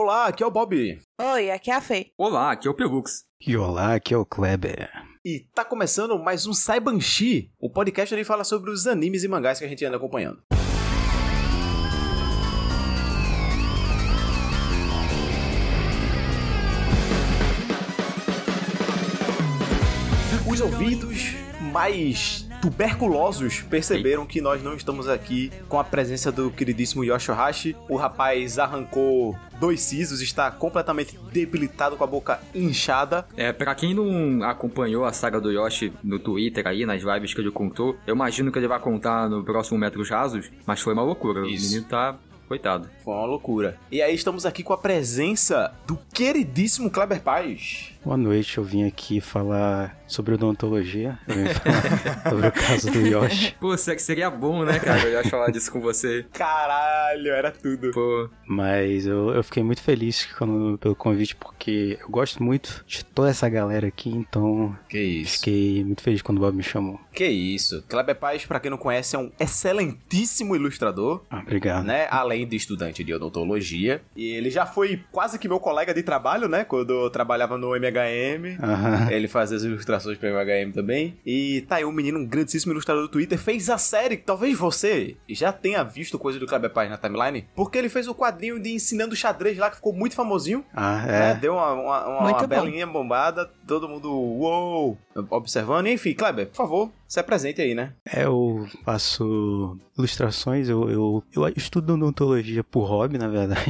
Olá, aqui é o Bob. Oi, aqui é a Fê. Olá, aqui é o Pelux. E olá, aqui é o Kleber. E tá começando mais um Saibanshi, o podcast onde fala sobre os animes e mangás que a gente anda acompanhando. Os ouvidos mais tuberculosos perceberam que nós não estamos aqui com a presença do queridíssimo Yoshihashi. O rapaz arrancou 2 sisos, está completamente debilitado, com a boca inchada. Pra quem não acompanhou a saga do Yoshi no Twitter aí, nas lives que ele contou, eu imagino que ele vai contar no próximo Metros Rasos, mas foi uma loucura. Isso. O menino tá... coitado. Foi uma loucura. E aí estamos aqui com a presença do queridíssimo Kleber Paz. Boa noite, eu vim aqui falar sobre odontologia. Eu vim falar sobre o caso do Yoshi. Pô, seria bom, né, cara? Eu ia falar disso com você. Caralho, era tudo. Pô, Mas eu fiquei muito feliz pelo convite, porque eu gosto muito de toda essa galera aqui, então Que isso. fiquei muito feliz quando o Bob me chamou. Que isso. Kleber Paz, pra quem não conhece, é um excelentíssimo ilustrador, Obrigado. né? Além de estudante de odontologia. E ele já foi quase que meu colega de trabalho, né? Quando eu trabalhava no MHM. Aham. Ele fazia as ilustrações pra MHM também. E tá aí um menino, um grandíssimo ilustrador do Twitter, fez a série. Talvez você já tenha visto coisa do Kleber Paz na timeline, porque ele fez o quadrinho de ensinando xadrez lá, que ficou muito famosinho. Ah, Né? é. Deu uma Muito bom. belinha bombada, todo mundo uou, observando. Enfim, Kleber, por favor, se apresente aí, né? Eu faço ilustrações, eu estudo odontologia por hobby, na verdade,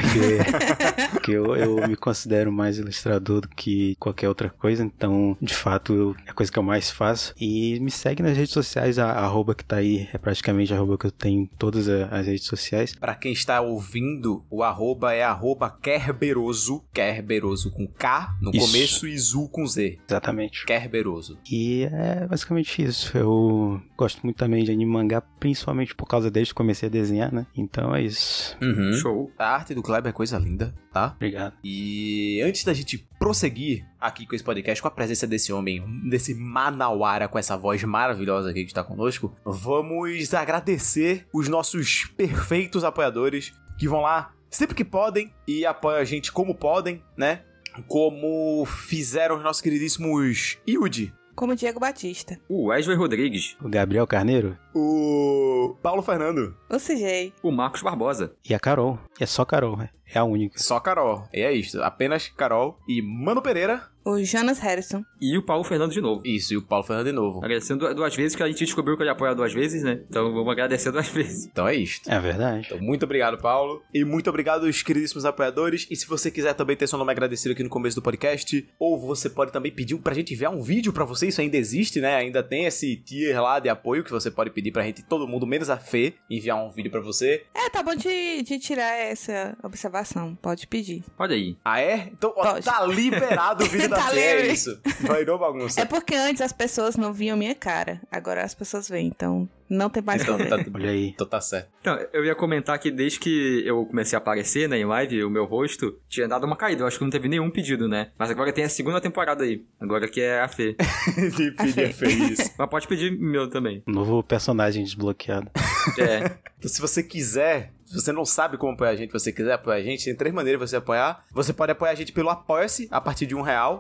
porque eu me considero mais ilustrador do que qualquer outra coisa, então, de fato, é a coisa que eu mais faço. E me segue nas redes sociais, a arroba que tá aí, é praticamente a arroba que eu tenho em todas as redes sociais. Pra quem está ouvindo, o arroba é arroba Kerberoso com K no Isso. começo e Zu com Z. Exatamente. Kerberoso. E é basicamente isso. Eu gosto muito também de anime e mangá, principalmente por causa desde que comecei a desenhar, né? Então é isso. Uhum. show. A arte do Kleber é coisa linda, tá? Obrigado. E antes da gente prosseguir aqui com esse podcast, com a presença desse homem, desse manauara com essa voz maravilhosa aqui que está conosco, vamos agradecer os nossos perfeitos apoiadores que vão lá sempre que podem e apoiam a gente como podem, né? Como fizeram os nossos queridíssimos Yudi, Como Diego Batista. O Wesley Rodrigues. O Gabriel Carneiro o Paulo Fernando, O CJ. O Marcos Barbosa. e a Carol. E é só Carol, né? É a única. só Carol. E é isso, apenas Carol e Mano Pereira. O Jonas Harrison. E o Paulo Fernando de novo. Isso, e o Paulo Fernando de novo. Agradecendo 2 vezes, que a gente descobriu que ele apoia 2 vezes, né? Então vamos agradecer 2 vezes. Então é isto. É verdade. Então, muito obrigado, Paulo. E muito obrigado aos queridíssimos apoiadores. E se você quiser também ter seu nome agradecido aqui no começo do podcast, ou você pode também pedir pra gente enviar um vídeo pra você, isso ainda existe, né? Ainda tem esse tier lá de apoio que você pode pedir pra gente, todo mundo, menos a Fê, enviar um vídeo pra você. Tá bom de tirar essa observação. Pode pedir. Olha aí. Ah, é? Então, ó, Pode. tá liberado o vídeo da Tá Fê, é livre. isso. Vai não bagunça. É porque antes as pessoas não viam minha cara. Agora as pessoas veem, então não tem mais Então problema. tá, Olha aí. então tá certo. Então, eu ia comentar que desde que eu comecei a aparecer, né, em live, o meu rosto tinha dado uma caída. Eu acho que não teve nenhum pedido, né? Mas agora tem a 2ª temporada aí. Agora que é a Fê. De pedir Fê isso. Mas pode pedir meu também. Novo personagem desbloqueado. É. Então, se você quiser, se você não sabe como apoiar a gente, você quiser apoiar a gente, tem 3 maneiras de você apoiar. Você pode apoiar a gente pelo Apoia-se, a partir de R$1,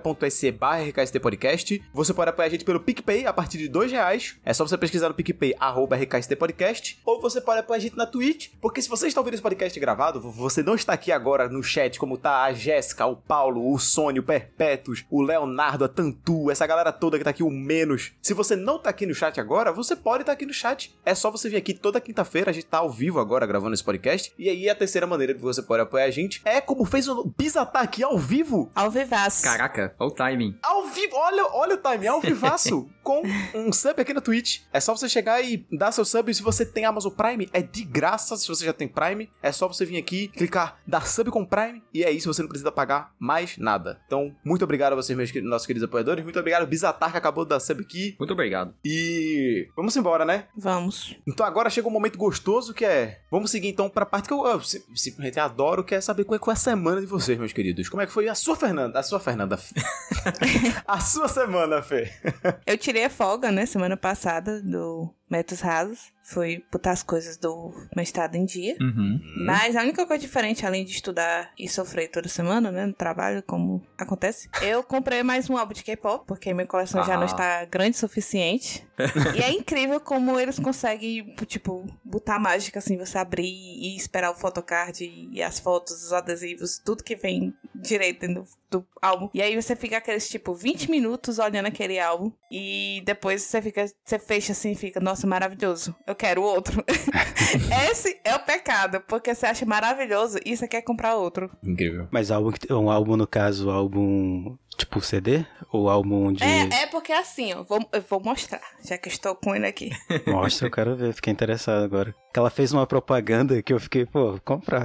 apoia.se/RKSTpodcast. Você pode apoiar a gente pelo PicPay, a partir de R$2. É só você pesquisar no PicPay, @RKSTpodcast. Ou você pode apoiar a gente na Twitch, porque se você está ouvindo esse podcast gravado, você não está aqui agora no chat, como tá a Jéssica, o Paulo, o Sônio, o Perpétuos, o Leonardo, a Tantu, essa galera toda que tá aqui, o Menos. Se você não tá aqui no chat agora, você pode estar aqui no chat. É só você vir aqui toda quinta-feira, a gente tá ao vivo agora, gravando esse podcast. E aí, a terceira maneira que você pode apoiar a gente é como fez o Bizatá aqui ao vivo. Ao vivaço. Caraca, olha o timing. Ao vivo, olha o time, ao vivaço, com um sub aqui na Twitch. É só você chegar e dar seu sub. E se você tem Amazon Prime, é de graça. Se você já tem Prime, é só você vir aqui, clicar, dar sub com Prime. E é isso, você não precisa pagar mais nada. Então, muito obrigado a vocês, nossos queridos apoiadores. Muito obrigado, Bizatá, que acabou de dar sub aqui. Muito obrigado. E vamos embora, né? Vamos. Então agora chega um momento gostoso que é... Vamos seguir então pra parte que eu simplesmente adoro, que é saber como é que foi a semana de vocês, meus queridos. Como é que foi a sua Fernanda? A sua semana, Fê. Eu tirei a folga, né, semana passada do Metros Rasos. Fui botar as coisas do mestrado em dia. Mas a única coisa diferente, além de estudar e sofrer toda semana, né, no trabalho, como acontece, eu comprei mais um álbum de K-pop, porque minha coleção já não está grande o suficiente. E é incrível como eles conseguem, tipo, botar mágica, assim, você abrir e esperar o photocard e as fotos, os adesivos, tudo que vem direito dentro do álbum. E aí você fica aqueles, tipo, 20 minutos olhando aquele álbum e depois você fecha assim e fica, nossa, maravilhoso, eu quero outro. Esse é o pecado, porque você acha maravilhoso e você quer comprar outro. Incrível. Mas um álbum, no caso, álbum tipo CD? Ou álbum de... É porque assim, ó, eu vou mostrar, já que eu estou com ele aqui. Mostra, eu quero ver, fiquei interessado agora. Que ela fez uma propaganda que eu fiquei, pô, vou comprar.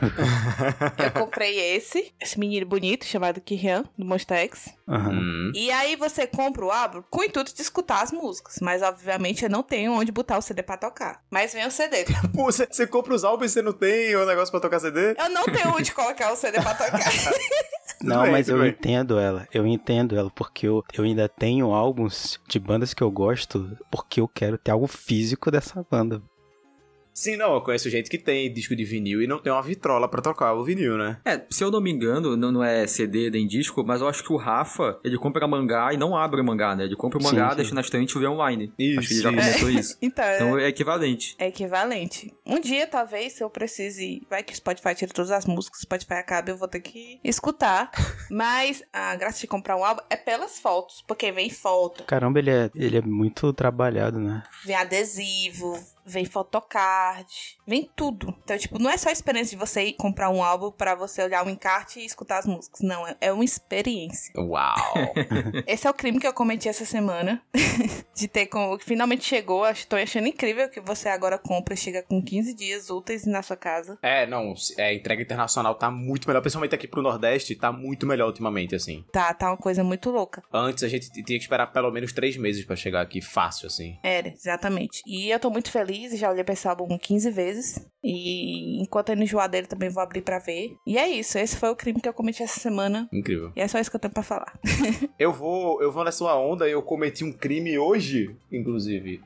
Eu comprei esse menino bonito, chamado Kihyun, do Monsta X. E aí você compra o álbum com o intuito de escutar as músicas. Mas, obviamente, eu não tenho onde botar o CD pra tocar. Mas vem o CD. Pô, você compra os álbuns e você não tem o negócio pra tocar CD? Eu não tenho onde colocar o CD pra tocar. Não, bem, mas tudo eu bem. entendo ela, porque eu ainda tenho álbuns de bandas que eu gosto, porque eu quero ter algo físico dessa banda. Sim, não, eu conheço gente que tem disco de vinil e não tem uma vitrola pra tocar o vinil, né? Se eu não me engano, não é CD nem disco, mas eu acho que o Rafa, ele compra mangá e não abre o mangá, né? Ele compra o mangá, Sim. deixa na estante e vê online. Isso, Acho que ele já isso. comentou isso. Então, Então é equivalente. é equivalente. Um dia, talvez, se eu precise... Vai que o Spotify tira todas as músicas, o Spotify acaba, eu vou ter que escutar. Mas a graça de comprar um álbum é pelas fotos, porque vem foto, Caramba, ele é muito trabalhado, né? vem adesivo, vem photocard, vem tudo. Então, tipo, não é só a experiência de você ir comprar um álbum pra você olhar o encarte e escutar as músicas. Não, é uma experiência. Uau! Esse é o crime que eu cometi essa semana. De ter finalmente chegou. Estou achando incrível que você agora compra e chega com 15 dias úteis na sua casa. A entrega internacional tá muito melhor, principalmente aqui pro Nordeste, tá muito melhor ultimamente, assim. Tá uma coisa muito louca. Antes a gente tinha que esperar pelo menos 3 meses pra chegar aqui, fácil, assim. Era, exatamente. E eu tô muito feliz, já olhei pra esse álbum 15 vezes. E enquanto eu enjoar dele, também vou abrir pra ver. E é isso, esse foi o crime que eu cometi essa semana. Incrível. E é só isso que eu tenho pra falar. Eu vou nessa sua onda, eu cometi um crime hoje, inclusive.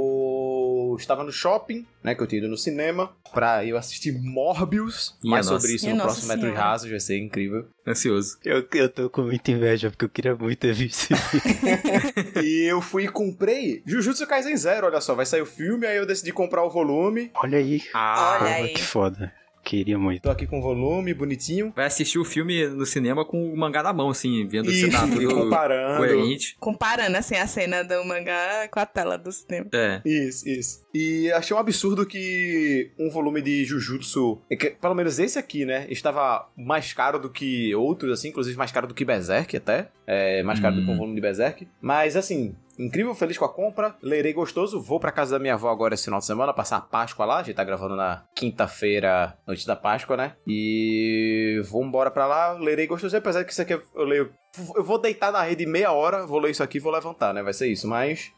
Eu estava no shopping, né, que eu tinha ido no cinema, pra eu assistir Morbius. Minha Mais nossa. sobre isso Minha no nossa próximo Metros Senhora. Rasos, vai ser incrível. Ansioso. Eu tô com muita inveja, porque eu queria muito ter visto isso. E eu fui e comprei Jujutsu Kaisen Zero, olha só, vai sair o filme, aí eu decidi comprar o volume. Olha aí. Olha Porra, aí. que foda. Queria muito. Tô aqui com o volume, bonitinho. Vai assistir o filme no cinema com o mangá na mão, assim, vendo se Isso, tá tudo e comparando. coerente. Comparando, assim, a cena do mangá com a tela do cinema. É. Isso. E achei um absurdo que um volume de Jujutsu, pelo menos esse aqui, né, estava mais caro do que outros, assim, inclusive mais caro do que Berserk até. Mais caro do que um volume de Berserk. Mas, assim, incrível, feliz com a compra, lerei gostoso, vou pra casa da minha avó agora esse final de semana, passar a Páscoa lá, a gente tá gravando na quinta-feira, noite da Páscoa, né, e vou embora pra lá, lerei gostoso, apesar que isso aqui eu vou deitar na rede meia hora, vou ler isso aqui e vou levantar, né, vai ser isso, mas,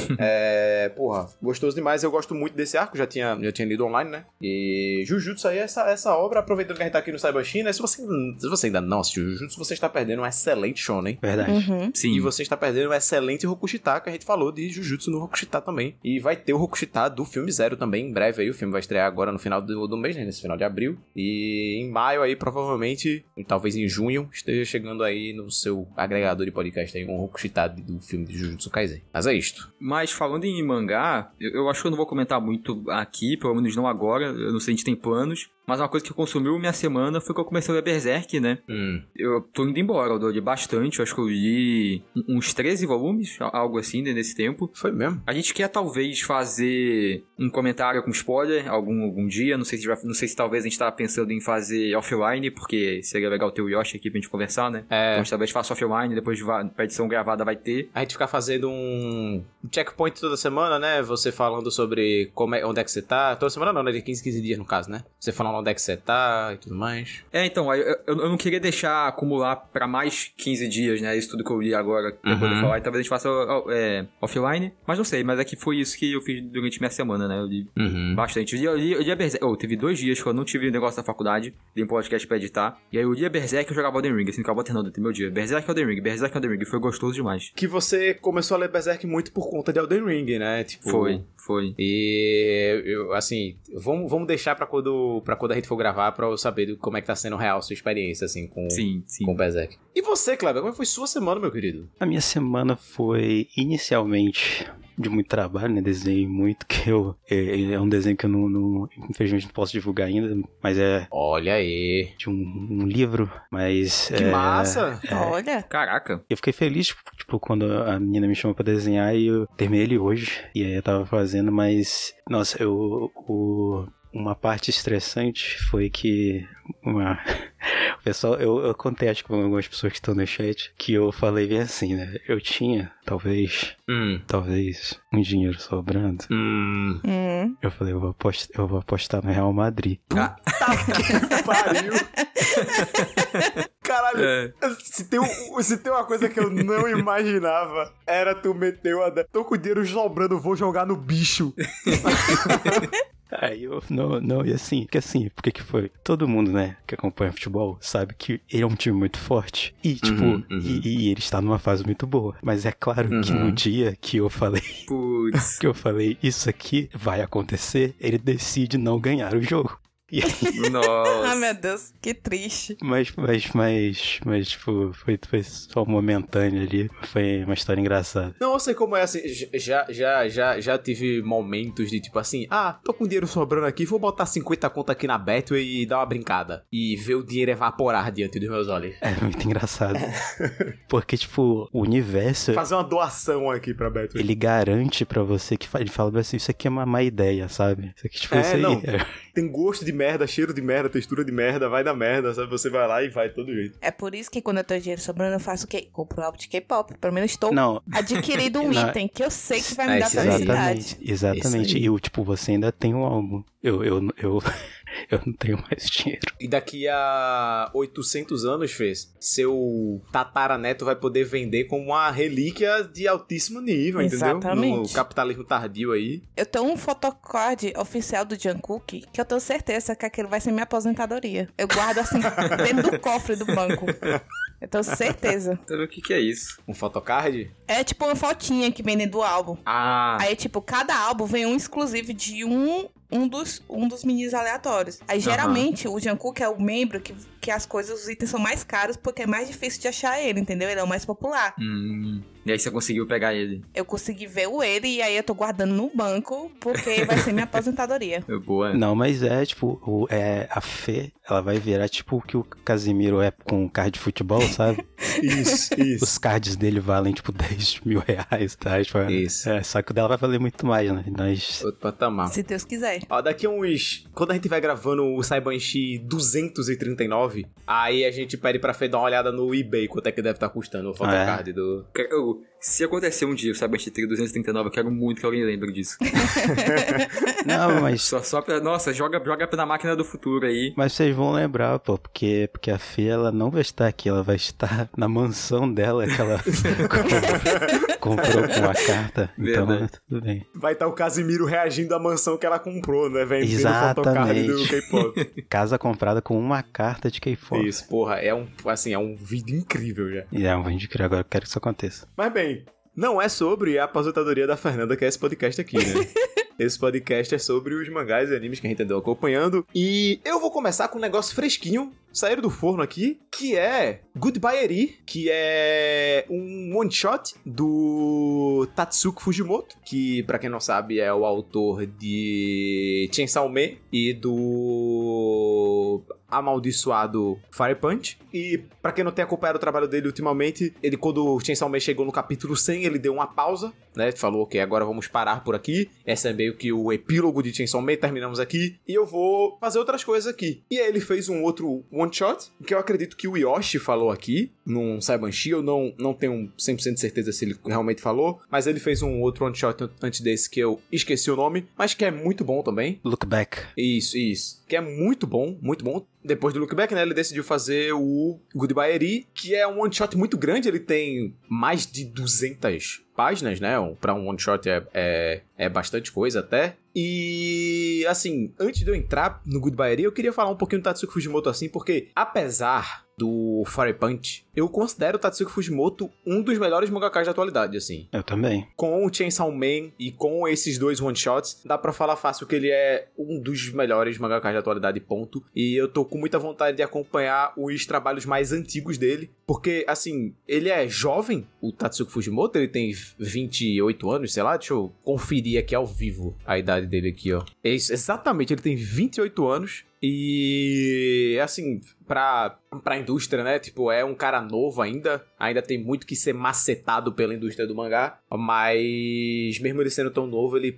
porra, gostoso demais, eu gosto muito desse arco, já tinha lido online, né, e Jujutsu aí, essa obra, aproveitando que a gente tá aqui no Saibanshin, né, se você ainda não assistiu Jujutsu, você está perdendo um excelente shonen. Verdade. Uhum. Sim. E você está perdendo um excelente Rokushita, que a gente falou de Jujutsu no Rokushita também. E vai ter o Rokushita do filme Zero também, em breve aí. O filme vai estrear agora no final do mês, né? Nesse final de abril. E em maio aí, provavelmente, talvez em junho, esteja chegando aí no seu agregador de podcast aí um Rokushita do filme de Jujutsu Kaisen. Mas é isto. Mas falando em mangá, eu acho que eu não vou comentar muito aqui, pelo menos não agora. Eu não sei se a gente tem planos. Mas uma coisa que consumiu minha semana foi que eu comecei a ler Berserk, né? Eu tô indo embora, eu li bastante. Eu acho que eu li uns 13 volumes, algo assim, nesse tempo. Foi mesmo? A gente quer talvez fazer um comentário com spoiler algum dia. Não sei se talvez a gente tava pensando em fazer offline, porque seria legal ter o Yoshi aqui pra gente conversar, né? Então a gente talvez faça offline, depois pra edição gravada vai ter. A gente ficar fazendo um checkpoint toda semana, né? Você falando sobre onde é que você tá. Toda semana não, né? De 15 dias no caso, né? Você falando onde é que você tá e tudo mais. Então, eu não queria deixar acumular pra mais 15 dias, né? Isso tudo que eu li agora, pra poder falar. E talvez a gente faça offline, mas não sei, mas é que foi isso que eu fiz durante minha semana, né? Eu li bastante. Eu li a Berserk. Teve 2 dias que eu não tive negócio da faculdade, dei um podcast pra editar, e aí eu li a Berserk e eu jogava Elden Ring, assim, acabou alternando meu dia. Berserk e Elden Ring, foi gostoso demais. Que você começou a ler Berserk muito por conta de Elden Ring, né? Tipo... Foi. E, assim, vamos deixar pra quando a gente for gravar pra eu saber como é que tá sendo real a sua experiência, assim, com Berserk. E você, Kleber, como foi sua semana, meu querido? A minha semana foi inicialmente de muito trabalho, né? Desenhei muito, é um desenho que eu não infelizmente não posso divulgar ainda, mas é... Olha aí! De um livro, mas... Que massa! Olha! Caraca! Eu fiquei feliz, tipo, quando a menina me chamou pra desenhar e eu terminei ele hoje, e aí eu tava fazendo, mas... Nossa, uma parte estressante foi que o pessoal, eu contei, acho que com algumas pessoas que estão no chat, que eu falei bem assim, né? Eu tinha, talvez um dinheiro sobrando. Eu falei, eu vou apostar no Real Madrid. Puta que pariu! Caralho, se tem uma coisa que eu não imaginava, era tu meter tô com o dinheiro sobrando, vou jogar no bicho. Aí eu, não, e assim, por que foi? Todo mundo, né, que acompanha futebol, sabe que ele é um time muito forte e, tipo, e ele está numa fase muito boa. Mas é claro que no dia que eu falei, isso aqui vai acontecer, ele decide não ganhar o jogo. E aí... Nossa. Ai, meu Deus, que triste. Mas tipo, foi só momentâneo ali. Foi uma história engraçada. Não, eu sei como é assim. Já tive momentos de tipo assim: tô com dinheiro sobrando aqui, vou botar 50 conto aqui na Betway e dar uma brincada. E ver o dinheiro evaporar diante dos meus olhos. É muito engraçado. Porque, tipo, o universo... Fazer uma doação aqui pra Betway. Ele garante pra você que ele fala assim: isso aqui é uma má ideia, sabe? Isso aqui, tipo, isso aí. Não. Tem gosto de merda, cheiro de merda, textura de merda, vai dar merda, sabe? Você vai lá e vai de todo jeito. É por isso que quando eu tenho dinheiro sobrando, eu faço o quê? Compro álbum de K-pop. Pelo menos estou adquirindo um item que eu sei que vai me dar felicidade. Exatamente. E, tipo, você ainda tem um álbum. Eu não tenho mais dinheiro. E daqui a 800 anos, seu tataraneto vai poder vender como uma relíquia de altíssimo nível, Exatamente. Entendeu? No capitalismo tardio aí. Eu tenho um photocard oficial do Jungkook que eu tenho certeza que aquele vai ser minha aposentadoria. Eu guardo assim, dentro do cofre do banco. Eu tenho certeza. O que é isso? Um photocard? É tipo uma fotinha que vem dentro do álbum. Aí, tipo, cada álbum vem um exclusivo de um dos minis aleatórios. Aí, geralmente, o Jungkook é o membro que as coisas, os itens são mais caros porque é mais difícil de achar ele, entendeu? Ele é o mais popular. E aí você conseguiu pegar ele? Eu consegui ver ele e aí eu tô guardando no banco porque vai ser minha aposentadoria. Boa. Não, mas tipo, a Fê, ela vai virar tipo o que o Casimiro é com card de futebol, sabe? Isso. Os cards dele valem, tipo, 10 mil reais, tá? Tipo, isso. Só que o dela vai valer muito mais, né? Outro patamar. Se Deus quiser. Daqui a quando a gente vai gravando o Saibanshi 239, aí a gente pede pra Fê dar uma olhada no eBay, quanto é que deve estar custando o photocard do... Se acontecer um dia o Cyber 239, eu quero muito que alguém lembre disso. Não, mas... Só pra... Nossa, joga na máquina do futuro aí. Mas vocês vão lembrar, pô, porque a Fê, ela não vai estar aqui, ela vai estar na mansão dela, que ela comprou com a carta. Então, tudo bem. Vai estar o Casimiro reagindo à mansão que ela comprou, né, velho? Exatamente. Photocard do K-pop. Casa comprada com uma carta de K-pop. Isso, porra, é um vídeo incrível já. É um vídeo incrível, agora eu quero que isso aconteça. Mas bem, não é sobre a aposentadoria da Fernanda que é esse podcast aqui, né? Esse podcast é sobre os mangás e animes que a gente andou acompanhando. E eu vou começar com um negócio fresquinho, saíram do forno aqui, que é Goodbye Eri, que é um one-shot do Tatsuki Fujimoto, que, pra quem não sabe, é o autor de Chainsaw Man e do amaldiçoado Fire Punch. E pra quem não tem acompanhado o trabalho dele ultimamente, ele, quando o Chainsaw Man chegou no capítulo 100, ele deu uma pausa, né? Falou que agora vamos parar por aqui. Esse é meio que o epílogo de Chainsaw Man, terminamos aqui. E eu vou fazer outras coisas aqui. E aí ele fez um outro one-shot, que eu acredito que o Yoshi falou aqui, num Saibanshi. Eu não tenho 100% de certeza se ele realmente falou, mas ele fez um outro one-shot antes desse que eu esqueci o nome, mas que é muito bom também. Look Back. Isso. que é muito bom, muito bom. Depois do Look Back, né, ele decidiu fazer o Goodbye Eri, que é um one-shot muito grande, ele tem mais de 200 páginas, né, pra um one-shot é bastante coisa até. E, assim, antes de eu entrar no Goodbye Eri, eu queria falar um pouquinho do Tatsuki Fujimoto, assim, porque apesar do Fire Punch, eu considero o Tatsuki Fujimoto um dos melhores mangakas da atualidade, assim. Eu também. Com o Chainsaw Man e com esses dois one-shots, dá pra falar fácil que ele é um dos melhores mangakas da atualidade, ponto. E eu tô com muita vontade de acompanhar os trabalhos mais antigos dele, porque, assim, ele é jovem, o Tatsuki Fujimoto, ele tem 28 anos, sei lá, deixa eu conferir aqui ao vivo a idade dele aqui, ó. É isso, exatamente, ele tem 28 anos. E, assim, pra indústria, né, tipo, é um cara novo ainda tem muito que ser macetado pela indústria do mangá, mas mesmo ele sendo tão novo, ele,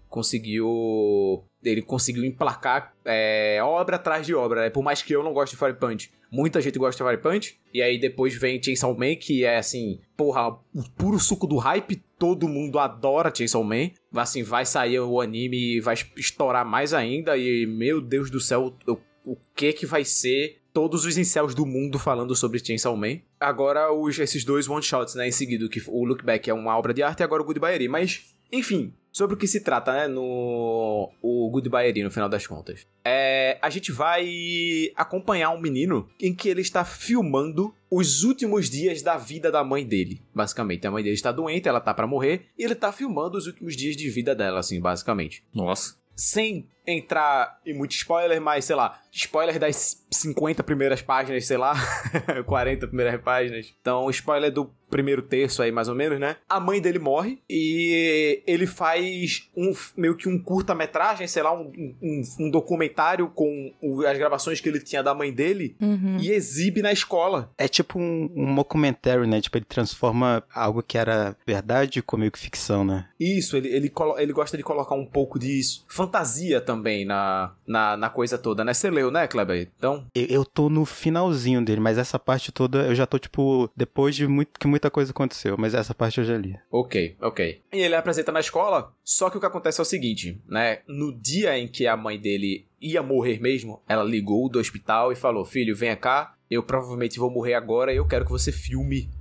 conseguiu emplacar obra atrás de obra, né, por mais que eu não goste de Fire Punch, muita gente gosta de Fire Punch, e aí depois vem Chainsaw Man, que é, assim, o puro suco do hype, todo mundo adora Chainsaw Man, assim, vai sair o anime e vai estourar mais ainda, e, meu Deus do céu, o que vai ser todos os incels do mundo falando sobre Chainsaw Man. Agora, esses dois one-shots, né, em seguida, que o Look Back é uma obra de arte e agora o Goodbye Eri, mas, enfim, sobre o que se trata, né, no Goodbye Eri, no final das contas. A gente vai acompanhar um menino em que ele está filmando os últimos dias da vida da mãe dele, basicamente. A mãe dele está doente, ela tá pra morrer, e ele tá filmando os últimos dias de vida dela, assim, basicamente. Nossa. Sem entrar em muito spoiler, mas, sei lá, spoiler das 50 primeiras páginas, sei lá, 40 primeiras páginas. Então, spoiler do primeiro terço aí, mais ou menos, né? A mãe dele morre e ele faz meio que um curta-metragem, sei lá, um documentário com as gravações que ele tinha da mãe dele e exibe na escola. É tipo um mockumentary, né? Tipo, ele transforma algo que era verdade com meio que ficção, né? Isso, ele gosta de colocar um pouco de fantasia também na coisa toda, né? Você leu, né, Kleber? Então... Eu tô no finalzinho dele, mas essa parte toda eu já tô, tipo, depois de que muita coisa aconteceu, mas essa parte eu já li. Ok. E ele apresenta na escola, só que o que acontece é o seguinte, né? No dia em que a mãe dele ia morrer mesmo, ela ligou do hospital e falou, filho, venha cá, eu provavelmente vou morrer agora e eu quero que você filme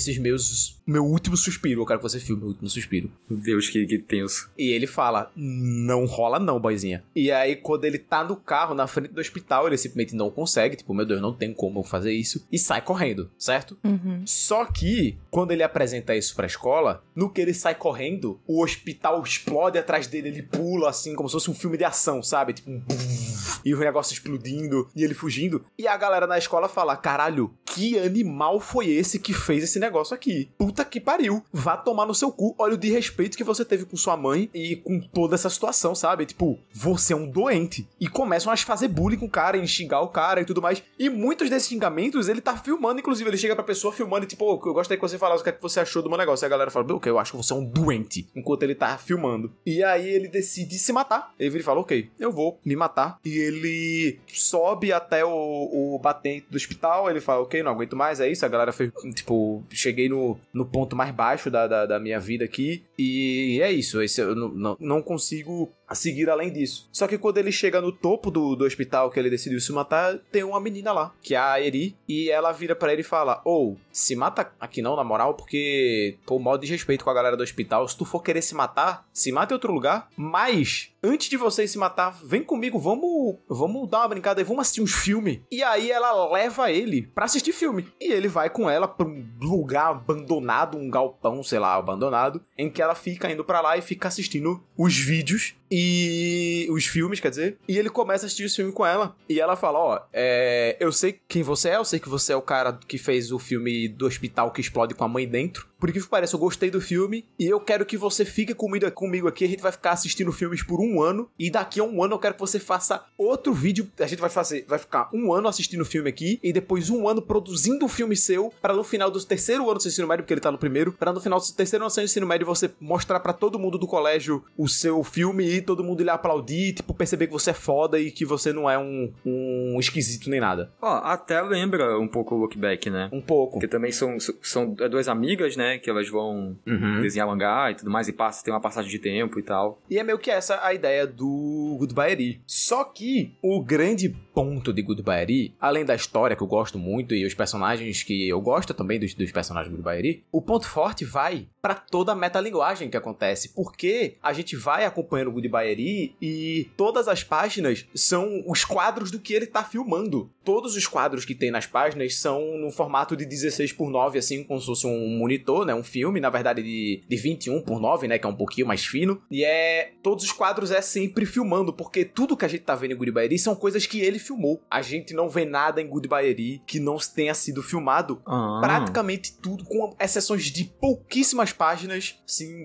meu último suspiro. Eu quero que você filme meu último suspiro. Meu Deus, que tenso. E ele fala, não rola não, boizinha. E aí, quando ele tá no carro, na frente do hospital, ele simplesmente não consegue. Tipo, meu Deus, não tem como eu fazer isso. E sai correndo, certo? Só que, quando ele apresenta isso pra escola, no que ele sai correndo, o hospital explode atrás dele. Ele pula, assim, como se fosse um filme de ação, sabe? Tipo, e o negócio explodindo, e ele fugindo. E a galera na escola fala, caralho, que animal foi esse que fez esse negócio aqui? Puta que pariu. Vá tomar no seu cu. Olha o desrespeito que você teve com sua mãe e com toda essa situação, sabe? Tipo, você é um doente. E começam a fazer bullying com o cara, e xingar o cara e tudo mais. E muitos desses xingamentos, ele tá filmando, inclusive. Ele chega pra pessoa filmando e tipo, eu gostaria que você falasse o que é que você achou do meu negócio. E a galera fala, ok, eu acho que você é um doente. Enquanto ele tá filmando. E aí ele decide se matar. Ele fala, ok, eu vou me matar. E ele sobe até o batente do hospital. Ele fala, ok, não aguento mais, é isso. A galera fez, tipo, cheguei no ponto mais baixo da minha vida aqui. E é isso. Eu não consigo seguir além disso. Só que quando ele chega no topo do hospital que ele decidiu se matar, tem uma menina lá, que é a Eri, e ela vira pra ele e fala, se mata aqui não, na moral, porque, pô, mó desrespeito com a galera do hospital, se tu for querer se mata em outro lugar, mas antes de você se matar, vem comigo, vamos dar uma brincada aí, vamos assistir uns filmes. E aí ela leva ele pra assistir filme, e ele vai com ela pra um lugar abandonado, um galpão, sei lá, abandonado, em que ela fica indo pra lá e fica assistindo os vídeos e os filmes, quer dizer, e ele começa a assistir os filmes com ela, e ela fala, eu sei quem você é, eu sei que você é o cara que fez o filme do hospital que explode com a mãe dentro, por que parece, eu gostei do filme, e eu quero que você fique comigo aqui, a gente vai ficar assistindo filmes por 1 ano, e daqui a 1 ano eu quero que você faça outro vídeo, a gente vai ficar 1 ano assistindo o filme aqui, e depois 1 ano produzindo um filme seu, para no final do 3º ano do seu ensino médio, porque ele tá no primeiro, para no final do 3º ano do seu ensino médio você mostrar pra todo mundo do colégio o seu filme, e todo mundo lhe aplaudir, tipo, perceber que você é foda e que você não é um esquisito nem nada. Até lembra um pouco o Look Back, né? Um pouco. Porque também são duas amigas, né? Que elas vão desenhar mangá e tudo mais, e tem uma passagem de tempo e tal. E é meio que essa a ideia do Goodbye Eri. Só que o grande ponto de Goodbye Eri, além da história que eu gosto muito e os personagens que eu gosto também dos personagens do Goodbye Eri, o ponto forte vai pra toda a metalinguagem que acontece, porque a gente vai acompanhando o Goodbye Eri e todas as páginas são os quadros do que ele tá filmando. Todos os quadros que tem nas páginas são no formato de 16:9, assim, como se fosse um monitor, né? Um filme, na verdade, de 21:9, né? Que é um pouquinho mais fino. E todos os quadros é sempre filmando, porque tudo que a gente tá vendo em Goodbye Eri são coisas que ele filmou. A gente não vê nada em Goodbye Eri que não tenha sido filmado. Praticamente tudo, com exceções de pouquíssimas páginas, assim,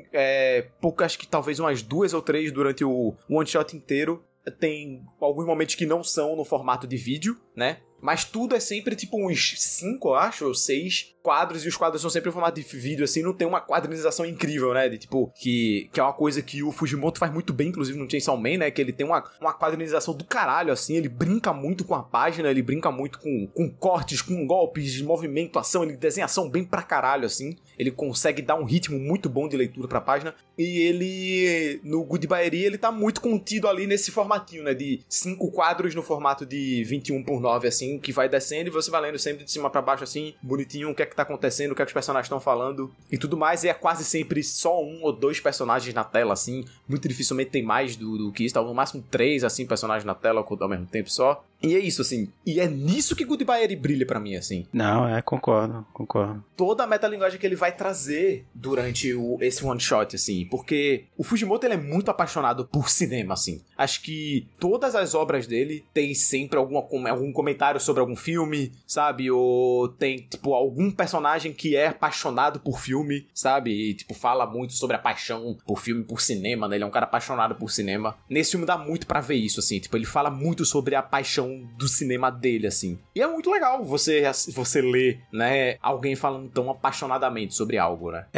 acho que talvez umas 2 ou 3 durante o one shot inteiro. Tem alguns momentos que não são no formato de vídeo, né? Mas tudo é sempre tipo uns 5, eu acho, ou 6 quadros, e os quadros são sempre em formato de vídeo, assim, não tem uma quadrinização incrível, né? De tipo, que é uma coisa que o Fujimoto faz muito bem, inclusive no Chainsaw Man, né? Que ele tem uma quadrinização do caralho, assim, ele brinca muito com a página, ele brinca muito com cortes, com golpes, de movimento, ação, ele desenha ação bem pra caralho, assim. Ele consegue dar um ritmo muito bom de leitura pra página, e ele, no Goodbye Eri, ele tá muito contido ali nesse formatinho, né? De 5 quadros no formato de 21:9, assim, que vai descendo e você vai lendo sempre de cima pra baixo, assim, bonitinho, o que é que tá acontecendo, o que é que os personagens estão falando e tudo mais, e é quase sempre só 1 ou 2 personagens na tela, assim, muito dificilmente tem mais do que isso, tá no máximo 3, assim, personagens na tela ao mesmo tempo só. E é isso, assim, e é nisso que Goodbye Eri brilha pra mim, assim. Não, concordo. Toda a metalinguagem que ele vai trazer durante esse one shot, assim, porque o Fujimoto, ele é muito apaixonado por cinema, assim. Acho que todas as obras dele tem sempre algum comentário sobre algum filme, sabe? Ou tem, tipo, algum personagem que é apaixonado por filme, sabe? E, tipo, fala muito sobre a paixão por filme, por cinema, né? Ele é um cara apaixonado por cinema. Nesse filme dá muito pra ver isso, assim. Tipo, ele fala muito sobre a paixão do cinema dele, assim. E é muito legal você ler, né? Alguém falando tão apaixonadamente sobre algo, né?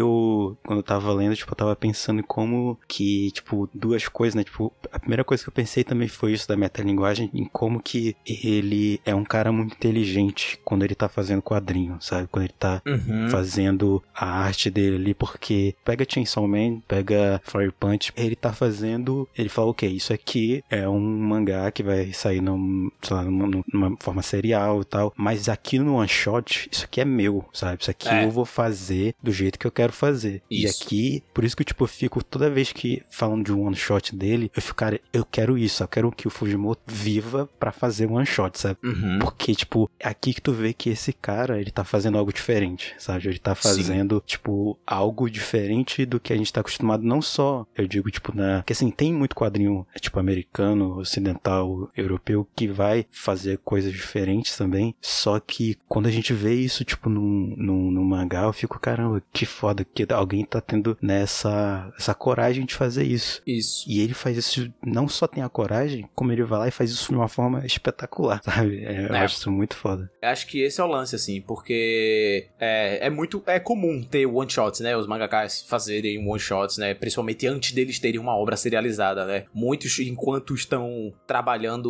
Eu quando eu tava lendo, tipo, eu tava pensando em como que, tipo, duas coisas, né? Tipo, a primeira coisa que eu pensei também foi isso da metalinguagem, em como que ele é um cara muito inteligente quando ele tá fazendo quadrinho, sabe? Quando ele tá fazendo a arte dele ali, porque pega Chainsaw Man, pega Fire Punch, ele tá fazendo, ele fala, ok, isso aqui é um mangá que vai sair numa forma serial e tal, mas aqui no one shot, isso aqui é meu, sabe? Isso aqui eu vou fazer do jeito que eu quero fazer. Isso. E aqui, por isso que tipo, eu fico, toda vez que falam de um one shot dele, eu fico, cara, eu quero isso, eu quero que o Fujimoto viva pra fazer um one shot, sabe? Porque, tipo, é aqui que tu vê que esse cara, ele tá fazendo algo diferente, sabe? Ele tá fazendo, tipo, algo diferente do que a gente tá acostumado, não só, eu digo, tipo, porque assim, tem muito quadrinho, tipo, americano, ocidental, europeu, que vai fazer coisas diferentes também, só que quando a gente vê isso, tipo, no mangá, eu fico, caramba, que foda, que alguém tá tendo essa coragem de fazer isso. Isso. E ele faz isso, não só tem a coragem, como ele vai lá e faz isso de uma forma espetacular, sabe? Eu acho isso muito foda. Eu acho que esse é o lance, assim, porque é comum ter one-shots, né? Os mangakas fazerem one-shots, né? Principalmente antes deles terem uma obra serializada, né? Muitos, enquanto estão trabalhando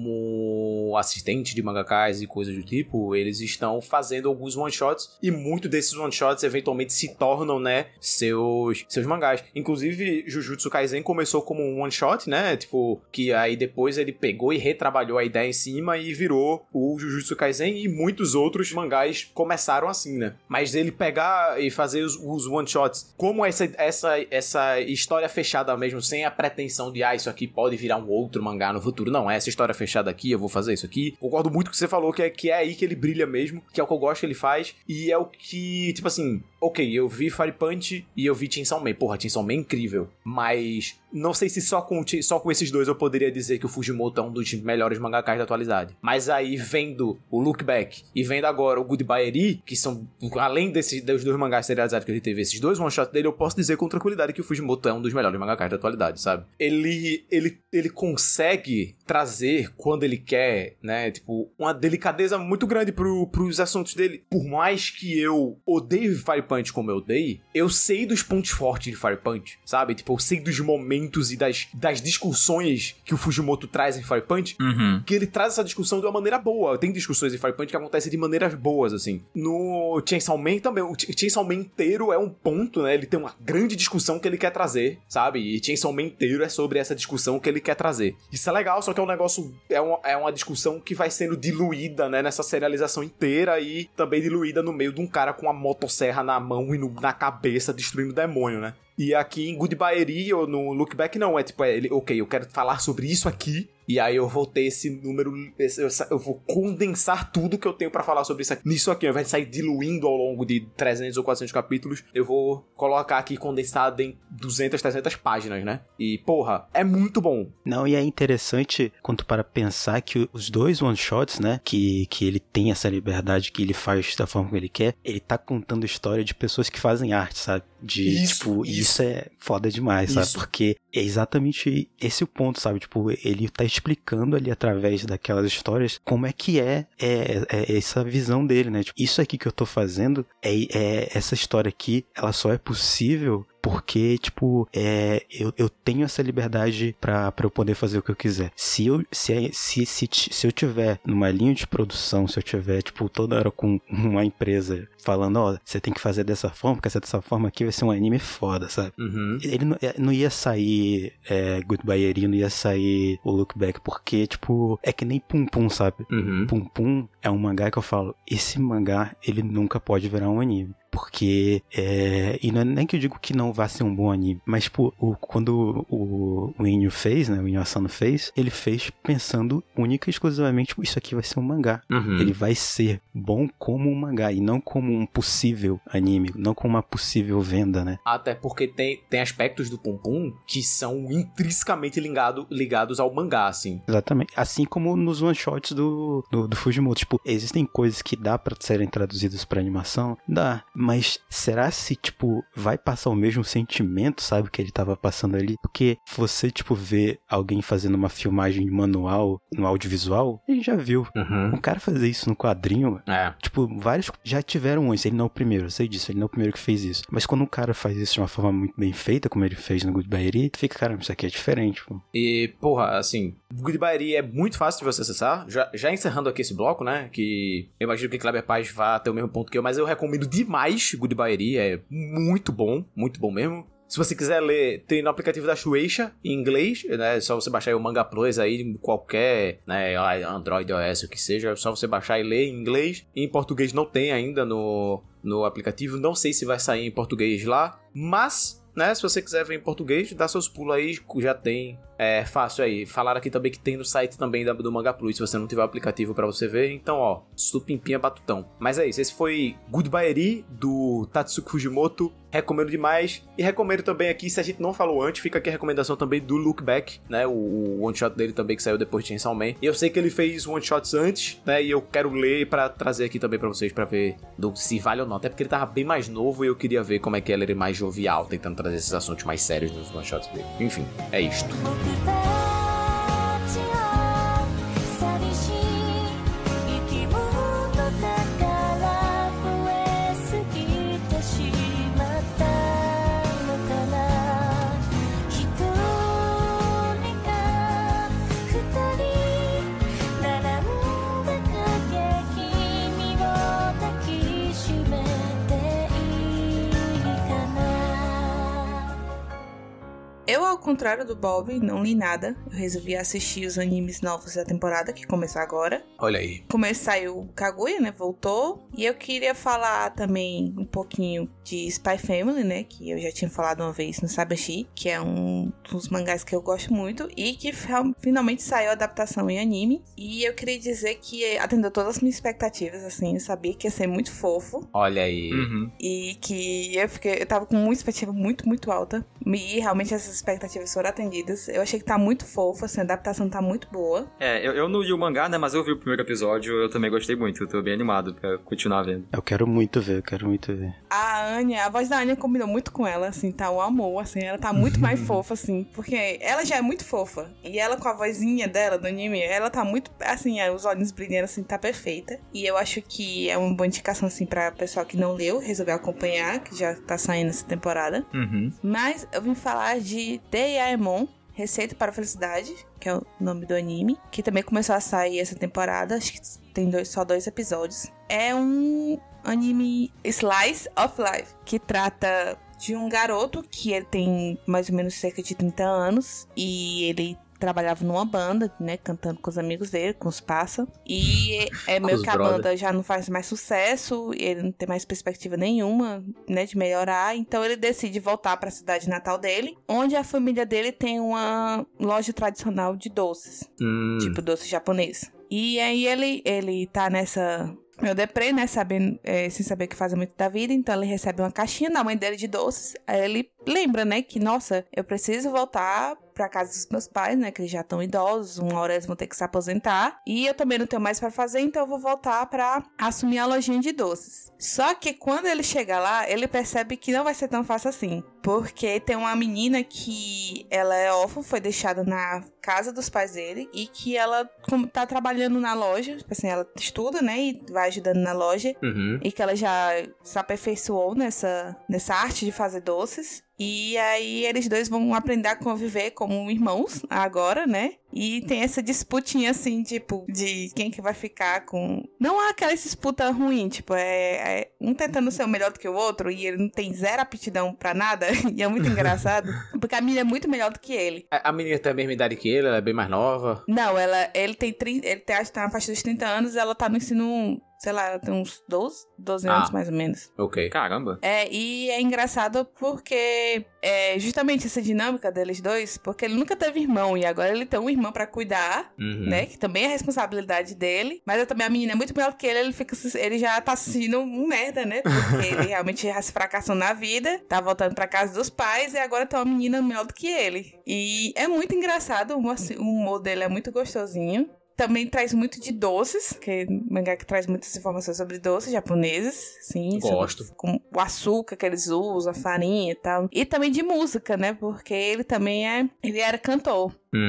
como assistente de mangakas e coisas do tipo, eles estão fazendo alguns one-shots e muitos desses one-shots eventualmente se tornam, né, seus mangás. Inclusive, Jujutsu Kaisen começou como um one-shot, né, tipo, que aí depois ele pegou e retrabalhou a ideia em cima e virou o Jujutsu Kaisen, e muitos outros mangás começaram assim, né. Mas ele pegar e fazer os one-shots como essa história fechada mesmo, sem a pretensão de, isso aqui pode virar um outro mangá no futuro. Não, essa história fechada aqui, eu vou fazer isso aqui. Concordo muito com o que você falou, que é aí que ele brilha mesmo, que é o que eu gosto que ele faz, e é o que, tipo assim, ok, eu vi Fire Punch e eu vi Chainsaw Man. Porra, Chainsaw Man é incrível, mas não sei se só com esses dois eu poderia dizer que o Fujimoto é um dos melhores mangakas da atualidade. Mas aí, vendo o Look Back e vendo agora o Goodbye Baeri, que são, além dos 2 mangás serializados que a gente teve, esses 2 one-shots dele, eu posso dizer com tranquilidade que o Fujimoto é um dos melhores mangakás da atualidade, sabe? Ele consegue trazer, quando ele quer, né, tipo, uma delicadeza muito grande pros assuntos dele. Por mais que eu odeie Fire Punch como eu odeio, eu sei dos pontos fortes de Fire Punch, sabe? Tipo, eu sei dos momentos e das discussões que o Fujimoto traz em Fire Punch, que ele traz essa discussão de uma maneira boa. Tem discussões em Fire Punch que acontecem de maneiras boas, assim. No Chainsaw Man também, o Chainsaw Man inteiro é um ponto, né? Ele tem uma grande discussão que ele quer trazer, sabe? E Chainsaw Man inteiro é sobre essa discussão que ele quer trazer. Isso é legal, só que é um negócio, é uma discussão que vai sendo diluída, né? Nessa serialização inteira e também diluída no meio de um cara com a motosserra na mão e na cabeça destruindo o demônio, né? E aqui em Goodbye Eri ou no Look Back não, é tipo, ok, eu quero falar sobre isso aqui, e aí eu vou ter esse número, eu vou condensar tudo que eu tenho pra falar sobre nisso aqui, ao invés de sair diluindo ao longo de 300 ou 400 capítulos, eu vou colocar aqui condensado em 200, 300 páginas, né? E, porra, é muito bom. Não, e é interessante quando tu para pensar que os 2 one-shots, né, que ele tem essa liberdade, que ele faz da forma que ele quer, ele tá contando a história de pessoas que fazem arte, sabe? Isso é foda demais, sabe? Porque é exatamente esse o ponto, sabe? Tipo, ele tá explicando ali através daquelas histórias como é que é essa visão dele, né? Tipo, isso aqui que eu tô fazendo, essa história aqui, ela só é possível porque, tipo, eu tenho essa liberdade pra eu poder fazer o que eu quiser. Se eu tiver numa linha de produção, se eu tiver, tipo, toda hora com uma empresa falando, ó, você tem que fazer dessa forma, porque dessa forma aqui vai ser um anime foda, sabe? Ele não ia sair Goodbye Eri, não ia sair o Look Back, porque, tipo, é que nem Pum Pum, sabe? Pum Pum é um mangá que eu falo, esse mangá, ele nunca pode virar um anime. Porque, e não é nem que eu digo que não vai ser um bom anime, mas, tipo, quando o Inyo fez, né, o Inyo Asano fez, ele fez pensando única e exclusivamente, tipo, isso aqui vai ser um mangá. Ele vai ser bom como um mangá e não como um possível anime, não como uma possível venda, né? Até porque tem aspectos do Pum Pum que são intrinsecamente ligados ao mangá, assim. Exatamente. Assim como nos one-shots do Fujimoto. Tipo, existem coisas que dá pra serem traduzidas pra animação? Dá. Mas será se, tipo, vai passar o mesmo sentimento, sabe, que ele tava passando ali? Porque você, tipo, vê alguém fazendo uma filmagem manual no audiovisual, ele já viu. Um cara fazer isso no quadrinho, tipo, vários já tiveram isso. Ele não é o primeiro, eu sei disso, ele não é o primeiro que fez isso. Mas quando um cara faz isso de uma forma muito bem feita, como ele fez no Goodbye Eri, tu fica, caramba, isso aqui é diferente, pô. E, porra, assim, Goodbye Eri é muito fácil de você acessar. Já encerrando aqui esse bloco, né, que eu imagino que Kleber Paz vá ter o mesmo ponto que eu, mas eu recomendo demais Goodbye Eri, é muito bom mesmo. Se você quiser ler, tem no aplicativo da Shueisha, em inglês, né? É só você baixar aí o Manga Plus aí, qualquer, né, Android, iOS, o que seja, é só você baixar e ler em inglês. Em português não tem ainda no aplicativo, não sei se vai sair em português lá, mas, né, se você quiser ver em português, dá seus pulos aí, já tem, fácil aí. Falaram aqui também que tem no site também do Manga Plus, se você não tiver o aplicativo pra você ver, então, ó, supimpinha batutão. Mas é isso, esse foi Goodbye Eri, do Tatsuki Fujimoto, recomendo demais, e recomendo também aqui, se a gente não falou antes, fica aqui a recomendação também do Look Back, né, o one-shot dele também, que saiu depois de Chainsaw Man, e eu sei que ele fez one-shots antes, né, e eu quero ler pra trazer aqui também pra vocês, pra ver se vale ou não, até porque ele tava bem mais novo, e eu queria ver como é que ele era mais jovial, tentando trazer esses assuntos mais sérios nos one-shots dele. Enfim, é isto. Eu, ao contrário do Bob, não li nada. Eu resolvi assistir os animes novos da temporada, que começou agora. Olha aí. Saiu Kaguya, né? Voltou. E eu queria falar também um pouquinho de Spy Family, né? Que eu já tinha falado uma vez no Sabashi, que é um dos mangás que eu gosto muito. E que finalmente saiu a adaptação em anime. E eu queria dizer que atendeu todas as minhas expectativas, assim. Eu sabia que ia ser muito fofo. Olha aí. E que eu tava com uma expectativa muito, muito alta. E realmente essas expectativas foram atendidas. Eu achei que tá muito fofo, assim, a adaptação tá muito boa. Eu não li o mangá, né, mas eu vi o primeiro episódio, eu também gostei muito, eu tô bem animado pra continuar vendo. Eu quero muito ver. A voz da Anya combinou muito com ela, assim, tá um amor, assim, ela tá muito mais fofa, assim, porque ela já é muito fofa, e ela com a vozinha dela do anime, ela tá muito, assim, os olhos brilhando, assim, tá perfeita, e eu acho que é uma boa indicação, assim, pra pessoal que não leu, resolveu acompanhar, que já tá saindo essa temporada. Mas eu vim falar de Doraemon, Receita para a Felicidade, que é o nome do anime, que também começou a sair essa temporada, acho que tem só 2 episódios. É um anime Slice of Life, que trata de um garoto que ele tem mais ou menos cerca de 30 anos, e ele trabalhava numa banda, né, cantando com os amigos dele, com os pássaros, e é meio que a banda já não faz mais sucesso, ele não tem mais perspectiva nenhuma, né, de melhorar, então ele decide voltar para a cidade natal dele, onde a família dele tem uma loja tradicional de doces, tipo doce japonês. E aí ele tá nessa meu deprê, né, sem saber o que fazer muito da vida, então ele recebe uma caixinha da mãe dele de doces, aí ele lembra, né, que, nossa, eu preciso voltar pra casa dos meus pais, né, que eles já estão idosos, uma hora eles vão ter que se aposentar, e eu também não tenho mais pra fazer, então eu vou voltar pra assumir a lojinha de doces. Só que quando ele chega lá, ele percebe que não vai ser tão fácil assim, porque tem uma menina que ela é órfã, foi deixada na casa dos pais dele, e que ela tá trabalhando na loja, tipo assim, ela estuda, né, e vai ajudando na loja, e que ela já se aperfeiçoou nessa arte de fazer doces. E aí eles dois vão aprender a conviver como irmãos agora, né? E tem essa disputinha assim, tipo, de quem que vai ficar com... Não há aquela disputa ruim, tipo, é um tentando ser o melhor do que o outro e ele não tem zero aptidão pra nada. E é muito engraçado, porque a menina é muito melhor do que ele. A menina tem a mesma idade que ele, ela é bem mais nova? Não, ele acho que tá na faixa dos 30 anos, ela tá no ensino... Sei lá, ela tem uns 12 anos, mais ou menos. Ok. Caramba. E é engraçado porque justamente essa dinâmica deles dois, porque ele nunca teve irmão e agora ele tem um irmão pra cuidar, né? Que também é responsabilidade dele. Mas também a menina é muito melhor do que ele já tá se sentindo um merda, né? Porque ele realmente já se fracassou na vida, tá voltando pra casa dos pais e agora tem uma menina melhor do que ele. E é muito engraçado, o humor dele é muito gostosinho. Também traz muito de doces, que é um mangá que traz muitas informações sobre doces japoneses, sim. Gosto. Com o açúcar que eles usam, a farinha e tal. E também de música, né? Porque ele também ele era cantor.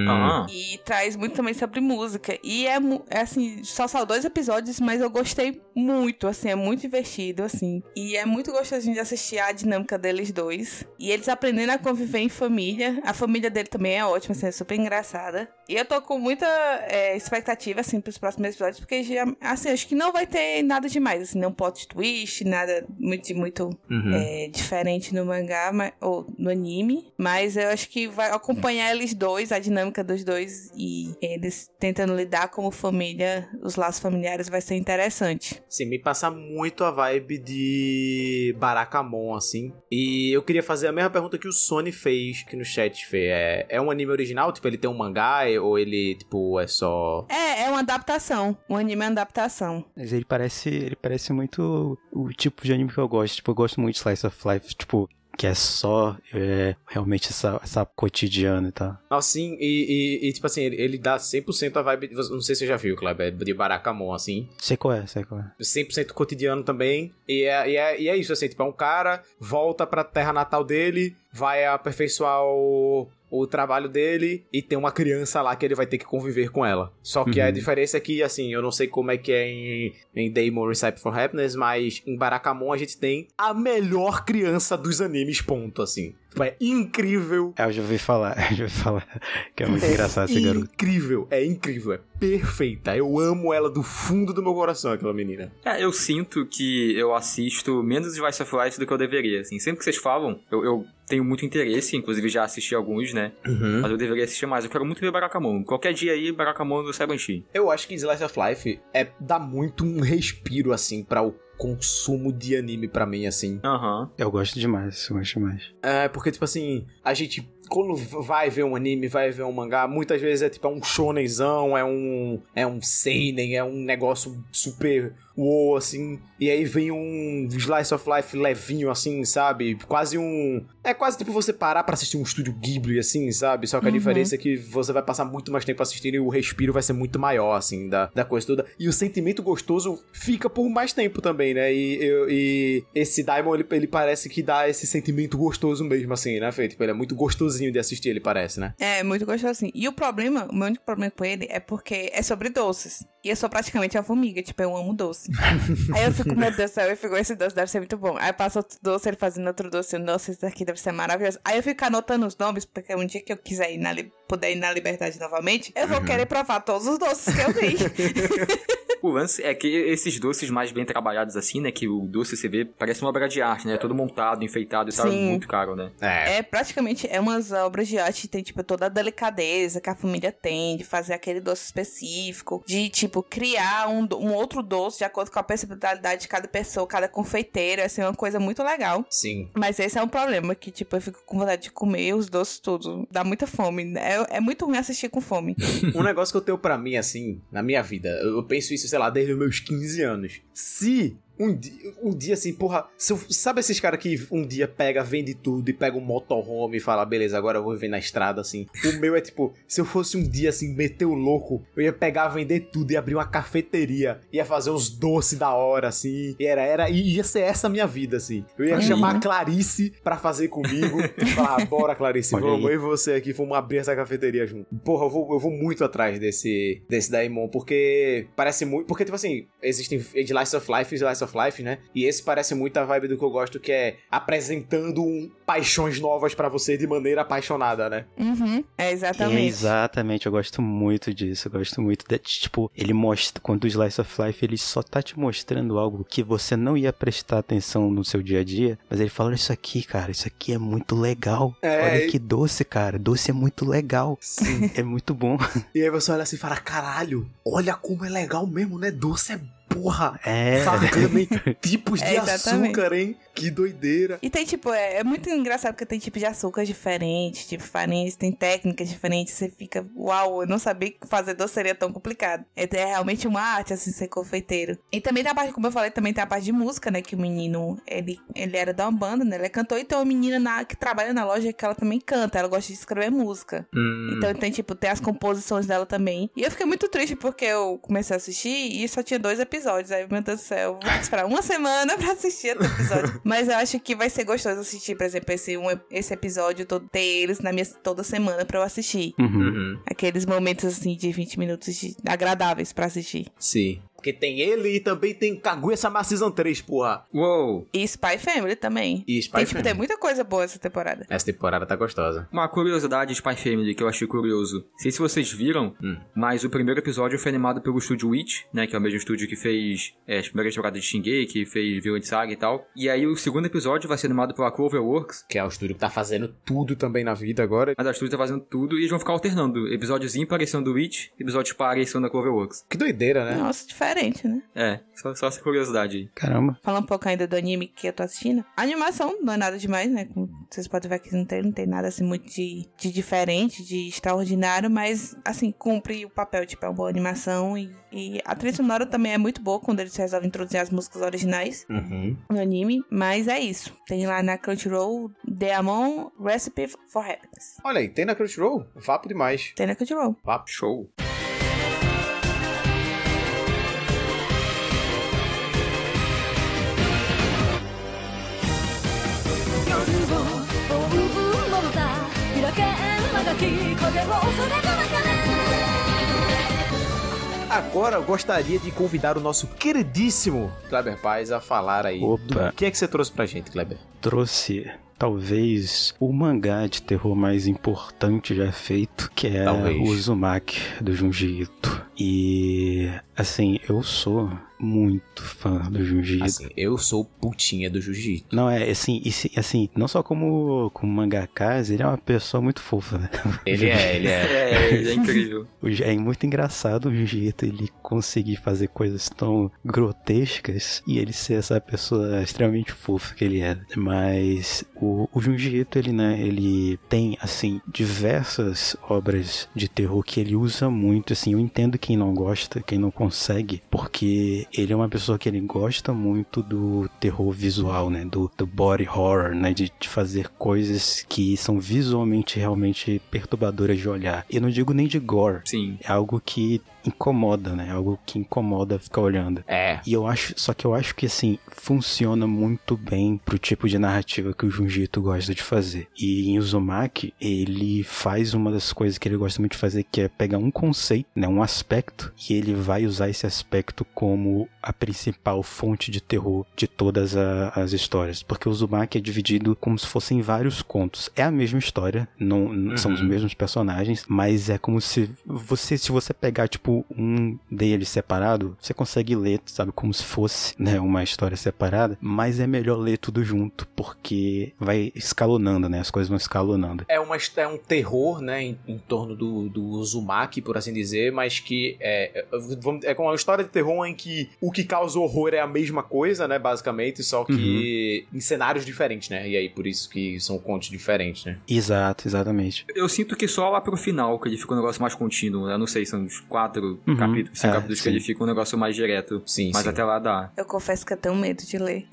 E traz muito também sobre música. E é assim, só são 2 episódios, mas eu gostei muito, assim, é muito divertido, assim. E é muito gostosinho de assistir a dinâmica deles dois. E eles aprendendo a conviver em família. A família dele também é ótima, assim, é super engraçada. E eu tô com muita expectativa, assim, pros próximos episódios, porque já, assim, acho que não vai ter nada demais, assim, não plot twist, nada muito diferente no mangá ou no anime. Mas eu acho que vai acompanhar eles dois, a dinâmica dos dois e eles tentando lidar como família, os laços familiares, vai ser interessante. Sim, me passa muito a vibe de Barakamon, assim. E eu queria fazer a mesma pergunta que o Sony fez aqui no chat, Fê. É um anime original? Tipo, ele tem um mangá ou ele, tipo, é só... É uma adaptação. O anime é uma adaptação. Mas ele parece muito o tipo de anime que eu gosto. Tipo, eu gosto muito de Slice of Life, tipo... Que é só realmente essa cotidiana e tal. Assim, e tipo assim, ele dá 100% a vibe... Não sei se você já viu, Kleber, de Barakamon, assim. Sei qual é. 100% cotidiano também. E é isso, assim, tipo, é um cara, volta pra terra natal dele, vai aperfeiçoar o trabalho dele e tem uma criança lá que ele vai ter que conviver com ela. Só que a diferença é que, assim, eu não sei como é que é em Daemon Recipe for Happiness, mas em Barakamon a gente tem a melhor criança dos animes, ponto, assim. É incrível. Eu já ouvi falar que é muito engraçado esse garoto. É incrível, é perfeita. Eu amo ela do fundo do meu coração, aquela menina. Eu sinto que eu assisto menos Slice of Life do que eu deveria, assim. Sempre que vocês falam, eu tenho muito interesse, inclusive já assisti alguns, né? Mas eu deveria assistir mais. Eu quero muito ver Barakamon. Qualquer dia aí, Barakamon no Saibanshi. Eu acho que Slice of Life dá muito um respiro, assim, para o consumo de anime pra mim, assim. Eu gosto demais. Porque, tipo assim, a gente quando vai ver um anime, vai ver um mangá, muitas vezes é tipo um shonenzão, é um seinen, é um negócio super uou, assim, e aí vem um slice of life levinho, assim, sabe? É quase tipo você parar pra assistir um estúdio Ghibli, assim, sabe? Só que a diferença é que você vai passar muito mais tempo assistindo e o respiro vai ser muito maior, assim, da coisa toda. E o sentimento gostoso fica por mais tempo também, né? E esse Daimon, ele parece que dá esse sentimento gostoso mesmo, assim, né, Fê? Tipo, ele é muito gostosinho de assistir, ele parece, né? É, muito gostosinho. E o meu único problema com ele é porque é sobre doces. E eu sou praticamente a formiga, tipo, eu amo doce. Aí eu fico, meu Deus do céu, esse doce deve ser muito bom. Aí passa outro doce, ele fazendo outro doce, nossa, esse daqui deve ser maravilhoso. Aí eu fico anotando os nomes, porque um dia que eu quiser puder ir na Liberdade novamente, eu vou querer provar todos os doces que eu vi. O lance é que esses doces mais bem trabalhados assim, né, que o doce você vê, parece uma obra de arte, né, todo montado, enfeitado e tal, muito caro, né. Praticamente, umas obras de arte, tem, tipo, toda a delicadeza que a família tem de fazer aquele doce específico, de, tipo, criar um outro doce de acordo com a personalidade de cada pessoa, cada confeiteiro, assim, é uma coisa muito legal. Sim. Mas esse é um problema, que, tipo, eu fico com vontade de comer os doces tudo, dá muita fome, é muito ruim assistir com fome. Um negócio que eu tenho pra mim, assim, na minha vida, eu penso isso, sei lá, desde os meus 15 anos. Se um dia assim, porra, sabe esses caras que um dia vende tudo e pega um motorhome e fala, beleza, agora eu vou viver na estrada, assim. O meu é tipo, se eu fosse um dia assim, meter o louco, eu ia pegar, vender tudo e abrir uma cafeteria, ia fazer uns doces da hora, assim, ia ser essa a minha vida, assim. Eu ia chamar a Clarice pra fazer comigo e falar, bora Clarice, vamos, eu e você aqui, vamos abrir essa cafeteria junto. Porra, eu vou muito atrás desse Daimon, porque parece muito, porque tipo assim, existem Slice of Life e Slice of Life, né? E esse parece muito a vibe do que eu gosto, que é apresentando paixões novas pra você de maneira apaixonada, né? Exatamente. Exatamente, eu gosto muito disso, eu gosto muito de, tipo, ele mostra, quando o Slice of Life, ele só tá te mostrando algo que você não ia prestar atenção no seu dia a dia, mas ele fala, isso aqui, cara, isso aqui é muito legal. Olha que doce, cara, doce é muito legal. Sim. É muito bom. E aí você olha assim e fala, caralho, olha como é legal mesmo, né? Doce é porra, tipos de açúcar, hein? Que doideira. E tem, tipo, é muito engraçado porque tem tipo de açúcar diferentes, tipo, farinhas, tem técnicas diferentes, você fica, uau, eu não sabia que fazer doce seria tão complicado. É realmente uma arte, assim, ser confeiteiro. E também tem a parte, como eu falei, também tem a parte de música, né, que o menino, ele era de uma banda, né, ele é cantor, e tem uma menina que trabalha na loja que ela também canta, ela gosta de escrever música. Então tem, tipo, tem as composições dela também. E eu fiquei muito triste porque eu comecei a assistir e só tinha 2 episódios, aí, meu Deus do céu, eu vou ter que esperar uma semana pra assistir outro episódio. Mas eu acho que vai ser gostoso assistir, por exemplo, esse episódio todo, ter eles toda semana pra eu assistir. Aqueles momentos, assim, de 20 minutos agradáveis pra assistir. Sim. Porque tem ele e também tem Kaguya-sama Season 3, porra. Uou. E Spy Family também. E Spy Family. Tem muita coisa boa essa temporada. Essa temporada tá gostosa. Uma curiosidade de Spy Family que eu achei curioso. Não sei se vocês viram, mas o primeiro episódio foi animado pelo estúdio Witch, né? Que é o mesmo estúdio que fez as primeiras temporadas de Shingeki, que fez Vinland Saga e tal. E aí o segundo episódio vai ser animado pela Cloverworks, que é o estúdio que tá fazendo tudo também na vida agora. Mas o estúdio tá fazendo tudo e eles vão ficar alternando. Episódiozinho parecendo do Witch, episódio parecendo da Cloverworks. Que doideira, né? Nossa, diferente, né? Só essa curiosidade aí. Caramba. Falando um pouco ainda do anime que eu tô assistindo. A animação não é nada demais, né? Como vocês podem ver aqui não tem nada assim muito de diferente, de extraordinário, mas assim, cumpre o papel, tipo, é uma boa animação e a trilha sonora também é muito boa quando eles resolvem introduzir as músicas originais no anime, mas é isso. Tem lá na Crunchyroll Daemon Recipe for Happiness. Olha aí, tem na Crunchyroll? Vapo demais. Tem na Crunchyroll. Vapo, show. Agora eu gostaria de convidar o nosso queridíssimo Kleber Paz a falar aí. Opa. O que é que você trouxe pra gente, Kleber? Trouxe talvez o mangá de terror mais importante já feito, que é o Uzumaki do Junji Ito. E assim, eu sou muito fã do Junji Ito. Assim, eu sou putinha do Junji Ito. Não, assim, não só como mangaka, ele é uma pessoa muito fofa, né? Ele é incrível. É muito engraçado o Junji Ito, ele conseguir fazer coisas tão grotescas e ele ser essa pessoa extremamente fofa que ele é. Mas o Junji Ito, ele tem, assim, diversas obras de terror que ele usa muito, assim, eu entendo quem não gosta, quem não consegue, porque ele é uma pessoa que ele gosta muito do terror visual, né, do body horror, né, de fazer coisas que são visualmente realmente perturbadoras de olhar. Eu não digo nem de gore. Sim. É algo que incomoda, né? Algo que incomoda ficar olhando. E eu acho que, assim, funciona muito bem pro tipo de narrativa que o Junji Ito gosta de fazer. E em Uzumaki, ele faz uma das coisas que ele gosta muito de fazer, que é pegar um conceito, né? Um aspecto, e ele vai usar esse aspecto como a principal fonte de terror de todas as histórias. Porque o Uzumaki é dividido como se fossem vários contos. É a mesma história, não são os mesmos personagens, mas é como se você pegar, tipo, um deles separado, você consegue ler, sabe, como se fosse, né, uma história separada, mas é melhor ler tudo junto, porque vai escalonando, né, as coisas vão escalonando. É um terror, né, em torno do Uzumaki, por assim dizer, mas que é como uma história de terror em que o que causa horror é a mesma coisa, né, basicamente, só que em cenários diferentes, né, e aí por isso que são contos diferentes, né. Exato, exatamente. Eu sinto que só lá pro final que ele fica um negócio mais contínuo, né, não sei, são uns 4 capítulos, 5 capítulos que ele fica um negócio mais direto. Sim, mas sim. Até lá dá. Eu confesso que eu tenho medo de ler.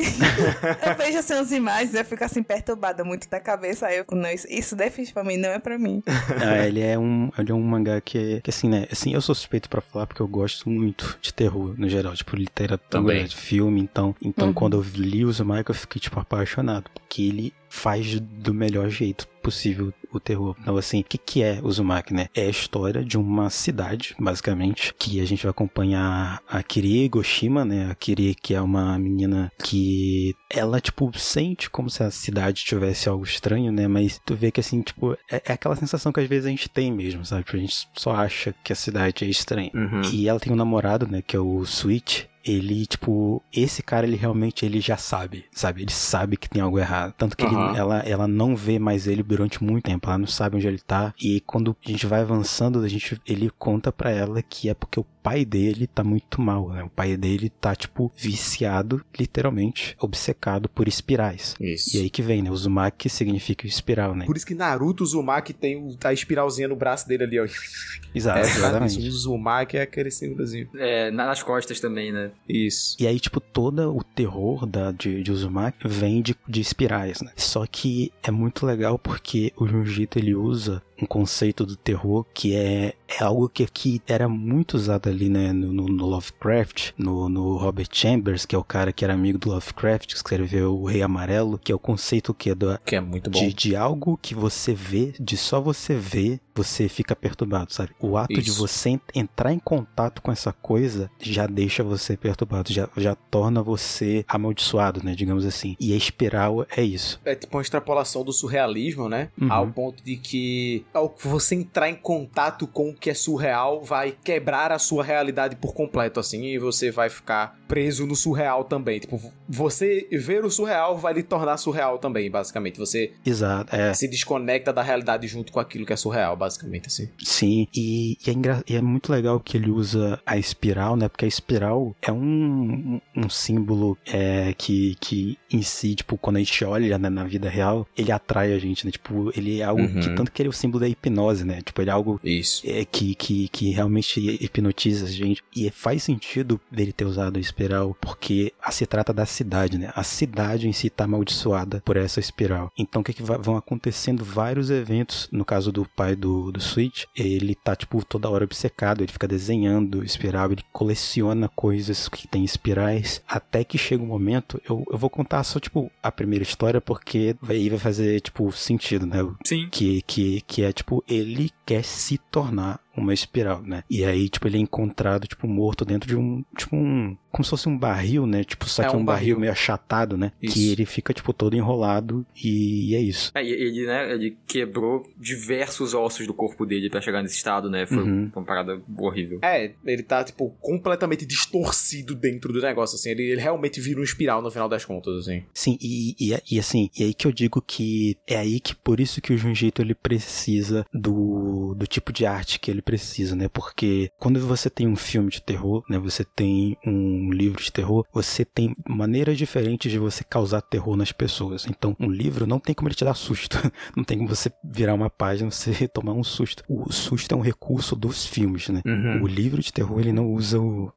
Eu vejo assim as imagens e eu fico assim perturbada muito da cabeça. Aí isso definitivamente não é pra mim. Ele é um mangá que assim, né? Assim, eu sou suspeito pra falar porque eu gosto muito de terror no geral, tipo literatura, de filme. Então quando eu li o Uzumaki, eu fiquei tipo apaixonado, porque ele faz do melhor jeito possível o terror. Então, assim, o que é Uzumaki, né? É a história de uma cidade, basicamente, que a gente vai acompanhar a Kirie Goshima, né? A Kirie, que é uma menina que ela, tipo, sente como se a cidade tivesse algo estranho, né? Mas tu vê que, assim, tipo, é aquela sensação que às vezes a gente tem mesmo, sabe? A gente só acha que a cidade é estranha. E ela tem um namorado, né? Que é o Switch. Ele, tipo, esse cara, ele realmente, ele já sabe? Ele sabe que tem algo errado. Tanto que ela não vê mais ele durante muito tempo, ela não sabe onde ele tá. E quando a gente vai avançando, ele conta pra ela que é porque o pai dele tá muito mal, né? O pai dele tá, tipo, viciado, literalmente, obcecado por espirais. Isso. E aí que vem, né? Uzumaki significa espiral, né? Por isso que Naruto Uzumaki tem a espiralzinha no braço dele ali, ó. Exato, exatamente. O Uzumaki é aquele símbolozinho. Nas costas também, né? Isso. E aí, tipo, todo o terror de Uzumaki vem de espirais, né? Só que é muito legal porque o Junji Ito, ele usa um conceito do terror que é algo que era muito usado ali, né, no Lovecraft, no Robert Chambers, que é o cara que era amigo do Lovecraft, que escreveu O Rei Amarelo, que é o conceito que é muito bom. De algo que você vê, de só você ver, você fica perturbado, sabe? O ato de você entrar em contato com essa coisa já deixa você perturbado, já torna você amaldiçoado, né, digamos assim. E a espiral é isso. É tipo uma extrapolação do surrealismo, né? Ao ponto de que ao você entrar em contato com o que é surreal, vai quebrar a sua realidade por completo, assim, e você vai ficar preso no surreal também. Tipo, você ver o surreal vai lhe tornar surreal também, basicamente. Você se desconecta da realidade junto com aquilo que é surreal, basicamente, assim. Sim, e é muito legal que ele usa a espiral, né? Porque a espiral é um símbolo que em si, tipo, quando a gente olha, né, na vida real, ele atrai a gente, né? Tipo, ele é algo que, tanto que ele é o símbolo da hipnose, né? Tipo, ele é algo que realmente hipnotiza a gente. E faz sentido dele ter usado a espiral, porque se trata da cidade, né? A cidade em si tá amaldiçoada por essa espiral. Então, o que vão acontecendo vários eventos. No caso do pai do Switch, ele tá, tipo, toda hora obcecado, ele fica desenhando espiral, ele coleciona coisas que tem espirais, até que chega um momento, eu vou contar só, tipo, a primeira história, porque aí vai fazer, tipo, sentido, né? Sim. Que é, tipo, ele quer se tornar uma espiral, né? E aí, tipo, ele é encontrado, tipo, morto dentro de um, tipo, como se fosse um barril, né? Tipo, só que é um barril meio achatado, né? Isso. Que ele fica, tipo, todo enrolado e é isso. Ele, né, ele quebrou diversos ossos do corpo dele pra chegar nesse estado, né? Foi uma parada horrível. Ele tá, tipo, completamente distorcido dentro do negócio, assim. Ele realmente vira um espiral no final das contas, assim. Sim, e assim, e aí que eu digo que é aí que por isso que o Junji Ito, ele precisa do tipo de arte que ele precisa, né? Porque quando você tem um filme de terror, né? Você tem um livro de terror, você tem maneiras diferentes de você causar terror nas pessoas. Então, um livro não tem como ele te dar susto. Não tem como você virar uma página e você tomar um susto. O susto é um recurso dos filmes, né? O livro de terror, ele não usa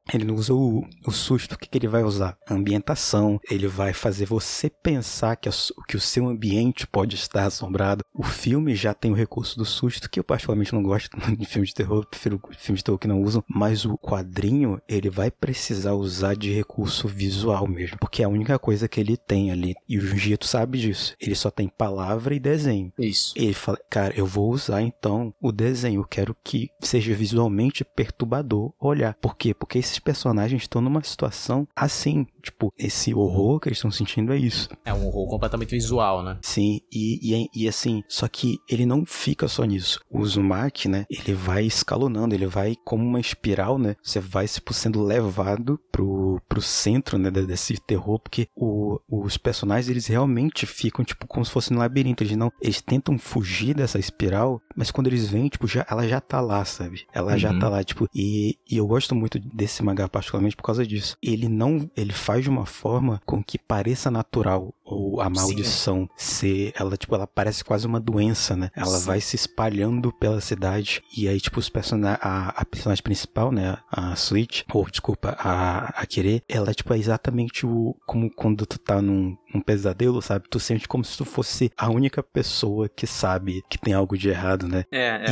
o susto. O que ele vai usar? A ambientação. Ele vai fazer você pensar que o seu ambiente pode estar assombrado. O filme já tem o recurso do susto, que eu particularmente não gosto de filmes de terror. Prefiro filmes de terror que não usam. Mas o quadrinho, ele vai precisar usar de recurso visual mesmo. Porque é a única coisa que ele tem ali. E o Junji Ito sabe disso. Ele só tem palavra e desenho. Isso. Ele fala, cara, eu vou usar então o desenho. Eu quero que seja visualmente perturbador olhar. Por quê? Porque esses personagens estão numa situação assim. Tipo, esse horror que eles estão sentindo é isso. É um horror completamente visual, né? Sim, e assim, só que ele não fica só nisso. O Uzumaki, né, ele vai escalonando, ele vai como uma espiral, né? Você vai sendo levado pro centro, né, desse terror, porque os personagens, eles realmente ficam, tipo, como se fosse um labirinto. Eles tentam fugir dessa espiral, mas quando eles vêm, tipo, ela já tá lá, sabe? Ela já tá lá, tipo, e eu gosto muito desse mangá particularmente por causa disso. Ele faz de uma forma com que pareça natural, ou a maldição ela parece quase uma doença, né? Ela vai se espalhando pela cidade, e aí, tipo, a personagem principal, né, a Switch, a Kire, ela, tipo, é exatamente como quando tu tá num pesadelo, sabe? Tu sente como se tu fosse a única pessoa que sabe que tem algo de errado, né?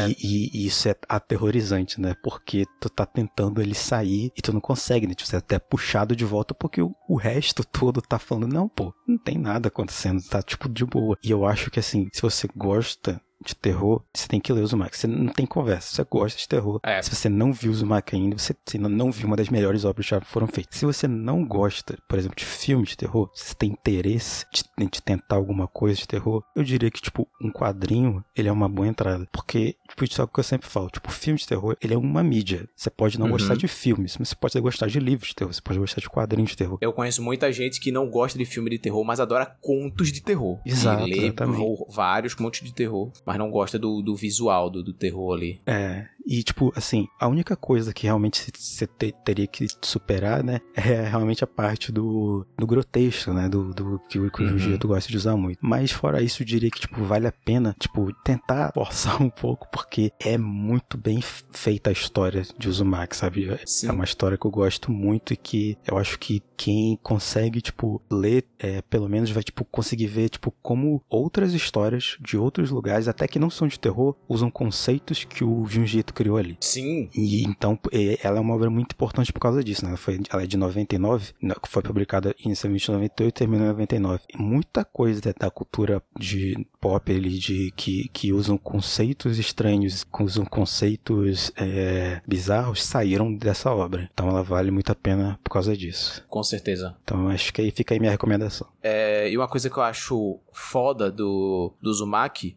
E isso é aterrorizante, né? Porque tu tá tentando ele sair e tu não consegue, né? Tipo, você é até puxado de volta porque o resto todo tá falando, não, pô, não tem nada acontecendo, tá, tipo, de boa. E eu acho que, assim, se você gosta de terror, você tem que ler o Uzumaki. Você não tem conversa, você gosta de terror. Se você não viu o Uzumaki ainda, você não viu uma das melhores obras que já foram feitas. Se você não gosta, por exemplo, de filme de terror, se você tem interesse de tentar alguma coisa de terror, eu diria que, tipo, um quadrinho, ele é uma boa entrada. Porque, tipo, isso é o que eu sempre falo, tipo, filme de terror, ele é uma mídia. Você pode não gostar de filmes, mas você pode gostar de livros de terror, você pode gostar de quadrinhos de terror. Eu conheço muita gente que não gosta de filme de terror, mas adora contos de terror. Exato, e lê vários contos de terror, mas não gosta do visual do terror ali. E, tipo, assim, a única coisa que realmente você teria que superar, né, é realmente a parte do grotesco, né, do que o Junji Ito gosta de usar muito. Mas, fora isso, eu diria que, tipo, vale a pena, tipo, tentar forçar um pouco, porque é muito bem feita a história de Uzumaki, sabe? Sim. É uma história que eu gosto muito e que eu acho que quem consegue, tipo, ler, pelo menos vai, tipo, conseguir ver, tipo, como outras histórias de outros lugares, até que não são de terror, usam conceitos que o Junji Ito criou ali. Sim. E então, ela é uma obra muito importante por causa disso, né? Ela é de 99, foi publicada inicialmente em 98 e terminou em 99. E muita coisa da cultura de pop ali, que usam conceitos estranhos, usam conceitos bizarros, saíram dessa obra. Então ela vale muito a pena por causa disso. Com certeza. Então acho que aí fica aí minha recomendação. E uma coisa que eu acho foda do Uzumaki,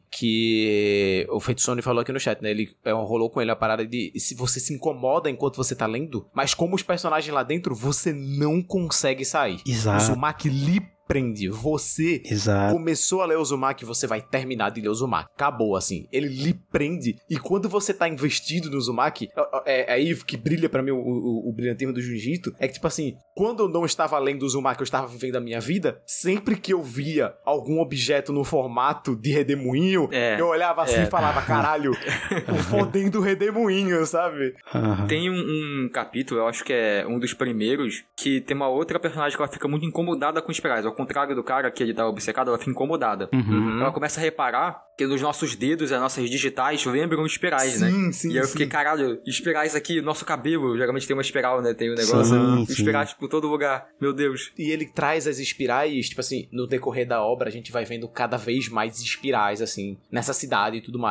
que o Feitsune falou aqui no chat, né? Ele rolou com ele a parada de se você se incomoda enquanto você tá lendo, mas como os personagens lá dentro, você não consegue sair. Exato. O Uzumaki lhe prende. Você começou a ler Uzumaki, você vai terminar de ler Uzumaki. Acabou, assim. Ele lhe prende. E quando você tá investido no Uzumaki, é aí que brilha pra mim o brilhantismo do Junji Ito, é que, tipo assim, quando eu não estava lendo Uzumaki, eu estava vivendo a minha vida, sempre que eu via algum objeto no formato de redemoinho, eu olhava assim e falava, caralho, o fodendo redemoinho, sabe? Tem um capítulo, eu acho que é um dos primeiros, que tem uma outra personagem que ela fica muito incomodada com espirais. Ao contrário do cara que ele tá obcecado, ela fica incomodada. Ela começa a reparar que nos nossos dedos, as nossas digitais lembram espirais, né? Sim, e aí eu fiquei, caralho, espirais aqui, nosso cabelo, geralmente tem uma espiral, né? Tem um negócio, espirais por todo lugar, meu Deus. E ele traz as espirais, tipo assim, no decorrer da obra, a gente vai vendo cada vez mais espirais, assim, nessa cidade e tudo mais.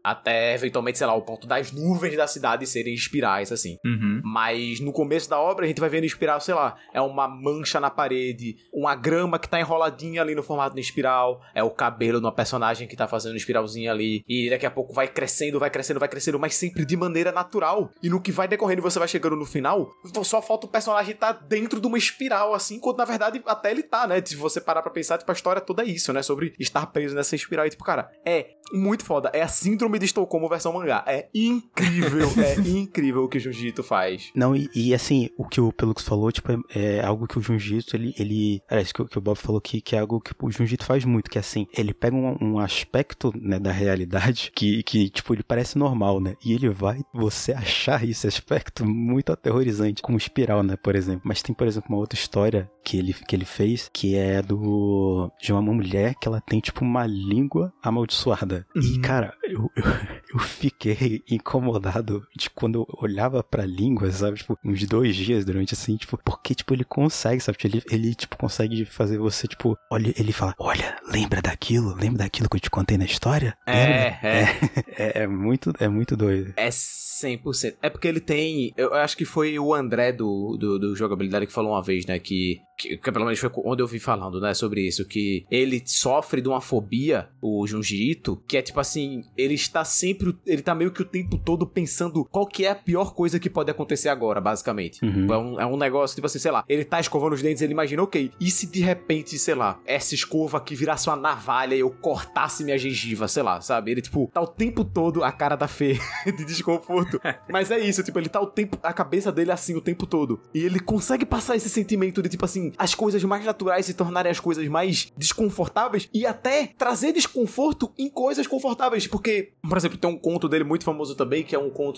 Até, eventualmente, sei lá, o ponto das nuvens da cidade serem espirais, assim. Mas no começo da obra, a gente vai vendo espiral, sei lá, é uma mancha na parede, uma grama que tá enroladinha ali no formato de espiral, é o cabelo de uma personagem que tá fazendo uma espiralzinha ali, e daqui a pouco vai crescendo, mas sempre de maneira natural. E no que vai decorrendo, você vai chegando no final, só falta o personagem estar dentro de uma espiral, assim, quando na verdade até ele tá, né? Se você parar pra pensar, tipo, a história toda é isso, né? Sobre estar preso nessa espiral. E, tipo, cara, é muito foda. É a síndrome de Estocolmo versão mangá. É incrível o que o Junji Ito faz. Não, e assim, o que o Pelux falou, tipo, é algo que o Junji Ito, ele isso que o Bob falou aqui, que é algo que o Junji Ito faz muito, que assim, ele pega um aspecto, né, da realidade que, tipo, ele parece normal, né? E ele vai você achar esse aspecto muito aterrorizante, como espiral, né, por exemplo. Mas tem, por exemplo, uma outra história que ele fez, que é de uma mulher que ela tem, tipo, uma língua amaldiçoada. E, cara, eu fiquei incomodado de quando eu olhava pra língua, sabe? Tipo, uns 2 dias durante, assim, tipo, porque, tipo, ele consegue, sabe? Ele tipo, consegue fazer você, tipo, olha, ele fala, olha, lembra daquilo que eu te contei na história? É muito doido. É 100%. É porque ele tem, eu acho que foi o André do Jogabilidade que falou uma vez, né, que pelo menos foi onde eu vi falando, né, sobre isso, que ele sofre de uma fobia, o Junji Ito, que é tipo assim, ele tá meio que o tempo todo pensando qual que é a pior coisa que pode acontecer agora, basicamente. É um negócio, tipo assim, sei lá, ele tá escovando os dentes, ele imagina, ok, e se de repente, sei lá, essa escova aqui virasse uma navalha e eu cortasse minha gengiva, sei lá, sabe? Ele, tipo, tá o tempo todo a cara da Fê de desconforto. Mas é isso, tipo, ele tá a cabeça dele assim o tempo todo. E ele consegue passar esse sentimento de, tipo assim, as coisas mais naturais se tornarem as coisas mais desconfortáveis e até trazer desconforto em coisas confortáveis. Porque, por exemplo, tem um conto dele muito famoso também, que é um conto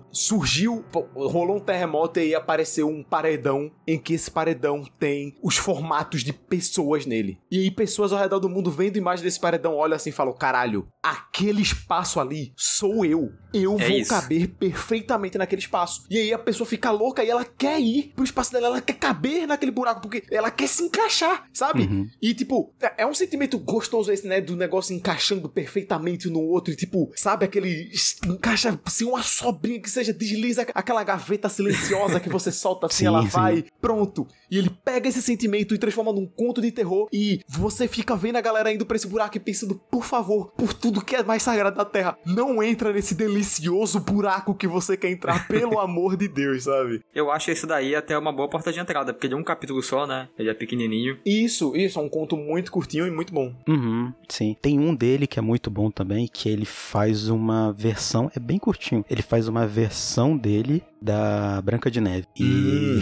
rolou um terremoto e apareceu um paredão, em que esse paredão tem os formatos de pessoas nele. E aí pessoas ao redor do mundo vendo imagens desse paredão, olham assim e falam, caralho, aquele espaço ali sou eu. Eu vou caber perfeitamente naquele espaço. E aí a pessoa fica louca e ela quer ir pro espaço dela, ela quer caber naquele buraco, porque ela quer se encaixar, sabe? E, tipo, é um sentimento gostoso esse, né, do negócio encaixando perfeitamente no outro e, tipo, sabe, aquele encaixa, assim, uma sobrinha que seja, desliza aquela gaveta silenciosa que você solta assim, ela vai, pronto. E ele pega esse sentimento e transforma num conto de terror e você fica vendo a galera indo pra esse buraco e pensando, por favor, por tudo que é mais sagrado da Terra, não entra nesse delicioso buraco que você quer entrar, pelo amor de Deus, sabe? Eu acho esse daí até uma boa porta de entrada, porque ele é um capítulo só, né? Ele é pequenininho. Isso, é um conto muito curtinho e muito bom. Sim. Tem um dele que é muito bom também, que ele faz uma versão, é bem curtinho, ele faz uma versão dele da Branca de Neve. E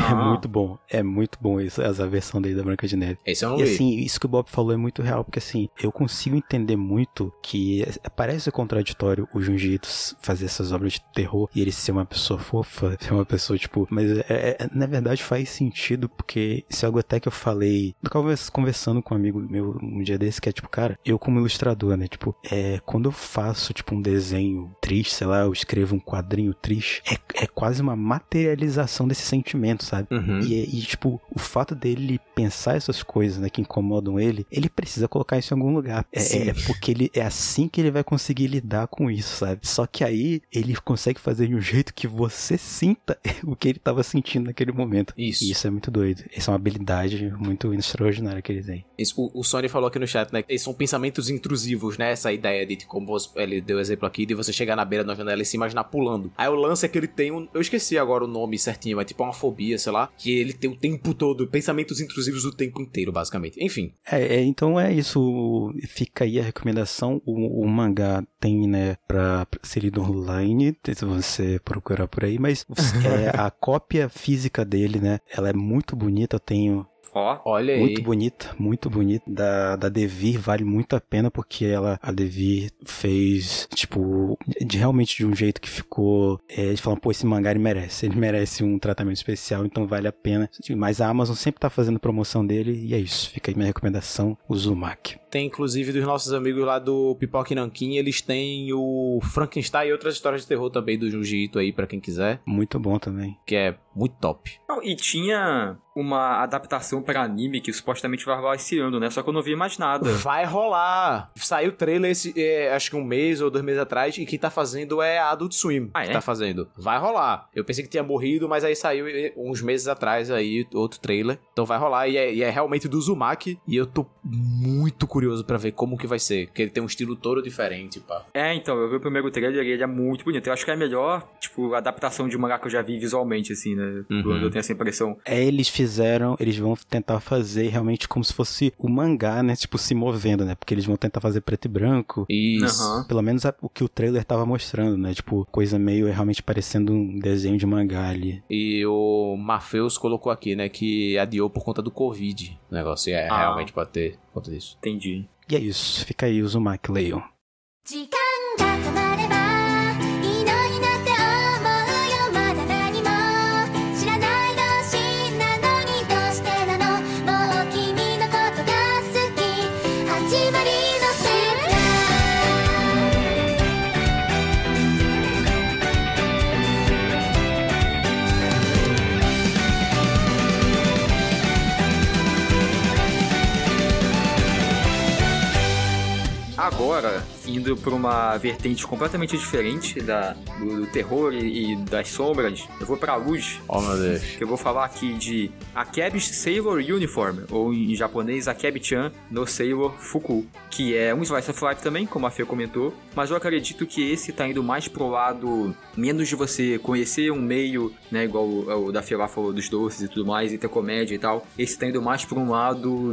é muito bom essa versão dele da Branca de Neve. Esse eu não vi. E assim, isso que o Bob falou é muito real, porque assim, eu consigo entender muito que parece contraditório o Junji Ito fazer essas obras de terror e ele ser uma pessoa fofa, ser uma pessoa, tipo, mas na verdade faz sentido, porque isso é algo até que eu falei, eu tava conversando com um amigo meu um dia desse, que é tipo, cara, eu como ilustrador, né, tipo, quando eu faço, tipo, um desenho triste, sei lá, eu escrevo um quadrinho triste, é quase uma materialização desse sentimento, sabe? E tipo, o fato dele pensar essas coisas, né, que incomodam ele precisa colocar isso em algum lugar. Porque é assim que ele vai conseguir lidar com isso, sabe? Só que aí ele consegue fazer de um jeito que você sinta o que ele tava sentindo naquele momento. Isso. E isso é muito doido. Essa é uma habilidade muito extraordinária que ele tem. Isso, o Sony falou aqui no chat, né? Eles são pensamentos intrusivos, né? Essa ideia de, como ele deu exemplo aqui, de você chegar na beira da janela e se imaginar pulando. Aí o lance é que ele tem eu esqueci agora o nome certinho, é tipo uma fobia, sei lá, que ele tem o tempo todo, pensamentos intrusivos o tempo inteiro, basicamente. Enfim. Então é isso. Fica aí a recomendação. O mangá tem, né, pra ser lido online, se você procurar por aí, mas a cópia física dele, né, ela é muito bonita, eu tenho... Olha aí. Muito bonita. Da Devir vale muito a pena, porque a Devir fez, tipo, realmente de um jeito que ficou... eles falam, pô, esse mangá ele merece um tratamento especial, então vale a pena. Mas a Amazon sempre tá fazendo promoção dele, e é isso. Fica aí minha recomendação, o Uzumaki. tem inclusive dos nossos amigos lá do Pipoca e Nanquim, eles têm o Frankenstein e outras histórias de terror também do Junji Ito aí, pra quem quiser. Muito bom também. Que é muito top. Não, e tinha uma adaptação para anime que supostamente vai rolar esse ano, né? Só que eu não vi mais nada. Vai rolar. Saiu o trailer acho que 1 mês ou 2 meses atrás, e quem tá fazendo é a Adult Swim. Que tá fazendo. Vai rolar. Eu pensei que tinha morrido, mas aí saiu uns meses atrás aí outro trailer. Então vai rolar, e é realmente do Uzumaki, e eu tô muito curioso pra ver como que vai ser, porque ele tem um estilo todo diferente, pá. Então, eu vi o primeiro trailer e ele é muito bonito. Eu acho que é a melhor, tipo, adaptação de mangá que eu já vi visualmente, assim, né? Eu tenho essa impressão. Eles vão tentar fazer realmente como se fosse o mangá, né? Tipo, se movendo, né? Porque eles vão tentar fazer preto e branco. Isso. Pelo menos o que o trailer tava mostrando, né? Tipo, coisa meio realmente parecendo um desenho de mangá ali. E o Mafeus colocou aqui, né? Que adiou por conta do Covid. O negócio realmente pode ter conta disso. Entendi. E é isso. Fica aí o Uzumaki, leiam. Agora, indo para uma vertente completamente diferente do terror e das sombras, eu vou pra luz. Oh, meu Deus. Que eu vou falar aqui de Akebi's Sailor Uniform, ou em japonês, Akebi-chan no Sailor Fuku, que é um slice of life também, como a Fê comentou, mas eu acredito que esse tá indo mais pro lado, menos de você conhecer um meio, né, igual o da Fê lá falou dos doces e tudo mais, e ter comédia e tal. Esse tá indo mais pro um lado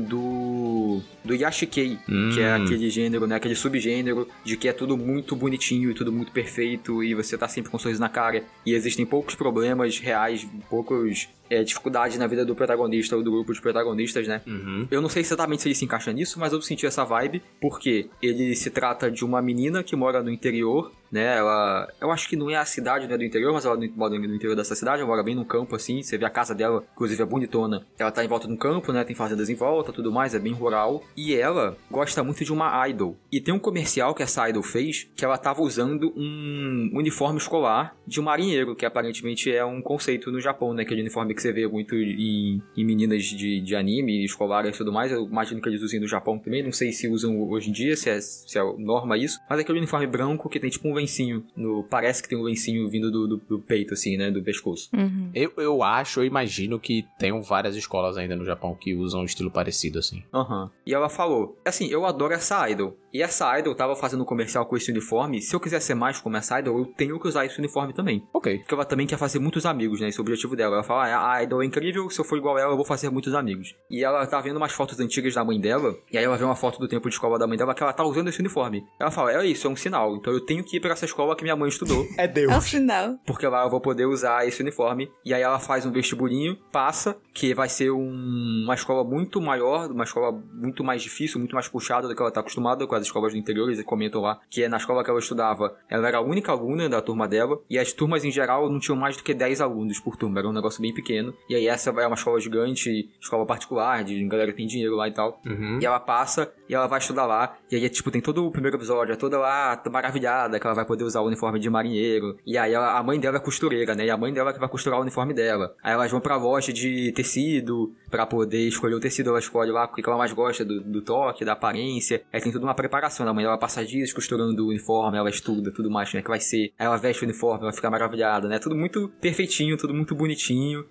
do Yashikei, que é aquele gênero, né, aquele subgênero de que é tudo muito bonitinho e tudo muito perfeito e você tá sempre com um sorriso na cara e existem poucos problemas reais, poucos dificuldades na vida do protagonista ou do grupo de protagonistas, né? Eu não sei exatamente se ele se encaixa nisso, mas eu senti essa vibe porque ele se trata de uma menina que mora no interior, né? Eu acho que não é a cidade, não é do interior, mas ela mora no interior dessa cidade, ela mora bem no campo, assim, você vê a casa dela, inclusive é bonitona. Ela tá em volta de um campo, né? Tem fazendas em volta, tudo mais, é bem rural. E ela gosta muito de uma idol. E tem um comercial que essa idol fez, que ela tava usando um uniforme escolar de marinheiro, que aparentemente é um conceito no Japão, né? Aquele uniforme que você vê muito em meninas de anime, escolares e tudo mais. Eu imagino que eles usem no Japão também, não sei se usam hoje em dia, se é norma isso. Mas é aquele uniforme branco que tem tipo um lencinho, parece que tem um lencinho vindo do peito, assim, né, do pescoço. Eu imagino que tenham várias escolas ainda no Japão que usam um estilo parecido, assim. E ela falou, assim, eu adoro essa idol. E essa idol tava fazendo um comercial com esse uniforme. Se eu quiser ser mais como essa idol, eu tenho que usar esse uniforme também. Ok. Porque ela também quer fazer muitos amigos, né? Esse é o objetivo dela. Ela fala, a idol é incrível, se eu for igual ela, eu vou fazer muitos amigos. E ela tá vendo umas fotos antigas da mãe dela. E aí ela vê uma foto do tempo de escola da mãe dela que ela tá usando esse uniforme. Ela fala, é isso, é um sinal. Então eu tenho que ir pra essa escola que minha mãe estudou. É Deus. É um sinal. Porque lá eu vou poder usar esse uniforme. E aí ela faz um vestibulinho, passa, que vai ser uma escola muito maior, uma escola muito mais difícil, muito mais puxada do que ela tá acostumada com as escolas do interior. Eles comentam lá que na escola que ela estudava, ela era a única aluna da turma dela. E as turmas em geral não tinham mais do que 10 alunos por turma. Era um negócio bem pequeno. E aí essa é uma escola gigante, escola particular, de galera que tem dinheiro lá e tal. E ela passa e ela vai estudar lá. E aí, tipo, tem todo o primeiro episódio, é toda lá maravilhada, que ela vai poder usar o uniforme de marinheiro. E aí a mãe dela é costureira, né? E a mãe dela que vai costurar o uniforme dela. Aí elas vão pra loja de tecido pra poder escolher o tecido. Ela escolhe lá o que ela mais gosta do toque, da aparência. Aí tem toda uma preparação. A mãe dela passa dias costurando o uniforme, ela estuda tudo mais, né? Que vai ser. Aí ela veste o uniforme, ela fica maravilhada, né? Tudo muito perfeitinho, tudo muito bonitinho.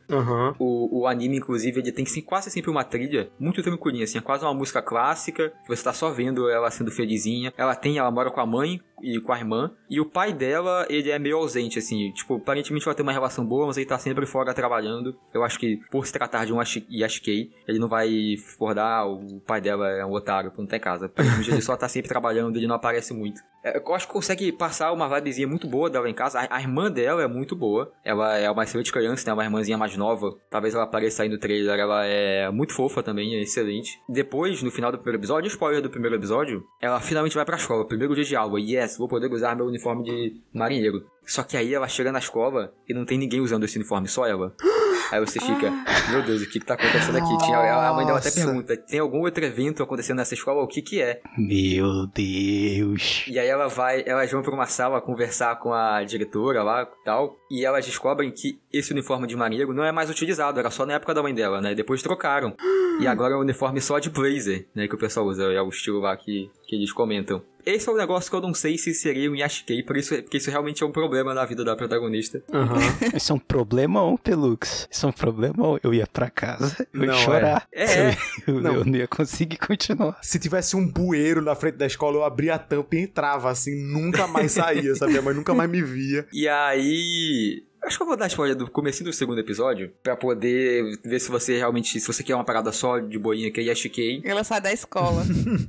O anime, inclusive, ele tem quase sempre uma trilha muito tranquilinha, assim. É quase uma música clássica, que você tá só vendo ela sendo felizinha. Ela mora com a mãe e com a irmã. E o pai dela, ele é meio ausente, assim. Tipo, aparentemente vai ter uma relação boa, mas ele tá sempre fora trabalhando. Eu acho que, por se tratar de um Yashikei, ele não vai acordar, o pai dela é um otário, não tá em casa. Aparentemente ele só tá sempre trabalhando, ele não aparece muito. Eu acho que consegue passar uma vibezinha muito boa dela em casa. A irmã dela é muito boa. Ela é uma excelente criança, né? Uma irmãzinha mais nova. Talvez ela apareça aí no trailer. Ela é muito fofa também, é excelente. Depois, no final do primeiro episódio, spoiler do primeiro episódio, ela finalmente vai pra escola. Primeiro dia de aula. Yes, vou poder usar meu uniforme de marinheiro. Só que aí ela chega na escola e não tem ninguém usando esse uniforme, só ela. Aí você fica, meu Deus, o que tá acontecendo aqui? A mãe dela até pergunta, tem algum outro evento acontecendo nessa escola? O que é? Meu Deus. E aí elas vão pra uma sala conversar com a diretora lá e tal, e elas descobrem que esse uniforme de marinheiro não é mais utilizado, era só na época da mãe dela, né? Depois trocaram. E agora é um uniforme só de blazer, né? Que o pessoal usa, é o estilo lá que eles comentam. Esse é um negócio que eu não sei se seria um Yashikei, porque isso realmente é um problema na vida da protagonista. Uhum. Isso é um problemão, Pelux. Isso é um problemão. Eu ia pra casa, eu ia chorar. Eu não ia conseguir continuar. Se tivesse um bueiro na frente da escola, eu abria a tampa e entrava, assim, nunca mais saía, sabe? A mãe nunca mais me via. E aí... Acho que eu vou dar spoiler do comecinho do segundo episódio, pra poder ver se você realmente, se você quer uma parada só de boinha, que é Yashikei. Ela sai da escola.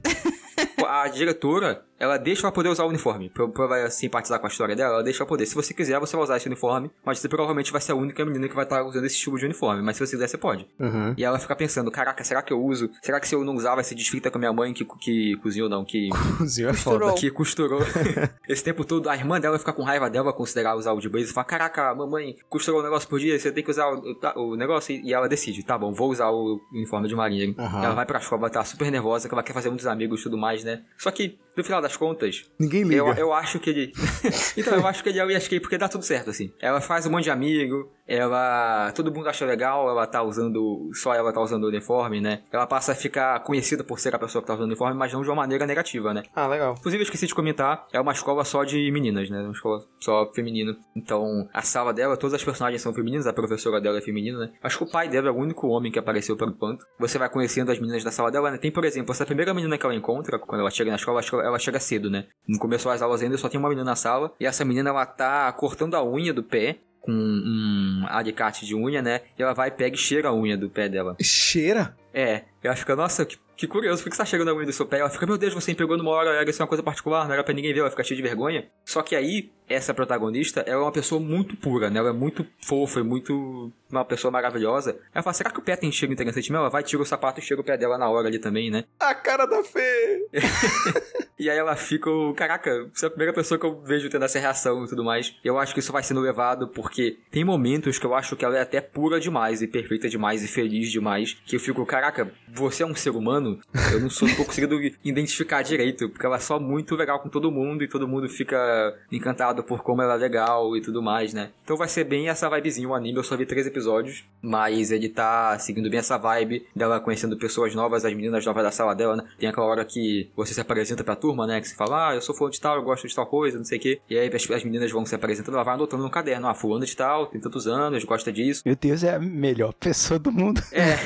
A diretora, ela deixa ela poder usar o uniforme. Pra ela simpatizar com a história dela, ela deixa ela poder. Se você quiser, você vai usar esse uniforme, mas você provavelmente vai ser a única menina que vai estar usando esse tipo de uniforme. Mas se você quiser, você pode. Uhum. E ela fica pensando, caraca, será que eu uso? Será que se eu não usar vai ser desfeita com a minha mãe que cozinhou, não? Que cozinhou é foda. Que costurou. Esse tempo todo, a irmã dela fica com raiva dela considerar usar o de blazer e fala, caraca, a mamãe costurou o negócio por dia, você tem que usar o negócio. E ela decide, tá bom, vou usar o uniforme de marinheiro. Uhum. Ela vai pra escola, ela tá super nervosa, que ela quer fazer muitos amigos e tudo mais, né? Só que, no final das contas... Ninguém liga. Eu acho que ele... Então, eu acho que ele é o Yashikei porque dá tudo certo, assim. Ela faz um monte de amigo, todo mundo acha legal, só ela tá usando o uniforme, né? Ela passa a ficar conhecida por ser a pessoa que tá usando o uniforme, mas não de uma maneira negativa, né? Ah, legal. Inclusive, eu esqueci de comentar, é uma escola só de meninas, né? Uma escola só feminina. Então, a sala dela, todas as personagens são femininas, a professora dela é feminina, né? Acho que o pai dela é o único homem que apareceu por enquanto. Você vai conhecendo as meninas da sala dela, né? Tem, por exemplo, essa primeira menina que ela encontra, quando ela chega na escola, ela chega cedo, né? Não começou as aulas ainda, só tem uma menina na sala, e essa menina, ela tá cortando a unha do pé, com um alicate de unha, né? E ela vai, pega e cheira a unha do pé dela. Cheira? É. Ela fica, nossa, que curioso, por que você tá chegando a unha do seu pé? Ela fica, meu Deus, você me pegou numa hora, isso é uma coisa particular, não era pra ninguém ver, ela fica cheia de vergonha. Só que aí, essa protagonista, ela é uma pessoa muito pura, né? Ela é muito fofa, é muito... uma pessoa maravilhosa. Ela fala, será que o pé tem cheiro interessante mesmo? Ela vai, tira o sapato e chega o pé dela na hora ali também, né? A cara da Fê! E aí ela fica, caraca, você é a primeira pessoa que eu vejo tendo essa reação e tudo mais. Eu acho que isso vai sendo levado porque tem momentos que eu acho que ela é até pura demais e perfeita demais e feliz demais, que eu fico, caraca, você é um ser humano? Eu não tô conseguindo identificar direito, porque ela é só muito legal com todo mundo e todo mundo fica encantado por como ela é legal e tudo mais, né? Então vai ser bem essa vibezinha, o anime. Eu só vi 3 episódios, mas ele tá seguindo bem essa vibe dela conhecendo pessoas novas, as meninas novas da sala dela, né? Tem aquela hora que você se apresenta pra turma, né? Que você fala, eu sou fulano de tal, eu gosto de tal coisa, não sei o quê. E aí as meninas vão se apresentando, ela vai anotando no caderno, fulano de tal, tem tantos anos, gosta disso. Meu Deus, é a melhor pessoa do mundo.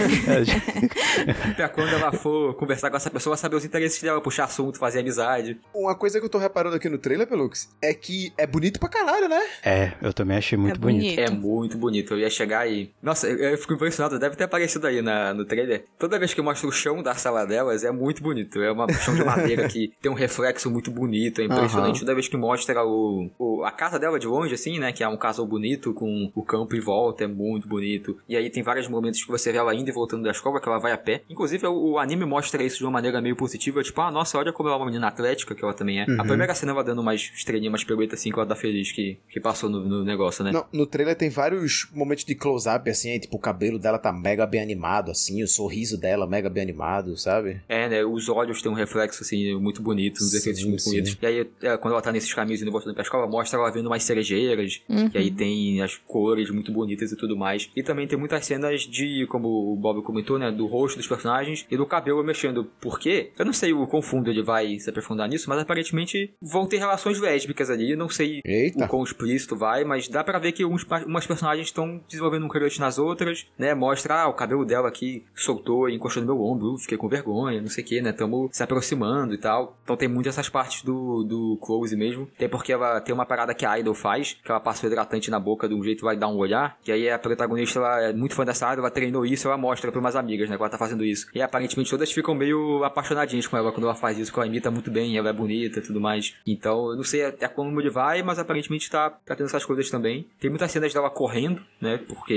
Pra quando ela for conversar com essa pessoa, ela saber os interesses dela, puxar assunto, fazer amizade. Uma coisa que eu tô reparando aqui no trailer, Pelux, é que é bonito pra caralho, né? Eu também achei muito bonito. É muito bonito. Eu ia chegar e... Nossa, eu fico impressionado. Deve ter aparecido aí no trailer. Toda vez que eu mostro o chão da sala delas, é muito bonito. É um chão de madeira que tem um reflexo muito bonito. É impressionante. Toda vez que mostra a casa dela de longe, assim, né? Que é um casal bonito com o campo em volta. É muito bonito. E aí tem vários momentos que você vê ela indo e voltando da escola, que ela vai a pé. Inclusive, o anime mostra isso de uma maneira meio positiva. Tipo, nossa, olha como ela é uma menina atlética, que ela também é. A primeira cena ela dando umas estrelinhas, umas piruetas assim, que ela tá feliz que passou no negócio, né? No trailer tem vários momentos de close-up, assim, tipo, o cabelo dela tá mega bem animado, assim, o sorriso dela mega bem animado, sabe? Né? Os olhos têm um reflexo, assim, muito bonito, uns efeitos muito bonitos. E aí, quando ela tá nesses caminhos indo voltando pra escola, mostra ela vendo umas cerejeiras, e aí tem as cores muito bonitas e tudo mais. E também tem muitas cenas de, como o Bob comentou, né, do rosto dos personagens e do cabelo mexendo. Por quê? Eu não sei o quão fundo ele vai se aprofundar nisso, mas aparentemente vão ter relações lésbicas ali, não sei o quão explícito vai, mas dá pra ver que umas personagens estão desenvolvendo um crush nas outras, né? Mostra, o cabelo dela aqui soltou e encostou no meu ombro, fiquei com vergonha, não sei o que, né? Tamo se aproximando e tal. Então tem muito essas partes do close mesmo. Tem porque ela tem uma parada que a Idol faz, que ela passa o hidratante na boca de um jeito que vai dar um olhar, e aí a protagonista, ela é muito fã dessa Idol, ela treinou isso, ela mostra pra umas amigas, né? Que ela tá fazendo isso. E aparentemente todas ficam meio apaixonadinhas com ela quando ela faz isso, que ela imita muito bem, ela é bonita e tudo mais. Então, eu não sei até como ele vai, mas aparentemente tá tendo essas coisas também. Tem muitas cenas dela correndo, né? Porque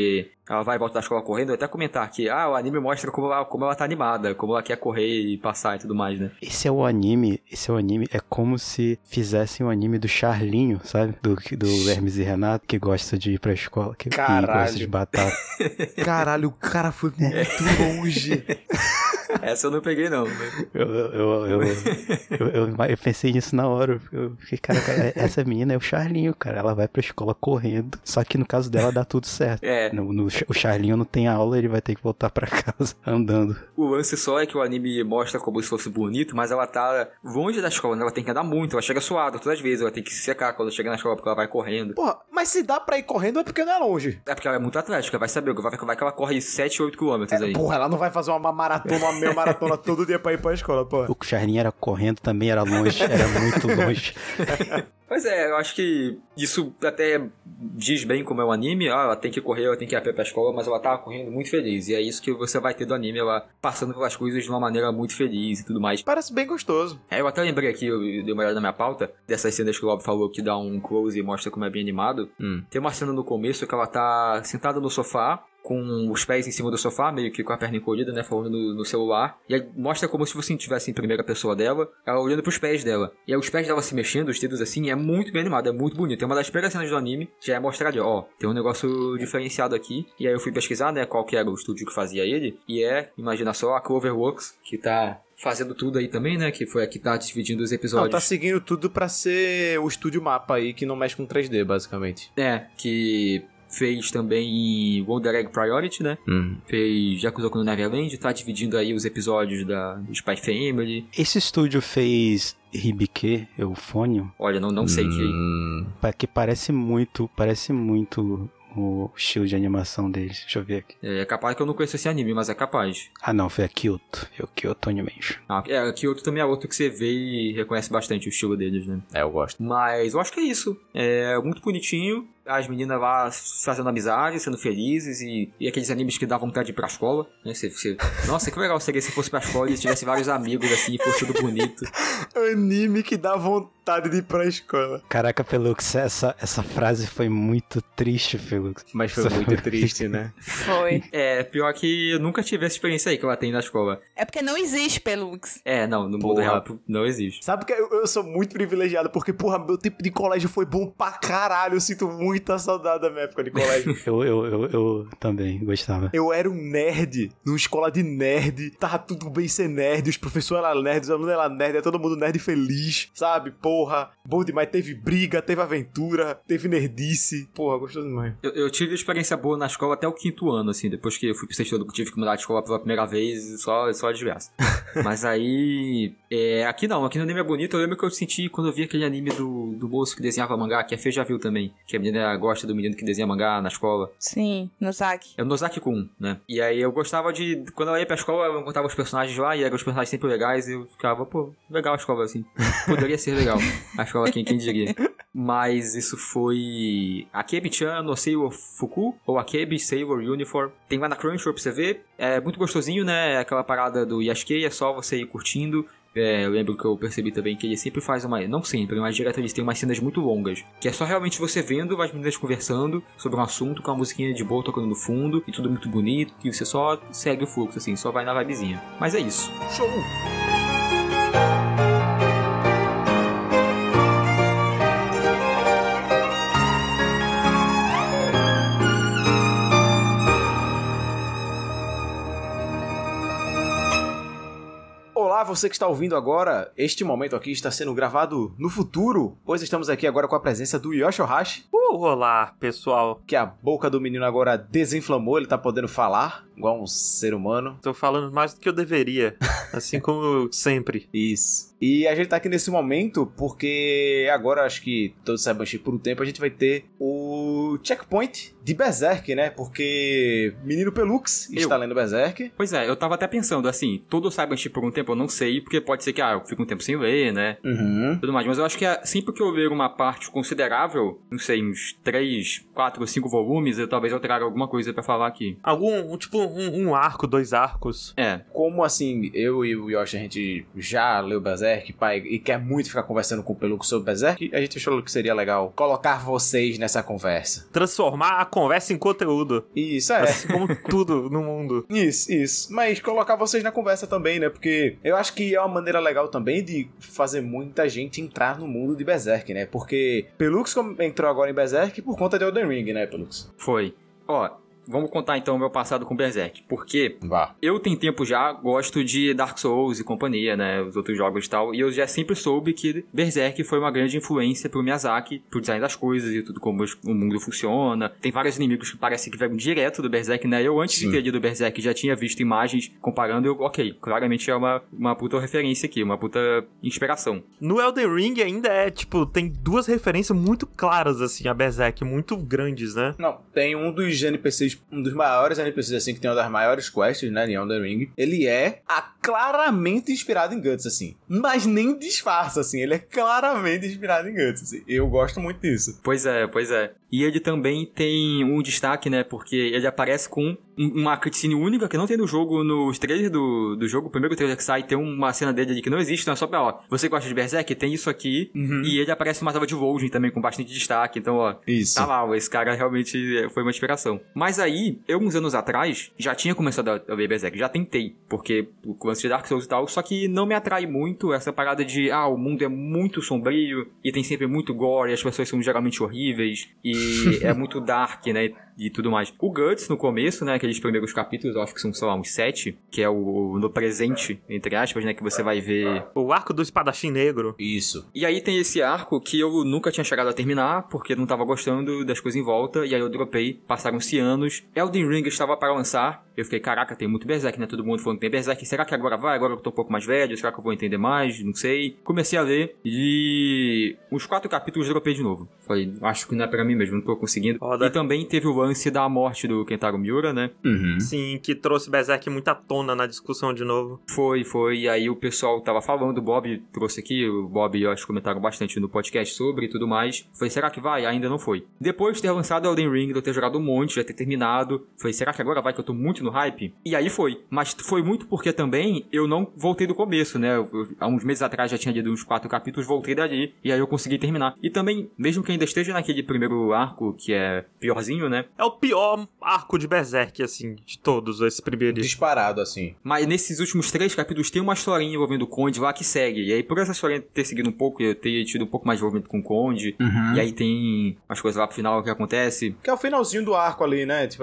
ela vai e volta da escola correndo, eu até comentar que, o anime mostra como ela tá animada, como ela quer correr e passar e tudo mais, né? Esse é o anime, é como se fizessem um anime do Charlinho, sabe? Do Hermes e Renato, que gosta de ir pra escola, que gosta de batata. Caralho, o cara foi muito longe. Essa eu não peguei, não. Eu pensei nisso na hora. Eu fiquei, cara, essa menina é o Charlinho, cara. Ela vai pra escola correndo. Só que no caso dela dá tudo certo. O Charlinho não tem aula, ele vai ter que voltar pra casa andando. O lance só é que o anime mostra como se fosse bonito, mas ela tá longe da escola, né? Ela tem que andar muito. Ela chega suada todas as vezes. Ela tem que se secar quando chega na escola porque ela vai correndo. Porra, mas se dá pra ir correndo é porque não é longe. É porque ela é muito atlética. Vai saber. Vai que ela corre 7, 8 quilômetros aí. Porra, ela não vai fazer uma maratona, uma meia maratona todo dia pra ir pra escola, porra. O Charlinho era correndo, também era longe. Era muito longe. Pois é, eu acho que isso até diz bem como é o anime. Ela tem que correr, ela tem que ir a pé pra escola, mas ela tá correndo muito feliz. E é isso que você vai ter do anime, ela passando pelas coisas de uma maneira muito feliz e tudo mais. Parece bem gostoso. Eu até lembrei aqui, eu dei uma olhada na minha pauta, dessas cenas que o Bob falou que dá um close e mostra como é bem animado. Tem uma cena no começo que ela tá sentada no sofá, com os pés em cima do sofá, meio que com a perna encolhida, né, falando no celular. E aí mostra como se você estivesse em primeira pessoa dela, ela olhando pros pés dela. E aí os pés dela se mexendo, os dedos assim, é muito bem animado, é muito bonito. É uma das primeiras cenas do anime, já é mostrar ali, tem um negócio diferenciado aqui. E aí eu fui pesquisar, né, qual que era o estúdio que fazia ele. E imagina só, a Cloverworks, que tá fazendo tudo aí também, né, que foi a que tá dividindo os episódios. Não, tá seguindo tudo pra ser o estúdio mapa aí, que não mexe com 3D, basicamente. Que fez também Wonder Egg Priority, né? Fez Yakuza no Neverland, tá dividindo aí os episódios do Spy Family. Esse estúdio fez Hibike, Eufônio? Olha, não sei que parece muito o estilo de animação deles. Deixa eu ver aqui. É capaz que eu não conheço esse anime, mas é capaz. Não, foi a Kyoto. Foi o Kyoto Animation. A Kyoto também é outro que você vê e reconhece bastante o estilo deles, né? Eu gosto. Mas eu acho que é isso. É muito bonitinho. As meninas lá fazendo amizade, sendo felizes e aqueles animes que dá vontade de ir pra escola, né? Nossa, que legal seria se fosse pra escola e tivesse vários amigos assim, e fosse tudo bonito. Anime que dá vontade de ir pra escola. Caraca, Pelux, essa frase foi muito triste, Pelux. Mas foi muito triste, né? Foi. Pior que eu nunca tive essa experiência aí que ela tem na escola. É porque não existe Pelux. Não, no mundo real não existe. Sabe que eu sou muito privilegiado, porque, porra, meu tempo de colégio foi bom pra caralho, eu sinto muita saudade da minha época de colégio. eu também gostava. Eu era um nerd, numa escola de nerd, tava tudo bem ser nerd, os professores eram nerds, os alunos eram nerd, era todo mundo nerd e feliz, sabe? Porra, bom demais, teve briga, teve aventura, teve nerdice, porra, gostoso demais. Eu tive experiência boa na escola até o 5º ano, assim, depois que eu fui pro 6º ano, tive que mudar de escola pela primeira vez, só desgraça. Mas aí, aqui no anime é bonito, eu lembro que eu senti quando eu vi aquele anime do moço que desenhava mangá, que a Fê já viu também, que a menina gosta do menino que desenha mangá na escola. Sim, Nozaki. É o Nozaki-kun, né? E aí eu gostava de... Quando ela ia pra escola, eu encontrava os personagens lá, e eram os personagens sempre legais, e eu ficava, legal a escola, assim. Poderia ser legal. A escola, quem diria. Mas isso foi... Akebi-chan no Sailor Fuku, ou Akebi Sailor Uniform. Tem lá na Crunchyroll pra você ver. É muito gostosinho, né? Aquela parada do Yasuke, é só você ir curtindo. Eu lembro que eu percebi também que ele sempre faz não sempre, mas direto eles têm umas cenas muito longas, que é só realmente você vendo as meninas conversando sobre um assunto com a musiquinha de boa tocando no fundo, e tudo muito bonito, e você só segue o fluxo, assim, só vai na vibezinha. Mas é isso. Show! Olá, você que está ouvindo agora, este momento aqui está sendo gravado no futuro, pois estamos aqui agora com a presença do Yoshihashi. Olá, pessoal. Que a boca do menino agora desinflamou, ele tá podendo falar, igual um ser humano. Tô falando mais do que eu deveria, assim como sempre. Isso. E a gente tá aqui nesse momento porque agora, acho que todos saibam por um tempo, a gente vai ter o checkpoint de Berserk, né? Porque Menino Pelux está lendo Berserk. Pois é, eu tava até pensando, assim, todo Cybership por um tempo eu não sei, porque pode ser que eu fique um tempo sem ler, né? Tudo mais, mas eu acho que sempre que eu ler uma parte considerável, não sei, uns 3, 4 ou 5 volumes, talvez eu traga alguma coisa pra falar aqui. Um arco, 2 arcos. Como assim, eu e o Yoshi, a gente já leu Berserk, pai, e quer muito ficar conversando com o Pelux sobre Berserk, a gente achou que seria legal colocar vocês nessa conversa. Transformar a conversa em conteúdo. Isso, é. Assim como tudo no mundo. Isso. Mas colocar vocês na conversa também, né? Porque eu acho que é uma maneira legal também de fazer muita gente entrar no mundo de Berserk, né? Porque Pelux entrou agora em Berserk por conta de Elden Ring, né, Pelux? Foi. Ó, vamos contar então o meu passado com Berserk. Porque eu tenho tempo já, gosto de Dark Souls e companhia, né? Os outros jogos e tal. E eu já sempre soube que Berserk foi uma grande influência pro Miyazaki, pro design das coisas e tudo como o mundo funciona. Tem vários inimigos que parecem que vêm direto do Berserk, né? Eu antes de ter lido Berserk já tinha visto imagens comparando. Ok, claramente é uma puta referência aqui, uma puta inspiração. No Elden Ring ainda tem duas referências muito claras, assim, a Berserk, muito grandes, né? Não, tem um dos NPCs, um dos maiores NPCs, assim, que tem uma das maiores quests, né, em Elden Ring. Ele é claramente inspirado em Guts, assim. Mas nem disfarça, assim. Ele é claramente inspirado em Guts, assim. Eu gosto muito disso. Pois é. E ele também tem um destaque, né, porque ele aparece com uma cutscene única que não tem no jogo, nos trailers do jogo. O primeiro trailer que sai tem uma cena dele ali que não existe, então é só pra, ó, você gosta de Berserk? Tem isso aqui. E ele aparece numa tela de Vol'jin também, com bastante destaque. Então, ó, tá lá, esse cara realmente foi uma inspiração. Mas aí, eu uns anos atrás, já tinha começado a ver Berserk, já tentei, porque o lance de Dark Souls e tal, só que não me atrai muito essa parada de, o mundo é muito sombrio, e tem sempre muito gore, e as pessoas são geralmente horríveis, e é muito dark, né, e tudo mais. O Guts, no começo, né, aqueles primeiros capítulos, eu acho que são, sei lá, uns 7, que é o no presente, entre aspas, né, que você vai ver... O arco do espadachim negro. Isso. E aí tem esse arco que eu nunca tinha chegado a terminar, porque não tava gostando das coisas em volta, e aí eu dropei, passaram-se anos, Elden Ring estava para lançar, eu fiquei, caraca, tem muito Berserk, né, todo mundo falando que tem Berserk, será que agora vai? Agora eu tô um pouco mais velho, será que eu vou entender mais? Não sei. Comecei a ler, e uns 4 capítulos dropei de novo. Falei, acho que não é pra mim mesmo, não tô conseguindo. Foda. E também teve o lance da morte do Kentaro Miura, né? Sim, que trouxe Berserk muito à tona na discussão de novo. Foi, e aí o pessoal tava falando, o Bob trouxe aqui, o Bob e eu acho que comentaram bastante no podcast sobre e tudo mais. Falei, será que vai? Ainda não foi. Depois de ter lançado Elden Ring, de eu ter jogado um monte, já ter terminado, falei, será que agora vai, que eu tô muito no hype? E aí foi. Mas foi muito porque também eu não voltei do começo, né? Há uns meses atrás já tinha lido uns 4 capítulos, voltei dali, e aí eu consegui terminar. E também, mesmo que ainda esteja naquele primeiro arco, que é piorzinho, né? É o pior arco de Berserk, assim, de todos, esse primeiro. Disparado, assim. Mas nesses últimos 3 capítulos tem uma historinha envolvendo o Conde lá que segue. E aí, por essa historinha ter seguido um pouco, eu ter tido um pouco mais de envolvimento com o Conde. E aí tem as coisas lá pro final que acontece. Que é o finalzinho do arco ali, né? Tipo,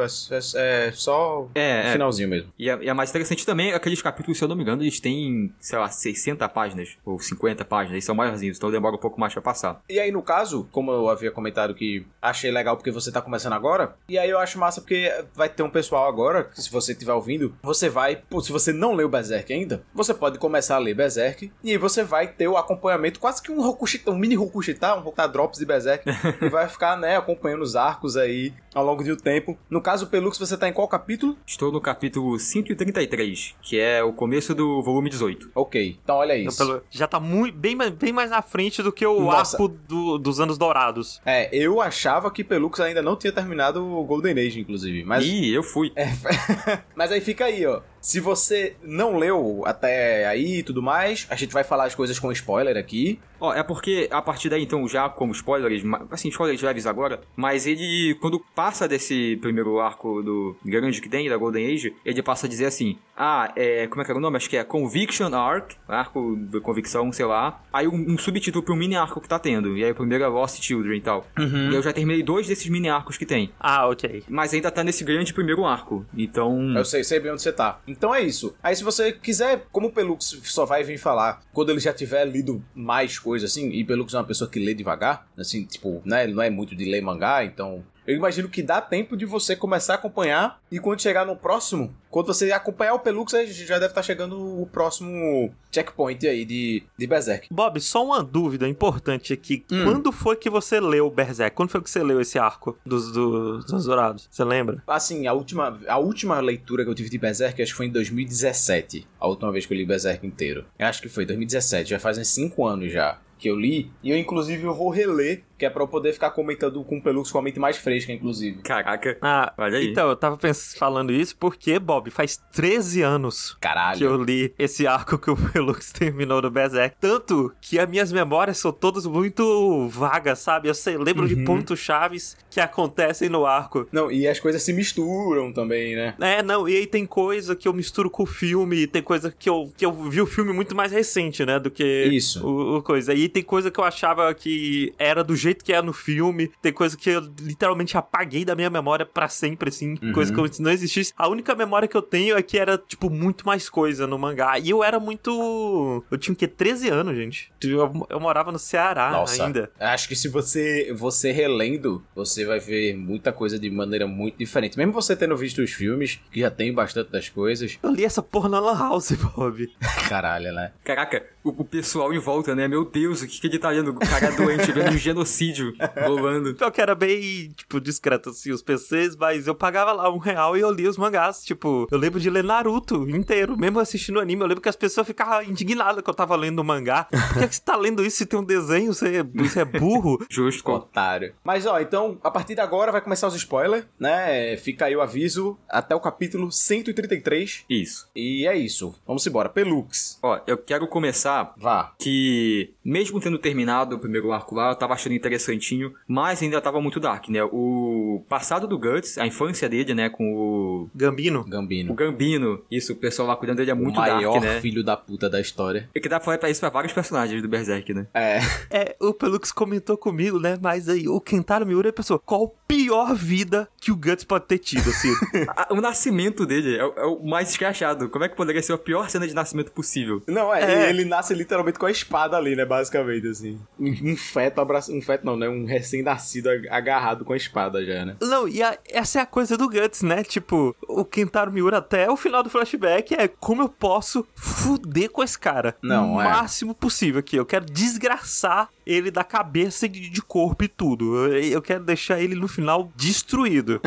é só o finalzinho mesmo. E é mais interessante também, aqueles capítulos, se eu não me engano, eles têm, sei lá, 60 páginas ou 50 páginas. Eles são maiorzinhos, então demora um pouco mais pra passar. E aí, no caso, como eu havia comentado que achei legal porque você tá começando agora, e aí eu acho massa porque vai ter um pessoal agora, que se você estiver ouvindo, você vai, se você não leu Berserk ainda, você pode começar a ler Berserk, e aí você vai ter o acompanhamento, quase que um mini Rokushita, um Rokushita Drops de Berserk, e vai ficar, né, acompanhando os arcos aí ao longo do tempo. No caso, Pelux, você tá em qual capítulo? Estou no capítulo 133, que é o começo do volume 18. Ok, então olha isso. Então, já tá bem mais na frente do que o arco dos anos dourados. Eu achava que Pelux ainda não tinha terminado o Golden Age, inclusive. Mas... Ih, eu fui. Mas aí fica aí, ó. Se você não leu até aí e tudo mais, a gente vai falar as coisas com spoiler aqui. Ó, é porque a partir daí, então, já como spoilers, assim, spoilers leves agora, mas ele, quando passa desse primeiro arco do grande que tem, da Golden Age, ele passa a dizer assim, como é que era o nome? Acho que é Conviction Arc, arco de convicção, sei lá. Aí um subtítulo pro mini arco que tá tendo, e aí o primeiro é Lost Children e tal. E eu já terminei 2 desses mini arcos que tem. Ok. Mas ainda tá nesse grande primeiro arco, então... Eu sei bem onde você tá. Então é isso. Aí se você quiser, como o Pelux só vai vir falar quando ele já tiver lido mais coisas, assim, e Pelux é uma pessoa que lê devagar, assim, tipo, né, ele não é muito de ler mangá, então... Eu imagino que dá tempo de você começar a acompanhar e quando chegar no próximo, quando você acompanhar o Pelux, já deve estar chegando o próximo checkpoint aí de Berserk. Bob, só uma dúvida importante aqui. Quando foi que você leu Berserk? Quando foi que você leu esse arco dos Dourados? Você lembra? Assim, a última leitura que eu tive de Berserk, acho que foi em 2017. A última vez que eu li Berserk inteiro. Eu acho que foi 2017, já fazem 5 anos já que eu li, e eu inclusive eu vou reler que é pra eu poder ficar comentando com o Pelux com a mente mais fresca, inclusive. Caraca, olha aí. Então, eu tava falando isso porque, Bob, faz 13 anos Caralho. que eu li esse arco que o Pelux terminou no Berserk. Tanto que as minhas memórias são todas muito vagas, sabe? Eu lembro de pontos chaves que acontecem no arco. Não, e as coisas se misturam também, né? E aí tem coisa que eu misturo com o filme, tem coisa que eu vi o filme muito mais recente, né, do que Isso. o coisa. E tem coisa que eu achava que era do jeito que é no filme, tem coisa que eu literalmente apaguei da minha memória pra sempre, assim, coisa que não existisse. A única memória que eu tenho é que era, tipo, muito mais coisa no mangá. E eu era muito... Eu tinha o quê? 13 anos, gente. Eu morava no Ceará ainda. Acho que se você relendo, você vai ver muita coisa de maneira muito diferente. Mesmo você tendo visto os filmes, que já tem bastante das coisas. Eu li essa porra na Lan House, Bob. Caralho, né? Caraca, o pessoal em volta, né? Meu Deus, o que ele tá vendo? O cara doente, vendo um genocídio rolando. Pior que era bem, tipo, discreto, assim, os PCs, mas eu pagava lá R$1 e eu lia os mangás. Tipo, eu lembro de ler Naruto inteiro, mesmo assistindo anime. Eu lembro que as pessoas ficavam indignadas que eu tava lendo o mangá. Por que você tá lendo isso se tem um desenho? Você é burro? Justo. Otário. Mas, ó, então, a partir de agora vai começar os spoilers, né? Fica aí o aviso até o capítulo 133. Isso. E é isso. Vamos embora. Pelux. Ó, eu quero começar Vá. que, mesmo tendo terminado o primeiro arco lá, eu tava achando interessantinho, mas ainda tava muito dark, né? O passado do Guts, a infância dele, né, com o... Gambino. O Gambino. Isso, o pessoal lá cuidando dele é muito dark, né? O maior filho da puta da história. E que dá pra falar pra isso pra vários personagens do Berserk, né? O Pelux comentou comigo, né? Mas aí o Kentaro Miura pensou, qual a pior vida que o Guts pode ter tido, assim? O nascimento dele é o mais escrachado. Como é que poderia ser a pior cena de nascimento possível? Não, ele nasce literalmente com a espada ali, né? Basicamente, assim. Um feto abraçado. Um feto não, né? Um recém-nascido agarrado com a espada já, né? Não, e essa é a coisa do Guts, né? Tipo, o Kentaro Miura até o final do flashback é como eu posso fuder com esse cara. Não, o máximo possível aqui. Eu quero desgraçar ele da cabeça e de corpo e tudo. Eu quero deixar ele no final destruído.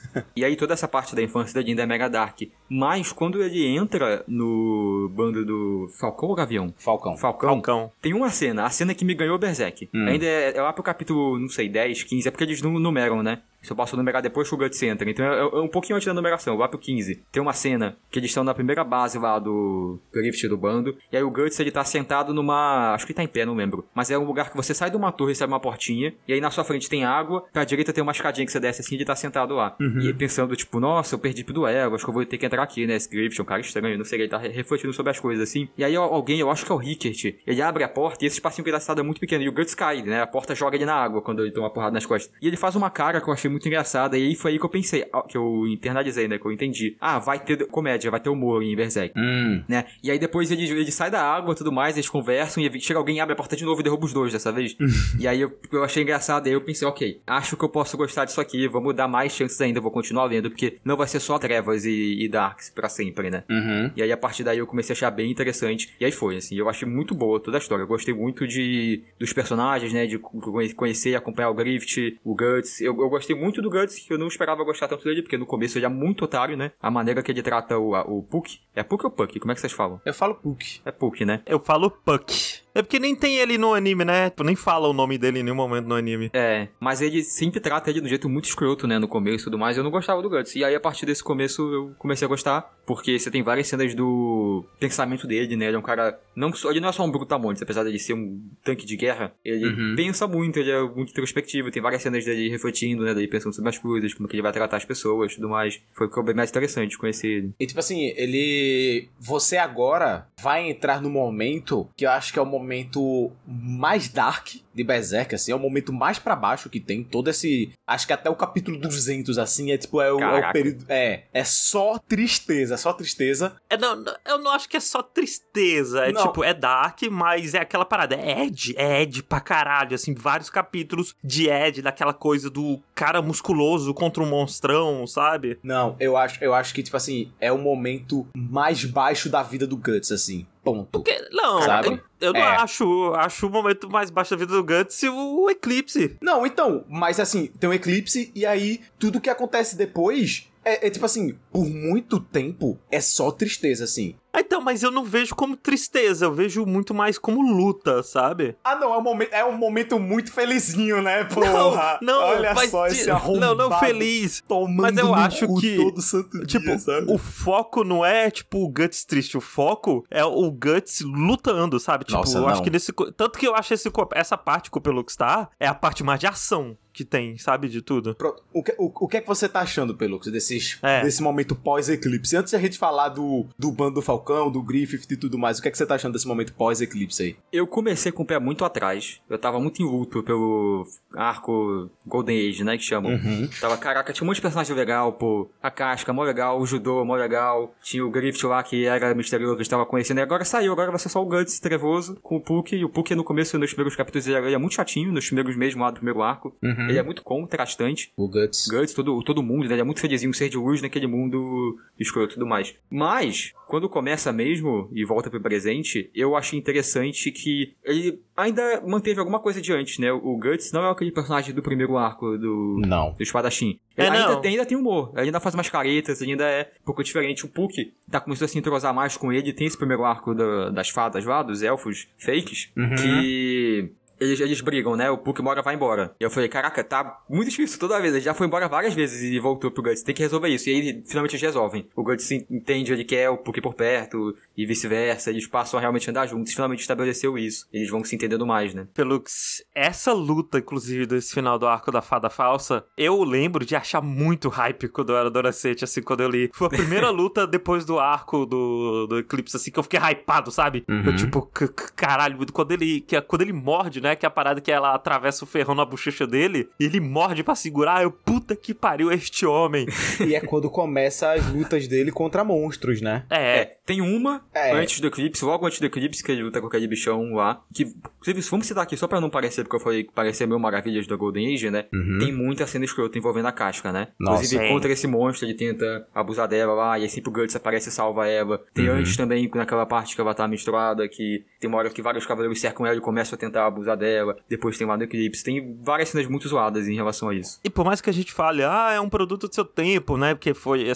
E aí toda essa parte da infância da Jinda é mega dark. Mas quando ele entra no bando do Falcão ou Gavião? Falcão. Tem uma cena, a cena que me ganhou o Berserk. Ainda é lá pro capítulo, não sei, 10, 15, é porque eles não numeram, né? Se eu posso numerar depois que o Guts entra. Então é um pouquinho antes da numeração, lá pro 15. Tem uma cena que eles estão na primeira base lá do Rift do bando. E aí o Guts, ele tá sentado numa... Acho que ele tá em pé, não lembro. Mas é um lugar que você sai de uma torre e sai uma portinha. E aí na sua frente tem água. Pra direita tem uma escadinha que você desce assim e ele tá sentado lá. E pensando, tipo, nossa, eu perdi pro duelo. Acho que eu vou ter que entrar aqui, né? Esse Rift é um cara estranho, não sei. Ele tá refletindo sobre as coisas assim. E aí alguém, eu acho que é o Rickert, ele abre a porta e esse espacinho que ele tá sentado é muito pequeno. E o Guts cai, né? A porta joga ele na água quando ele toma uma porrada nas costas. E ele faz uma cara que eu achei muito engraçada. E aí foi aí que eu pensei, que eu internalizei, né? Que eu entendi. Vai ter comédia, vai ter humor em Berserk. Né? E aí depois ele sai da água e tudo mais, eles conversam e chega alguém, abre a porta de novo e derruba os dois dessa vez. E aí eu achei engraçado. E aí eu pensei, ok, acho que eu posso gostar disso aqui, vamos dar mais chances ainda, vou continuar lendo, porque não vai ser só trevas e darks pra sempre, né? E aí a partir daí eu comecei a achar bem interessante. E aí foi, assim, eu achei muito boa toda a história. Eu gostei muito dos personagens, né? De conhecer e acompanhar o Grift, o Guts. Eu gostei muito do Guts, que eu não esperava gostar tanto dele, porque no começo ele é muito otário, né? A maneira que ele trata o Puck. É Puck ou Puck? Como é que vocês falam? Eu falo Puck. É Puck, né? Eu falo Puck. É porque nem tem ele no anime, né? Nem fala o nome dele em nenhum momento no anime. Mas ele sempre trata ele de um jeito muito escroto, né? No começo e tudo mais. Eu não gostava do Guts. E aí, a partir desse começo, eu comecei a gostar. Porque você tem várias cenas do pensamento dele, né? Ele é um cara... Ele não é só um brutamontes, apesar de ser um tanque de guerra. Ele pensa muito, ele é muito introspectivo. Tem várias cenas dele refletindo, né? Dele pensando sobre as coisas, como que ele vai tratar as pessoas e tudo mais. Foi o que foi mais interessante conhecer ele. E tipo assim, você agora vai entrar no momento que eu acho que é o momento mais dark de Berserk, assim, é o momento mais pra baixo que tem, todo esse... Acho que até o capítulo 200, assim, é tipo, é o período... É só tristeza, só tristeza. Eu não acho que é só tristeza, tipo, é dark, mas é aquela parada, é Ed pra caralho, assim, vários capítulos de Ed, daquela coisa do cara musculoso contra um monstrão, sabe? Não, eu acho que, tipo assim, é o momento mais baixo da vida do Guts, assim. Ponto. Não, sabe? Eu não acho o momento mais baixo da vida do Guts o eclipse. Não, então, mas assim, tem um eclipse e aí tudo que acontece depois é tipo assim, por muito tempo, é só tristeza, assim. Então, mas eu não vejo como tristeza, eu vejo muito mais como luta, sabe? Ah, não, é um momento muito felizinho, né, porra? Não, olha só esse arrombado. Não feliz. Tomando mas eu acho cu que todo santo tipo, dia, sabe? o foco não é, tipo, o Guts triste, o foco é o Guts lutando, sabe? Tipo, Nossa, eu não. acho que tanto que eu acho essa parte que o Pelux tá, é a parte mais de ação que tem, sabe, de tudo. Pronto. O que é que você tá achando, Pelux, desse momento pós-eclipse? Antes de a gente falar do bando do Falcão, do Griffith e tudo mais, o que é que você tá achando desse momento pós-eclipse aí? Eu comecei com o pé muito atrás. Eu tava muito em luto pelo arco Golden Age, né, que chamam. Tava, caraca, tinha um monte de personagem legal, pô. A Casca, mó legal. O Judô, mó legal. Tinha o Griffith lá, que era misterioso, que estava conhecendo. E agora saiu, agora vai ser só o Guts trevoso com o Puck. E o Puck no começo, nos primeiros capítulos, ele é muito chatinho, nos primeiros mesmo lá do primeiro arco. Ele é muito contrastante. O Guts. Todo mundo, né? Ele é muito felizinho, um ser de luz naquele mundo escuro e tudo mais. Mas, quando começa mesmo e volta pro presente, eu achei interessante que ele ainda manteve alguma coisa de antes, né? O Guts não é aquele personagem do primeiro arco do espadachim. Ele ainda tem humor, ele ainda faz umas caretas, ele ainda é um pouco diferente. O Puck tá começando a se entrosar mais com ele, tem esse primeiro arco das fadas lá, dos elfos fakes, que... Eles brigam, né? O Puck vai embora. E eu falei, caraca, tá muito difícil toda vez. Ele já foi embora várias vezes e voltou pro Guts. Tem que resolver isso. E aí, finalmente, eles resolvem. O Guts entende, ele quer o Puck por perto e vice-versa. Eles passam a realmente andar juntos. Finalmente estabeleceu isso. Eles vão se entendendo mais, né? Pelux, essa luta, inclusive, desse final do arco da Fada Falsa, eu lembro de achar muito hype quando eu era adolescente, assim, quando eu li. Foi a primeira luta depois do arco do Eclipse, assim, que eu fiquei hypado, sabe? Eu, tipo, caralho, quando ele morde, né? Que é a parada que ela atravessa o ferrão na bochecha dele e ele morde pra segurar. Eu, puta que pariu, este homem. E é quando começa as lutas dele contra monstros, né? Tem uma antes do Eclipse, logo antes do Eclipse, que ele luta com aquele bichão lá. Que, inclusive, vamos citar aqui só pra não parecer, porque eu falei que parecia meio maravilhas da Golden Age, né? Tem muita cena escrota envolvendo a Casca, né? Nossa, inclusive, contra esse monstro, ele tenta abusar dela lá, e assim pro Guts aparece e salva ela. Tem antes também, naquela parte que ela tá misturada, que tem uma hora que vários cavaleiros cercam ela e começam a tentar abusar dela. Depois tem lá no Eclipse. Tem várias cenas muito zoadas em relação a isso. E por mais que a gente fale, é um produto do seu tempo, né? Porque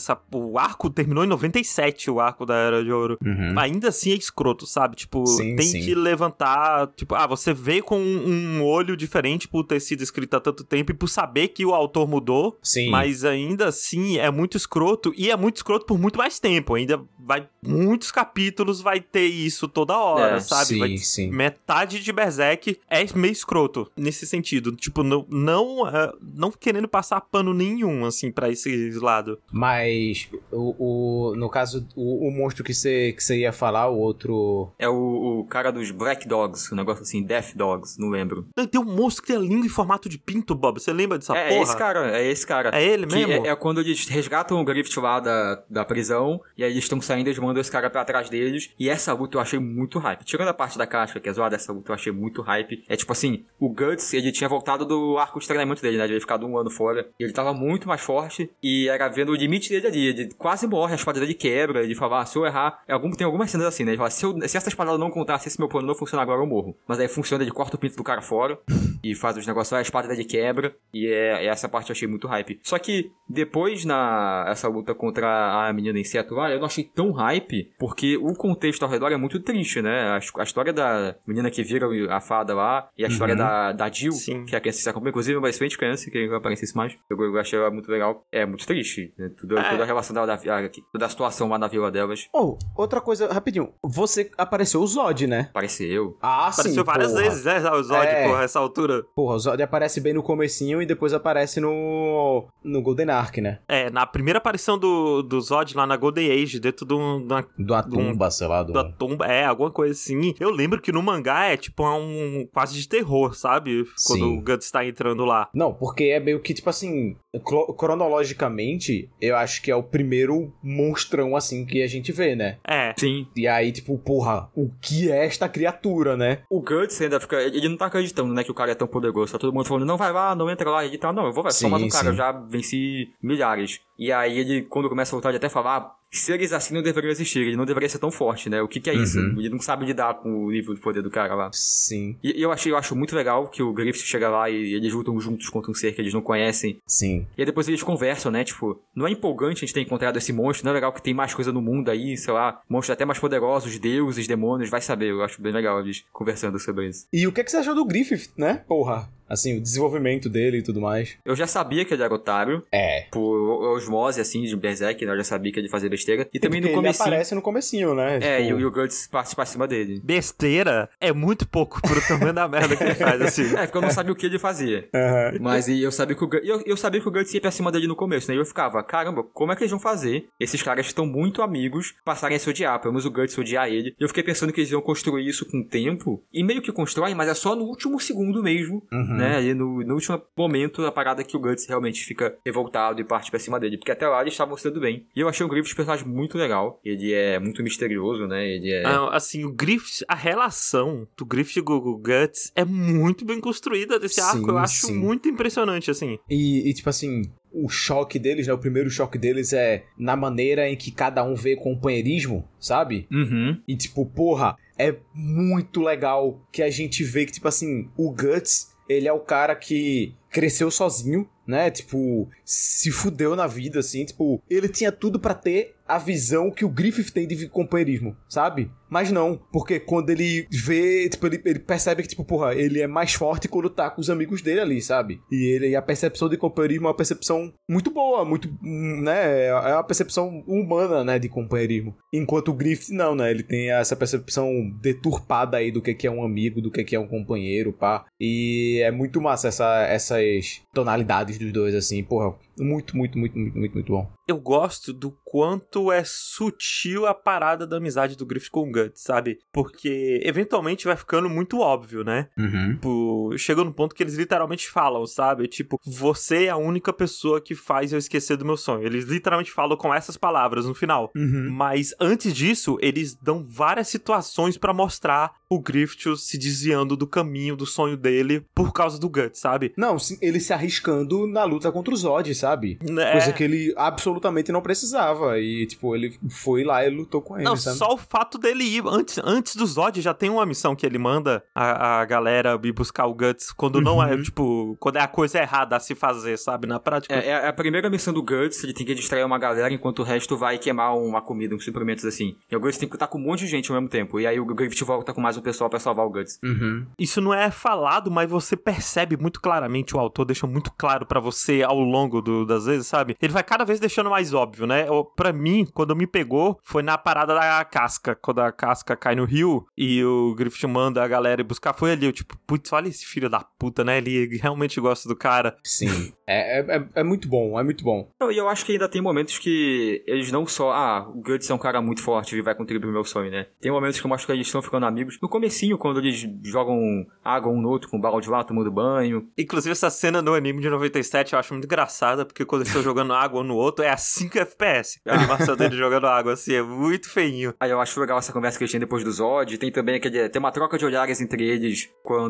o arco terminou em 97, o arco da Era de Ouro. Ainda assim é escroto, sabe? Tipo, que levantar... Tipo, você vê com um olho diferente por ter sido escrito há tanto tempo e por saber que o autor mudou. Sim. Mas ainda assim é muito escroto. E é muito escroto por muito mais tempo. Ainda muitos capítulos vai ter isso toda hora, sabe? Sim. Metade de Berserk é meio escroto nesse sentido. Tipo, não querendo passar pano nenhum, assim, pra esse lado. Mas, no caso, o monstro que você ia falar, o outro... É o cara dos Black Dogs, um negócio assim, Death Dogs, não lembro. Tem um monstro que tem a língua em formato de pinto, Bob. Você lembra dessa porra? É esse cara. É ele mesmo? É quando eles resgatam o Griffith lá da prisão, e aí eles estão saindo, eles mandam esse cara pra trás deles, e essa luta eu achei muito hype. Tirando a parte da casca, que é zoada, essa luta eu achei muito hype. É tipo assim, o Guts, ele tinha voltado do arco de treinamento dele, né? Ele havia ficado 1 ano fora, e ele tava muito mais forte, e era vendo o limite dele ali. Ele quase morre, a espada dele quebra, ele fala, se eu errar... Tem algumas cenas assim, né? Ele fala, se essa espada não contar, se esse meu plano não funcionar agora, eu morro. Mas aí funciona, ele corta o pinto do cara fora, e faz os negócios, a espada dele quebra, e essa parte eu achei muito hype. Só que, depois, essa luta contra a menina inseto lá, eu não achei tão hype, porque o contexto ao redor é muito triste, né? A história da menina que vira a fada lá, e a história da Jill, que é a criança que se acompanha, inclusive uma excelente criança, que não aparecesse mais. Eu achei ela muito legal. É muito triste, né? Toda a relação dela, toda a situação lá na vila delas. Outra coisa, rapidinho. Você apareceu o Zod, né? Apareceu. Apareceu várias vezes, né? O Zod, porra, essa altura. Porra, o Zod aparece bem no comecinho e depois aparece no Golden Ark, né? Na primeira aparição do Zod lá na Golden Age, dentro de uma tumba, sei lá. Da tumba, alguma coisa assim. Eu lembro que no mangá é tipo um quase de terror, sabe? Quando o Guts tá entrando lá. Não, porque é meio que, tipo assim, cronologicamente, eu acho que é o primeiro monstrão, assim, que a gente vê, né? Sim. E aí, tipo, porra, o que é esta criatura, né? O Guts ainda fica... Ele não tá acreditando, né, que o cara é tão poderoso. Tá todo mundo falando, não, vai lá, não entra lá. Ele tá, não, eu vou, só mais um cara, eu já venci milhares. E aí ele, quando começa a lutar, ele até fala, se eles assim não deveriam existir, ele não deveria ser tão forte, né? O que é isso? Ele não sabe lidar com o nível de poder do cara lá. Sim. E eu acho muito legal que o Griffith chega lá e eles lutam juntos contra um ser que eles não conhecem. Sim. E aí depois eles conversam, né? Tipo, não é empolgante a gente ter encontrado esse monstro, não é legal que tem mais coisa no mundo aí, sei lá, monstros até mais poderosos, deuses, demônios, vai saber. Eu acho bem legal eles conversando sobre isso. E o que você achou do Griffith, né? Porra. Assim, o desenvolvimento dele e tudo mais. Eu já sabia que ele era otário. É. Por osmose, assim, de Berserk, né? Eu já sabia que ele fazia besteira. E também no comecinho. Ele aparece no comecinho, né? É, tipo... e o Guts passa pra cima dele. Besteira é muito pouco pro tamanho da merda que ele faz, assim. É, porque eu não sabia o que ele fazia. Mas eu sabia que eu sabia que o Guts ia pra cima dele no começo, né? E eu ficava, caramba, como é que eles vão fazer? Esses caras estão muito amigos, passarem a se odiar, pelo menos o Guts odiar ele. E eu fiquei pensando que eles iam construir isso com o tempo. E meio que constroem, mas é só no último segundo mesmo, né? Ali no último momento, a parada que o Guts realmente fica revoltado e parte pra cima dele. Porque até lá eles estavam sendo bem. E eu achei o Griffith um personagem muito legal. Ele é muito misterioso, né? Ele é... assim, o Griffith, a relação do Griffith com o Guts é muito bem construída desse arco. Eu acho muito impressionante, assim. E tipo assim... O choque deles, né? O primeiro choque deles é na maneira em que cada um vê companheirismo, sabe? E tipo, porra, é muito legal que a gente vê que, tipo assim, o Guts, ele é o cara que cresceu sozinho, né? Tipo, se fudeu na vida, assim. Tipo, ele tinha tudo pra ter a visão que o Griffith tem de companheirismo, sabe? Mas não, porque quando ele vê, tipo, ele percebe que, tipo, porra, ele é mais forte quando tá com os amigos dele ali, sabe? E a percepção de companheirismo é uma percepção muito boa, muito, né? É uma percepção humana, né, de companheirismo. Enquanto o Griffith não, né? Ele tem essa percepção deturpada aí do que é um amigo, do que é um companheiro, pá. E é muito massa essas tonalidades dos dois, assim, porra. Muito bom. Eu gosto do quanto é sutil a parada da amizade do Griffith com o Guts, sabe? Porque eventualmente vai ficando muito óbvio, né? Tipo, chega no ponto que eles literalmente falam, sabe? Tipo, você é a única pessoa que faz eu esquecer do meu sonho. Eles literalmente falam com essas palavras no final. Mas antes disso, eles dão várias situações pra mostrar o Griffith se desviando do caminho do sonho dele por causa do Guts, sabe? Não, ele se arriscando na luta contra os Zod, sabe? Coisa que ele absolutamente não precisava. E, tipo, ele foi lá e lutou com ele, não, sabe? Só o fato dele ir. Antes do Zod já tem uma missão que ele manda a galera ir buscar o Guts quando não é, tipo, quando é a coisa errada a se fazer, sabe? Na prática. É a primeira missão do Guts, ele tem que distrair uma galera enquanto o resto vai queimar uma comida, uns suprimentos assim. E o Guts tem que estar com um monte de gente ao mesmo tempo. E aí o Griffith volta com mais um pessoal pra salvar o Guts. Isso não é falado, mas você percebe muito claramente, o autor deixa muito claro pra você ao longo das vezes, sabe? Ele vai cada vez deixando mais óbvio, né? Pra mim, quando me pegou, foi na parada da casca. Quando a casca cai no rio e o Griffith manda a galera ir buscar, foi ali. Eu tipo, putz, olha esse filho da puta, né? Ele realmente gosta do cara. Sim. É muito bom, é muito bom. E eu acho que ainda tem momentos que eles não só... o Guts é um cara muito forte e vai contribuir pro meu sonho, né? Tem momentos que eu mostro que eles estão ficando amigos. No comecinho, quando eles jogam água um no outro com balde lá, tomando banho. Inclusive, essa cena no anime de 97 eu acho muito engraçada, porque quando eles estão jogando água um no outro, é a 5 FPS. A animação dele jogando água, assim, é muito feinho. Aí eu acho legal essa conversa que eles têm depois do Zod. Tem também tem uma troca de olhares entre eles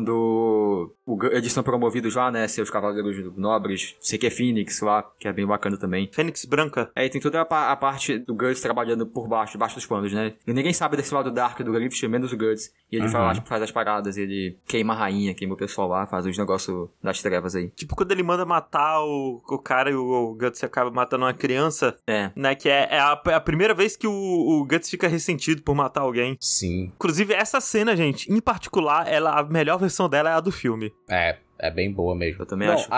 quando eles são promovidos lá, né? Seus cavaleiros nobres. Sei que é Phoenix lá, que é bem bacana também. Fênix branca. Aí tem toda a parte do Guts trabalhando por baixo dos panos, né? E ninguém sabe desse lado dark do Griffith, menos o Guts. E ele faz as paradas, ele queima a rainha, queima o pessoal lá, faz os negócios das trevas aí. Tipo quando ele manda matar o cara e o Guts acaba matando uma criança, né? Que é a primeira vez que o Guts fica ressentido por matar alguém. Sim. Inclusive, essa cena, gente, em particular, a melhor versão dela é a do filme. É bem boa mesmo. Eu também acho. A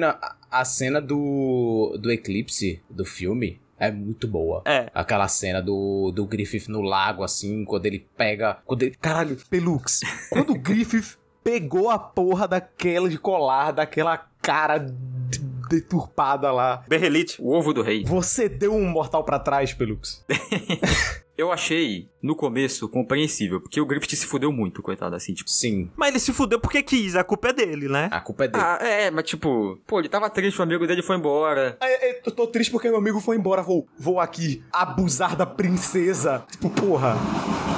cena do eclipse do filme é muito boa. Aquela cena do Griffith no lago, assim, quando ele pega... Caralho, Pelux. Quando o Griffith pegou a porra daquela de colar, daquela cara deturpada lá. Berrelite. O ovo do rei. Você deu um mortal pra trás, Pelux. Eu achei, no começo, compreensível, porque o Griffith se fudeu muito, coitado, assim, tipo... Sim. Mas ele se fudeu porque quis, a culpa é dele, né? A culpa é dele. Mas tipo... Pô, ele tava triste, o amigo dele foi embora. Eu tô triste porque meu amigo foi embora, vou aqui abusar da princesa. Tipo, porra...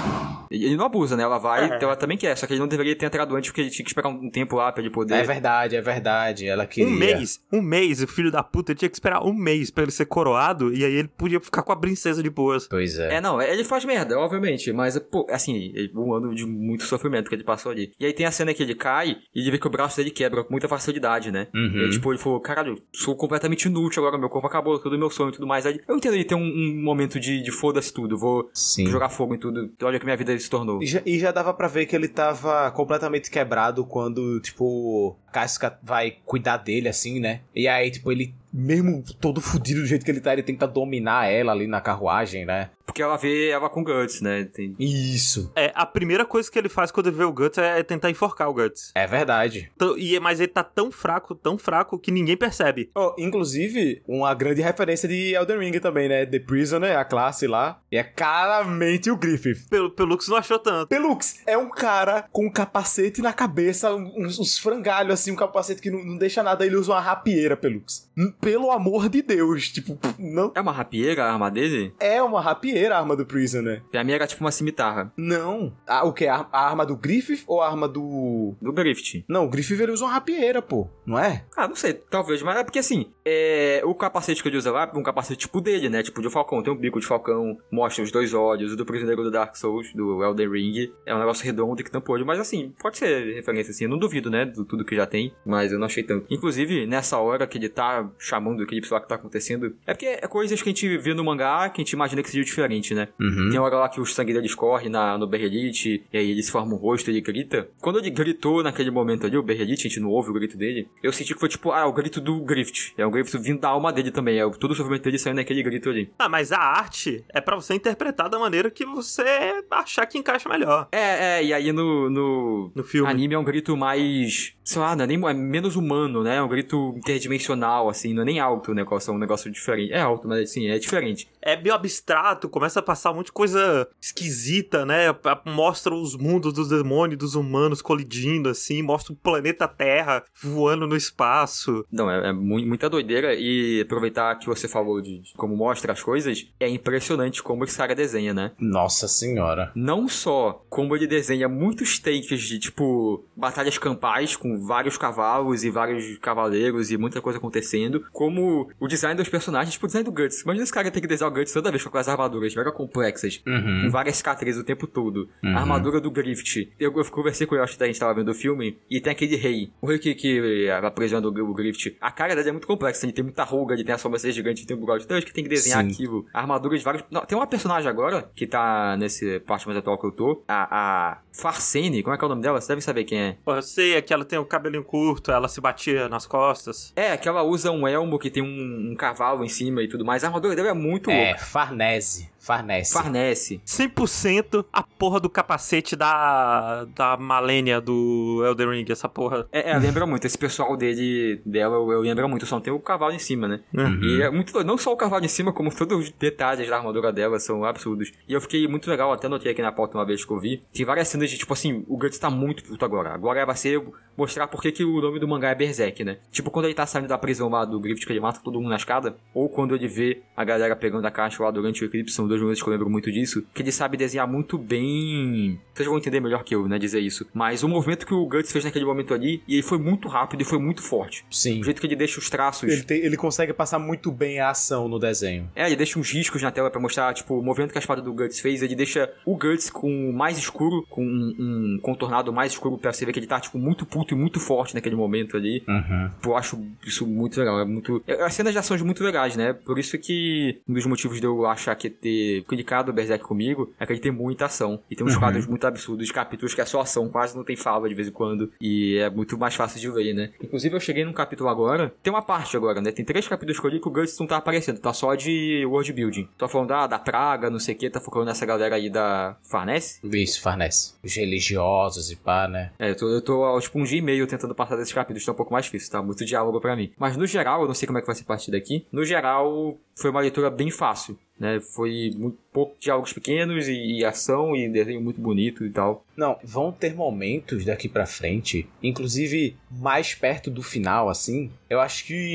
Ele não abusa, né? Ela vai, então ela também quer, só que ele não deveria ter entrado antes, porque ele tinha que esperar um tempo lá pra ele poder... É verdade, ela queria... Um mês, o filho da puta, ele tinha que esperar um mês pra ele ser coroado, e aí ele podia ficar com a princesa de boas. Pois é. Não, ele faz merda, obviamente, mas, pô, assim, um ano de muito sofrimento que ele passou ali. E aí tem a cena que ele cai, e ele vê que o braço dele quebra com muita facilidade, né? E aí, tipo, ele falou, caralho, sou completamente inútil agora, meu corpo acabou, todo meu sonho e tudo mais. Aí, eu entendo ele ter um momento de foda-se tudo, vou jogar fogo em tudo, olha o que minha vida se tornou. E já dava pra ver que ele tava completamente quebrado quando, tipo, Casca vai cuidar dele, assim, né? E aí, tipo, ele, mesmo todo fudido do jeito que ele tá, ele tenta dominar ela ali na carruagem, né? Porque ela vê ela com Guts, né? Isso. A primeira coisa que ele faz quando ele vê o Guts é tentar enforcar o Guts. É verdade. Mas ele tá tão fraco, que ninguém percebe. Inclusive, uma grande referência de Elden Ring também, né? The Prisoner, a classe lá. E é claramente o Griffith. Pelux não achou tanto. Pelux é um cara com um capacete na cabeça, uns frangalhos assim, um capacete que não deixa nada, ele usa uma rapieira, Pelux. Pelo amor de Deus, tipo, não... É uma rapieira a arma dele? É uma rapieira a arma do Prisoner. A minha era tipo uma cimitarra. Não. O quê? A arma do Griffith ou a arma do... Do Griffith. Não, o Griffith ele usa uma rapieira, pô. Não é? Não sei, talvez, mas é porque assim, o capacete que ele usa lá é um capacete tipo dele, né? Tipo de Falcão, tem um bico de Falcão, mostra os 2 olhos, o do Prisioneiro do Dark Souls, do Elden Ring, é um negócio redondo que tampa o olho, mas assim, pode ser referência assim, eu não duvido, né, de tudo que já tem, mas eu não achei tanto. Inclusive, nessa hora que ele tá chamando aquele pessoal que tá acontecendo, é porque é coisas que a gente vê no mangá, que a gente imagina que seja diferente, né? Tem hora lá que o sangue dele escorre no Berrelite, e aí ele se forma um rosto e ele grita. Quando ele gritou naquele momento ali, o Berrelite, a gente não ouve o grito dele, eu senti que foi tipo, o grito do Griffith. É um Griffith vindo da alma dele também, todo o sofrimento dele saindo naquele grito ali. Mas a arte é pra você interpretar da maneira que você achar que encaixa melhor. E aí no filme. Anime é um grito mais, sei lá, não é, é menos humano, né? É um grito interdimensional, assim, não é nem alto o negócio, é um negócio diferente. É alto, mas assim, é diferente. É meio abstrato, começa a passar um monte de coisa esquisita, né? Mostra os mundos dos demônios, dos humanos colidindo, assim, mostra o planeta Terra voando no espaço. Não, é muita doideira, e aproveitar que você falou de como mostra as coisas, é impressionante como esse cara desenha, né? Nossa senhora. Não só como ele desenha muitos takes de, tipo, batalhas campais com vários cavalos e vários cavaleiros e muita coisa acontecendo, como o design dos personagens, tipo o design do Guts. Imagina esse cara ter que desenhar o Guts toda vez com as armaduras mega complexas, com várias cicatrizes o tempo todo. A armadura do Griffith. Eu conversei com o Yoshi, a gente tava vendo o filme, e tem aquele rei. O rei que aprisiona o Griffith. A cara dele é muito complexa, ele tem muita ruga, ele tem a sobrancelha gigante, tem um bigode. Então acho que tem que desenhar aquilo. A armadura de vários... Não, tem uma personagem agora, que tá nesse parte mais atual que eu tô, a Farsene, como é que é o nome dela? Você deve saber quem é. Eu sei, é que ela tem o cabelinho curto, ela se batia nas costas. Que ela usa um elmo que tem um cavalo em cima e tudo mais. A armadura dela é muito louca. Farnese. 100% a porra do capacete da Malenia do Elden Ring, essa porra. Lembra muito. Esse pessoal dela, eu lembro muito. Só não tem o cavalo em cima, né? E é muito doido. Não só o cavalo em cima, como todos os detalhes da armadura dela são absurdos. E eu fiquei muito legal, até notei aqui na pauta uma vez que eu vi. Tem várias cenas de, tipo assim, o Guts tá muito puto agora. Agora vai ser mostrar por que o nome do mangá é Berserk, né? Tipo quando ele tá saindo da prisão lá do Griffith, que ele mata todo mundo na escada. Ou quando ele vê a galera pegando a caixa lá durante o eclipse, são 2 momentos que eu lembro muito disso, que ele sabe desenhar muito bem. Vocês vão entender melhor que eu, né, dizer isso. Mas o movimento que o Guts fez naquele momento ali, e ele foi muito rápido e foi muito forte. Sim. O jeito que ele deixa os traços... Ele consegue passar muito bem a ação no desenho. Ele deixa uns riscos na tela pra mostrar, tipo, o movimento que a espada do Guts fez, ele deixa o Guts com mais escuro, com um contornado mais escuro, pra você ver que ele tá, tipo, muito puto e muito forte naquele momento ali. Eu acho isso muito legal, as cenas de ações muito legais, né? Por isso que um dos motivos de eu achar que ter criticado o Berserk comigo é que ele tem muita ação. E tem uns quadros muito absurdos, capítulos que é só ação, quase não tem fala de vez em quando. E é muito mais fácil de ler, né? Inclusive, eu cheguei num capítulo agora, tem uma parte agora, né? Tem 3 capítulos que eu li que o Guts não tá aparecendo, tá só de world building. Tô falando da praga, não sei o que, tá focando nessa galera aí da Farnese? Isso, Farnese. Os religiosos e pá, né? Eu tô tipo um dia e meio tentando passar desses capítulos, tá um pouco mais difícil, tá? Muito diálogo pra mim. Mas no geral, eu não sei como é que vai ser a partir daqui. No geral, foi uma leitura bem fácil, né? Foi muito pouco diálogos pequenos e ação e desenho muito bonito e tal. Não, vão ter momentos daqui pra frente, inclusive mais perto do final, assim, eu acho que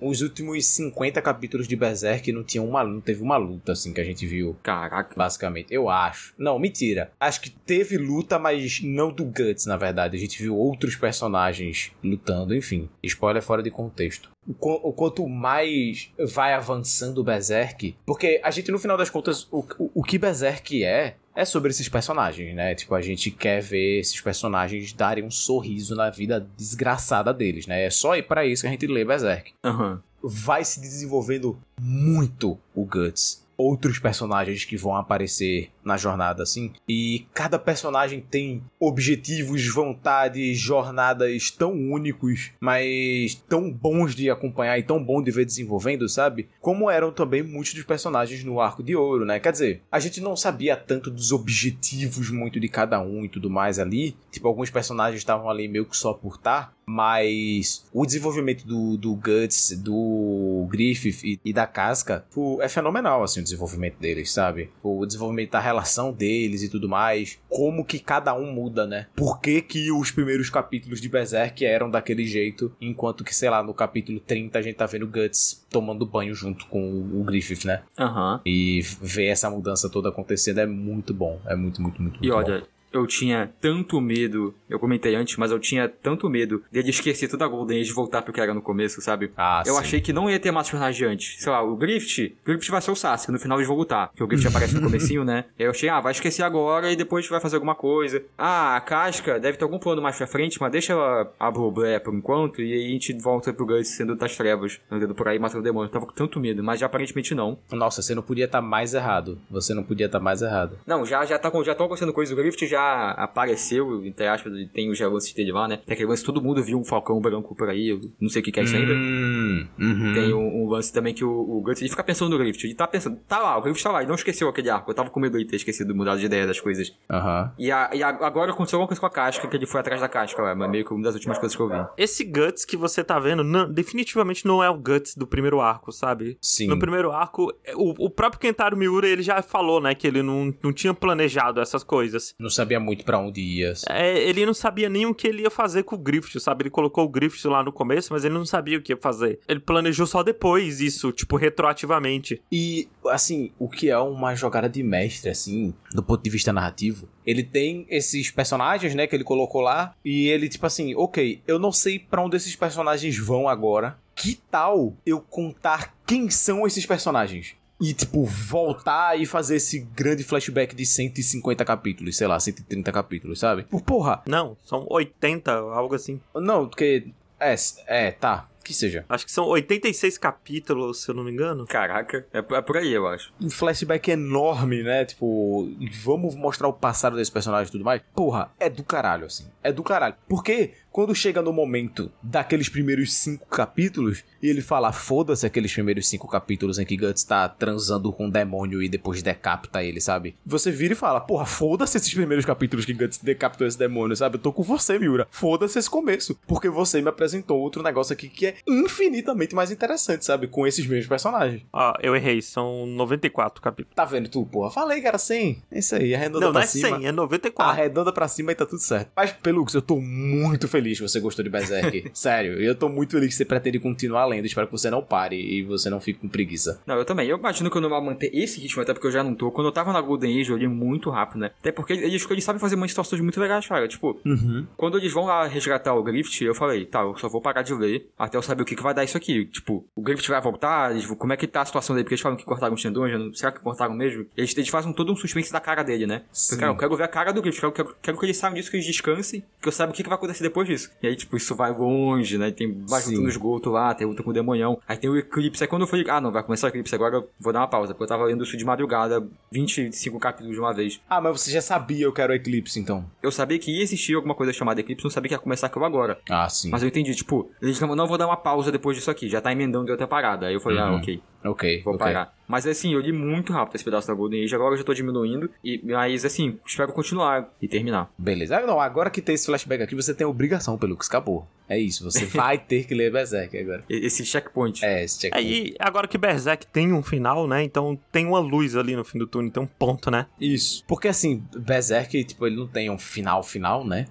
os últimos 50 capítulos de Berserk não teve uma luta, assim, que a gente viu. Caraca. Basicamente, eu acho. Não, mentira. Acho que teve luta, mas não do Guts, na verdade. A gente viu outros personagens lutando, enfim. Spoiler fora de contexto. O quanto mais vai avançando o Berserk, porque a gente, no final das contas, o que Berserk é sobre esses personagens, né? Tipo, a gente quer ver esses personagens darem um sorriso na vida desgraçada deles, né? É só pra isso que a gente lê Berserk. Vai se desenvolvendo muito o Guts. Outros personagens que vão aparecer na jornada, assim. E cada personagem tem objetivos, vontades, jornadas tão únicos, mas tão bons de acompanhar e tão bom de ver desenvolvendo, sabe? Como eram também muitos dos personagens no Arco de Ouro, né? Quer dizer, a gente não sabia tanto dos objetivos muito de cada um e tudo mais ali. Tipo, alguns personagens estavam ali meio que só por estar. Mas o desenvolvimento do Guts, do Griffith e da Casca é fenomenal, assim, o desenvolvimento deles, sabe? O desenvolvimento da relação deles e tudo mais. Como que cada um muda, né? Por que os primeiros capítulos de Berserk eram daquele jeito, enquanto que, sei lá, no capítulo 30 a gente tá vendo o Guts tomando banho junto com o Griffith, né? E ver essa mudança toda acontecendo é muito bom. É muito, muito, muito, muito bom. E olha, eu tinha tanto medo, eu comentei antes, mas eu tinha tanto medo dele esquecer toda a Golden Age e voltar pro que era no começo, sabe? Eu achei que não ia ter mais personagens de antes. Sei lá, o Griffith vai ser o Sasuke, no final eles vão lutar, porque o Griffith aparece no comecinho, né? E aí eu achei, vai esquecer agora e depois vai fazer alguma coisa. A Casca deve ter algum plano mais pra frente, mas deixa a Bloblé por enquanto, e aí a gente volta pro Guts sendo das trevas, andando por aí matando o demônio. Eu tava com tanto medo, mas já aparentemente não. Nossa, você não podia estar mais errado. Não, já estão acontecendo coisas. O Griffith já apareceu, entre aspas, tem os relances dele lá, né? Tem aquele lance, todo mundo viu um falcão branco por aí, eu não sei o que é isso ainda. Tem um lance também que o Guts, ele fica pensando no Griffith, ele tá pensando, tá lá, o Griffith tá lá, ele não esqueceu aquele arco, eu tava com medo de ter esquecido, mudado de ideia das coisas. E agora aconteceu alguma coisa com a Casca, que ele foi atrás da Casca lá, mas meio que uma das últimas coisas que eu vi. Esse Guts que você tá vendo, definitivamente não é o Guts do primeiro arco, sabe? Sim. No primeiro arco, o próprio Kentaro Miura, ele já falou, né, que ele não tinha planejado essas coisas. Não sabia muito pra onde ia. Ele não sabia nem o que ele ia fazer com o Griffith, sabe? Ele colocou o Griffith lá no começo, mas ele não sabia o que ia fazer. Ele planejou só depois isso, tipo, retroativamente. E, assim, o que é uma jogada de mestre, assim, do ponto de vista narrativo, ele tem esses personagens, né, que ele colocou lá, e ele, tipo assim, ok, eu não sei pra onde esses personagens vão agora. Que tal eu contar quem são esses personagens? E, tipo, voltar e fazer esse grande flashback de 150 capítulos, sei lá, 130 capítulos, sabe? Porra! Não, são 80, algo assim. Não, porque... tá. Que seja. Acho que são 86 capítulos, se eu não me engano. Caraca, é por aí, eu acho. Um flashback enorme, né? Tipo, vamos mostrar o passado desse personagem e tudo mais. Porra, é do caralho, assim. É do caralho. Porque quando chega no momento daqueles primeiros 5 capítulos, e ele fala, foda-se aqueles primeiros 5 capítulos em que Guts tá transando com um demônio e depois decapita ele, sabe? Você vira e fala, porra, foda-se esses primeiros capítulos que Guts decapitou esse demônio, sabe? Eu tô com você, Miura. Foda-se esse começo. Porque você me apresentou outro negócio aqui que é infinitamente mais interessante, sabe? Com esses mesmos personagens. Eu errei. São 94 capítulos. Tá vendo tu, porra? Falei que era 100. É isso aí, arredonda pra cima. Não, não é 100, é 94. Arredonda pra cima e tá tudo certo. Mas, Pelux, eu tô muito feliz que você gostou de Berserk. Sério, eu tô muito feliz que você pretende continuar lendo. Espero que você não pare e você não fique com preguiça. Não, eu também. Eu imagino que eu não vou manter esse ritmo, até porque eu já não tô. Quando eu tava na Golden Age, eu li muito rápido, né? Até porque eles sabem fazer umas situações muito legais, cara. Tipo, quando eles vão lá resgatar o Griffith, eu falei, tá, eu só vou parar de ler até eu saber o que vai dar isso aqui. Tipo, o Griffith vai voltar, como é que tá a situação dele? Porque eles falam que cortaram os tendões, será que cortaram mesmo? Eles fazem todo um suspense da cara dele, né? Porque, cara, eu quero ver a cara do Griffith, quero que eles saibam disso, que eles descansem, que eu saiba o que vai acontecer depois disso. E aí, tipo, isso vai longe, né? Tem mais luta no esgoto lá, tem luta com o demonhão. Aí tem o eclipse. Aí quando eu falei, não, vai começar o eclipse agora, eu vou dar uma pausa, porque eu tava lendo isso de madrugada, 25 capítulos de uma vez. Mas você já sabia eu quero o eclipse, então? Eu sabia que ia existir alguma coisa chamada eclipse, não sabia que ia começar aquilo agora. Sim. Mas eu entendi, tipo, eles não vou dar uma pausa depois disso aqui, já tá emendando de outra parada. Aí eu falei, ok. Ok. Vou parar. Mas assim, eu li muito rápido esse pedaço da Golden Age, agora eu já tô diminuindo, mas assim, espero continuar e terminar. Beleza. Não, agora que tem esse flashback aqui, você tem a obrigação, Pelux, acabou. É isso, você vai ter que ler Berserk agora. Esse checkpoint. Esse checkpoint. E agora que Berserk tem um final, né, então tem uma luz ali no fim do túnel, tem um ponto, né? Isso. Porque assim, Berserk, tipo, ele não tem um final, né?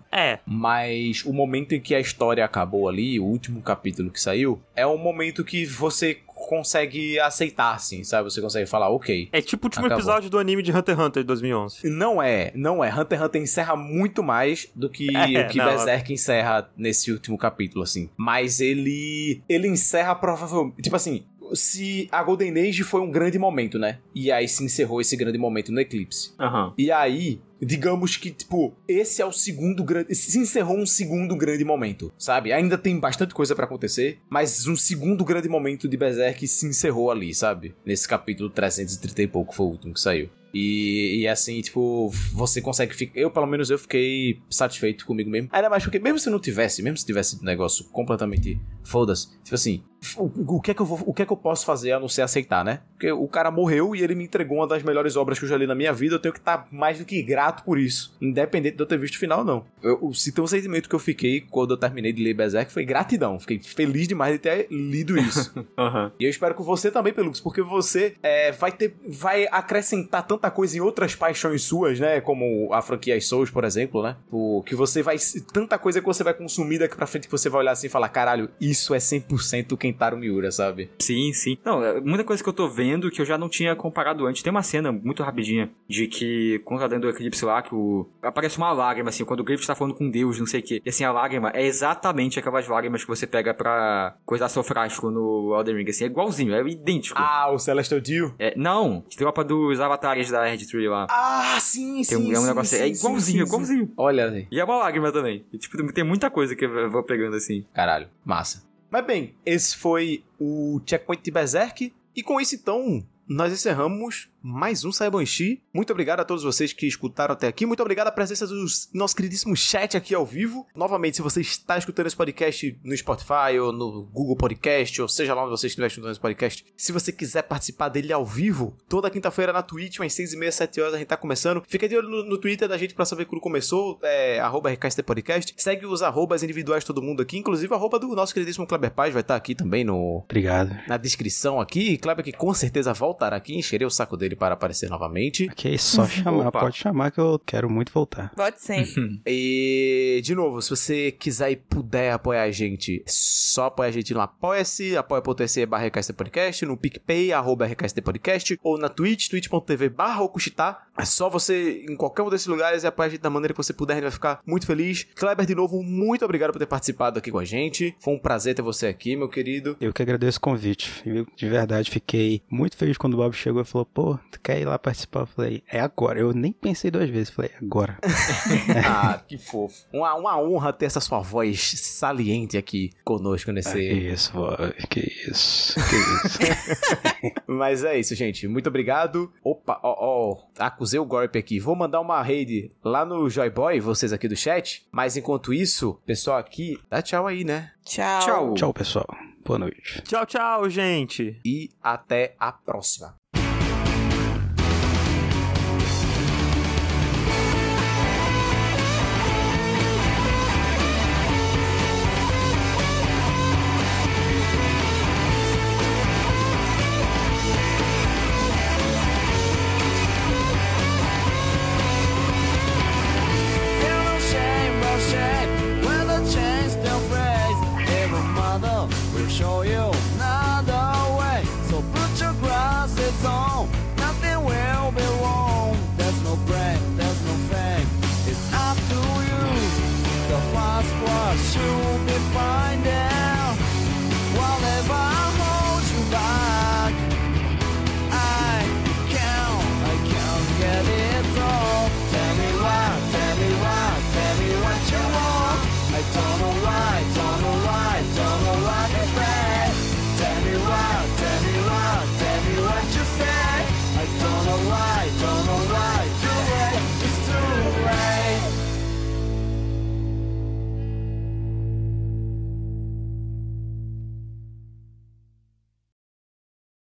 Mas o momento em que a história acabou ali, o último capítulo que saiu, é um momento que você consegue aceitar, assim, sabe? Você consegue falar, ok. É tipo o último episódio do anime de Hunter x Hunter de 2011. Não é. Hunter x Hunter encerra muito mais do que o que Berserk encerra nesse último capítulo, assim. Mas ele encerra provavelmente... Tipo assim, se a Golden Age foi um grande momento, né? E aí se encerrou esse grande momento no Eclipse. E aí... Digamos que, tipo, esse é o segundo grande... Se encerrou um segundo grande momento, sabe? Ainda tem bastante coisa pra acontecer, mas um segundo grande momento de Berserk se encerrou ali, sabe? Nesse capítulo 330 e pouco foi o último que saiu. E assim, tipo, você consegue ficar... Eu, pelo menos, eu fiquei satisfeito comigo mesmo. Ainda mais porque, mesmo se tivesse um negócio completamente foda-se, tipo assim, o que é que eu posso fazer a não ser aceitar, né? Porque o cara morreu e ele me entregou uma das melhores obras que eu já li na minha vida, eu tenho que estar mais do que grato por isso, independente de eu ter visto o final, não. Se tem um sentimento que eu fiquei quando eu terminei de ler Berserk, foi gratidão. Fiquei feliz demais de ter lido isso. E eu espero que você também, Pelux, porque você vai acrescentar tanta coisa em outras paixões suas, né? Como a franquia Souls, por exemplo, né? Que você vai... Tanta coisa que você vai consumir daqui pra frente que você vai olhar assim e falar, caralho, isso é 100% Kentaro Miura, sabe? Sim. Não, muita coisa que eu tô vendo que eu já não tinha comparado antes. Tem uma cena muito rapidinha de que, quando tá dentro do Eclipse lá, que aparece uma lágrima, assim, quando o Griffith tá falando com Deus, não sei o quê. E assim, a lágrima é exatamente aquelas lágrimas que você pega pra coisar seu frasco no Elden Ring, assim, é igualzinho, é idêntico. O Celestial Deal? Não, tropa dos avatares da Erd Tree lá. Sim. É um negócio, é igualzinho. Olha aí. E é uma lágrima também. E, tipo, tem muita coisa que eu vou pegando assim. Caralho, massa. Mas bem, esse foi o Checkpoint de Berserk. E com isso, então, nós encerramos mais um Saibanshi. Muito obrigado a todos vocês que escutaram até aqui. Muito obrigado a presença do nosso queridíssimo chat aqui ao vivo. Novamente, se você está escutando esse podcast no Spotify ou no Google Podcast, ou seja lá onde você estiver escutando esse podcast, se você quiser participar dele ao vivo, toda quinta-feira na Twitch, umas 6h30, 7 horas, a gente tá começando. Fica de olho no Twitter da gente pra saber quando começou, @RKSTPodcast. Segue os arrobas individuais de todo mundo aqui, inclusive o arroba do nosso queridíssimo Kleber Paz vai estar aqui também Obrigado. Na descrição aqui. Kleber que com certeza voltará aqui, encherei o saco dele para aparecer novamente. Ok, só chamar, pode chamar que eu quero muito voltar. Pode sim. E, de novo, se você quiser e puder apoiar a gente, só apoia a gente no Apoia-se, apoia.se/RKSTPodcast, no PicPay, @RKSTPodcast, ou na Twitch, twitch.tv/Okushita. É só você, em qualquer um desses lugares, e apoiar a gente da maneira que você puder, a gente vai ficar muito feliz. Kleber, de novo, muito obrigado por ter participado aqui com a gente. Foi um prazer ter você aqui, meu querido. Eu que agradeço o convite. Eu, de verdade, fiquei muito feliz quando o Bob chegou e falou, pô, tu quer ir lá participar? Eu falei, é agora. Eu nem pensei 2 vezes. Falei, agora. Que fofo. Uma honra ter essa sua voz saliente aqui conosco nesse... Que isso, Bob. Que isso. Mas é isso, gente. Muito obrigado. Opa, acusei o golpe aqui. Vou mandar uma raid lá no Joy Boy, vocês aqui do chat. Mas enquanto isso, pessoal aqui, dá tchau aí, né? Tchau. Tchau, pessoal. Boa noite. Tchau, gente. E até a próxima. Show you another way. So put your glasses on. Nothing will be wrong. There's no break, there's no fame. It's up to you. The fast was should be finding whatever.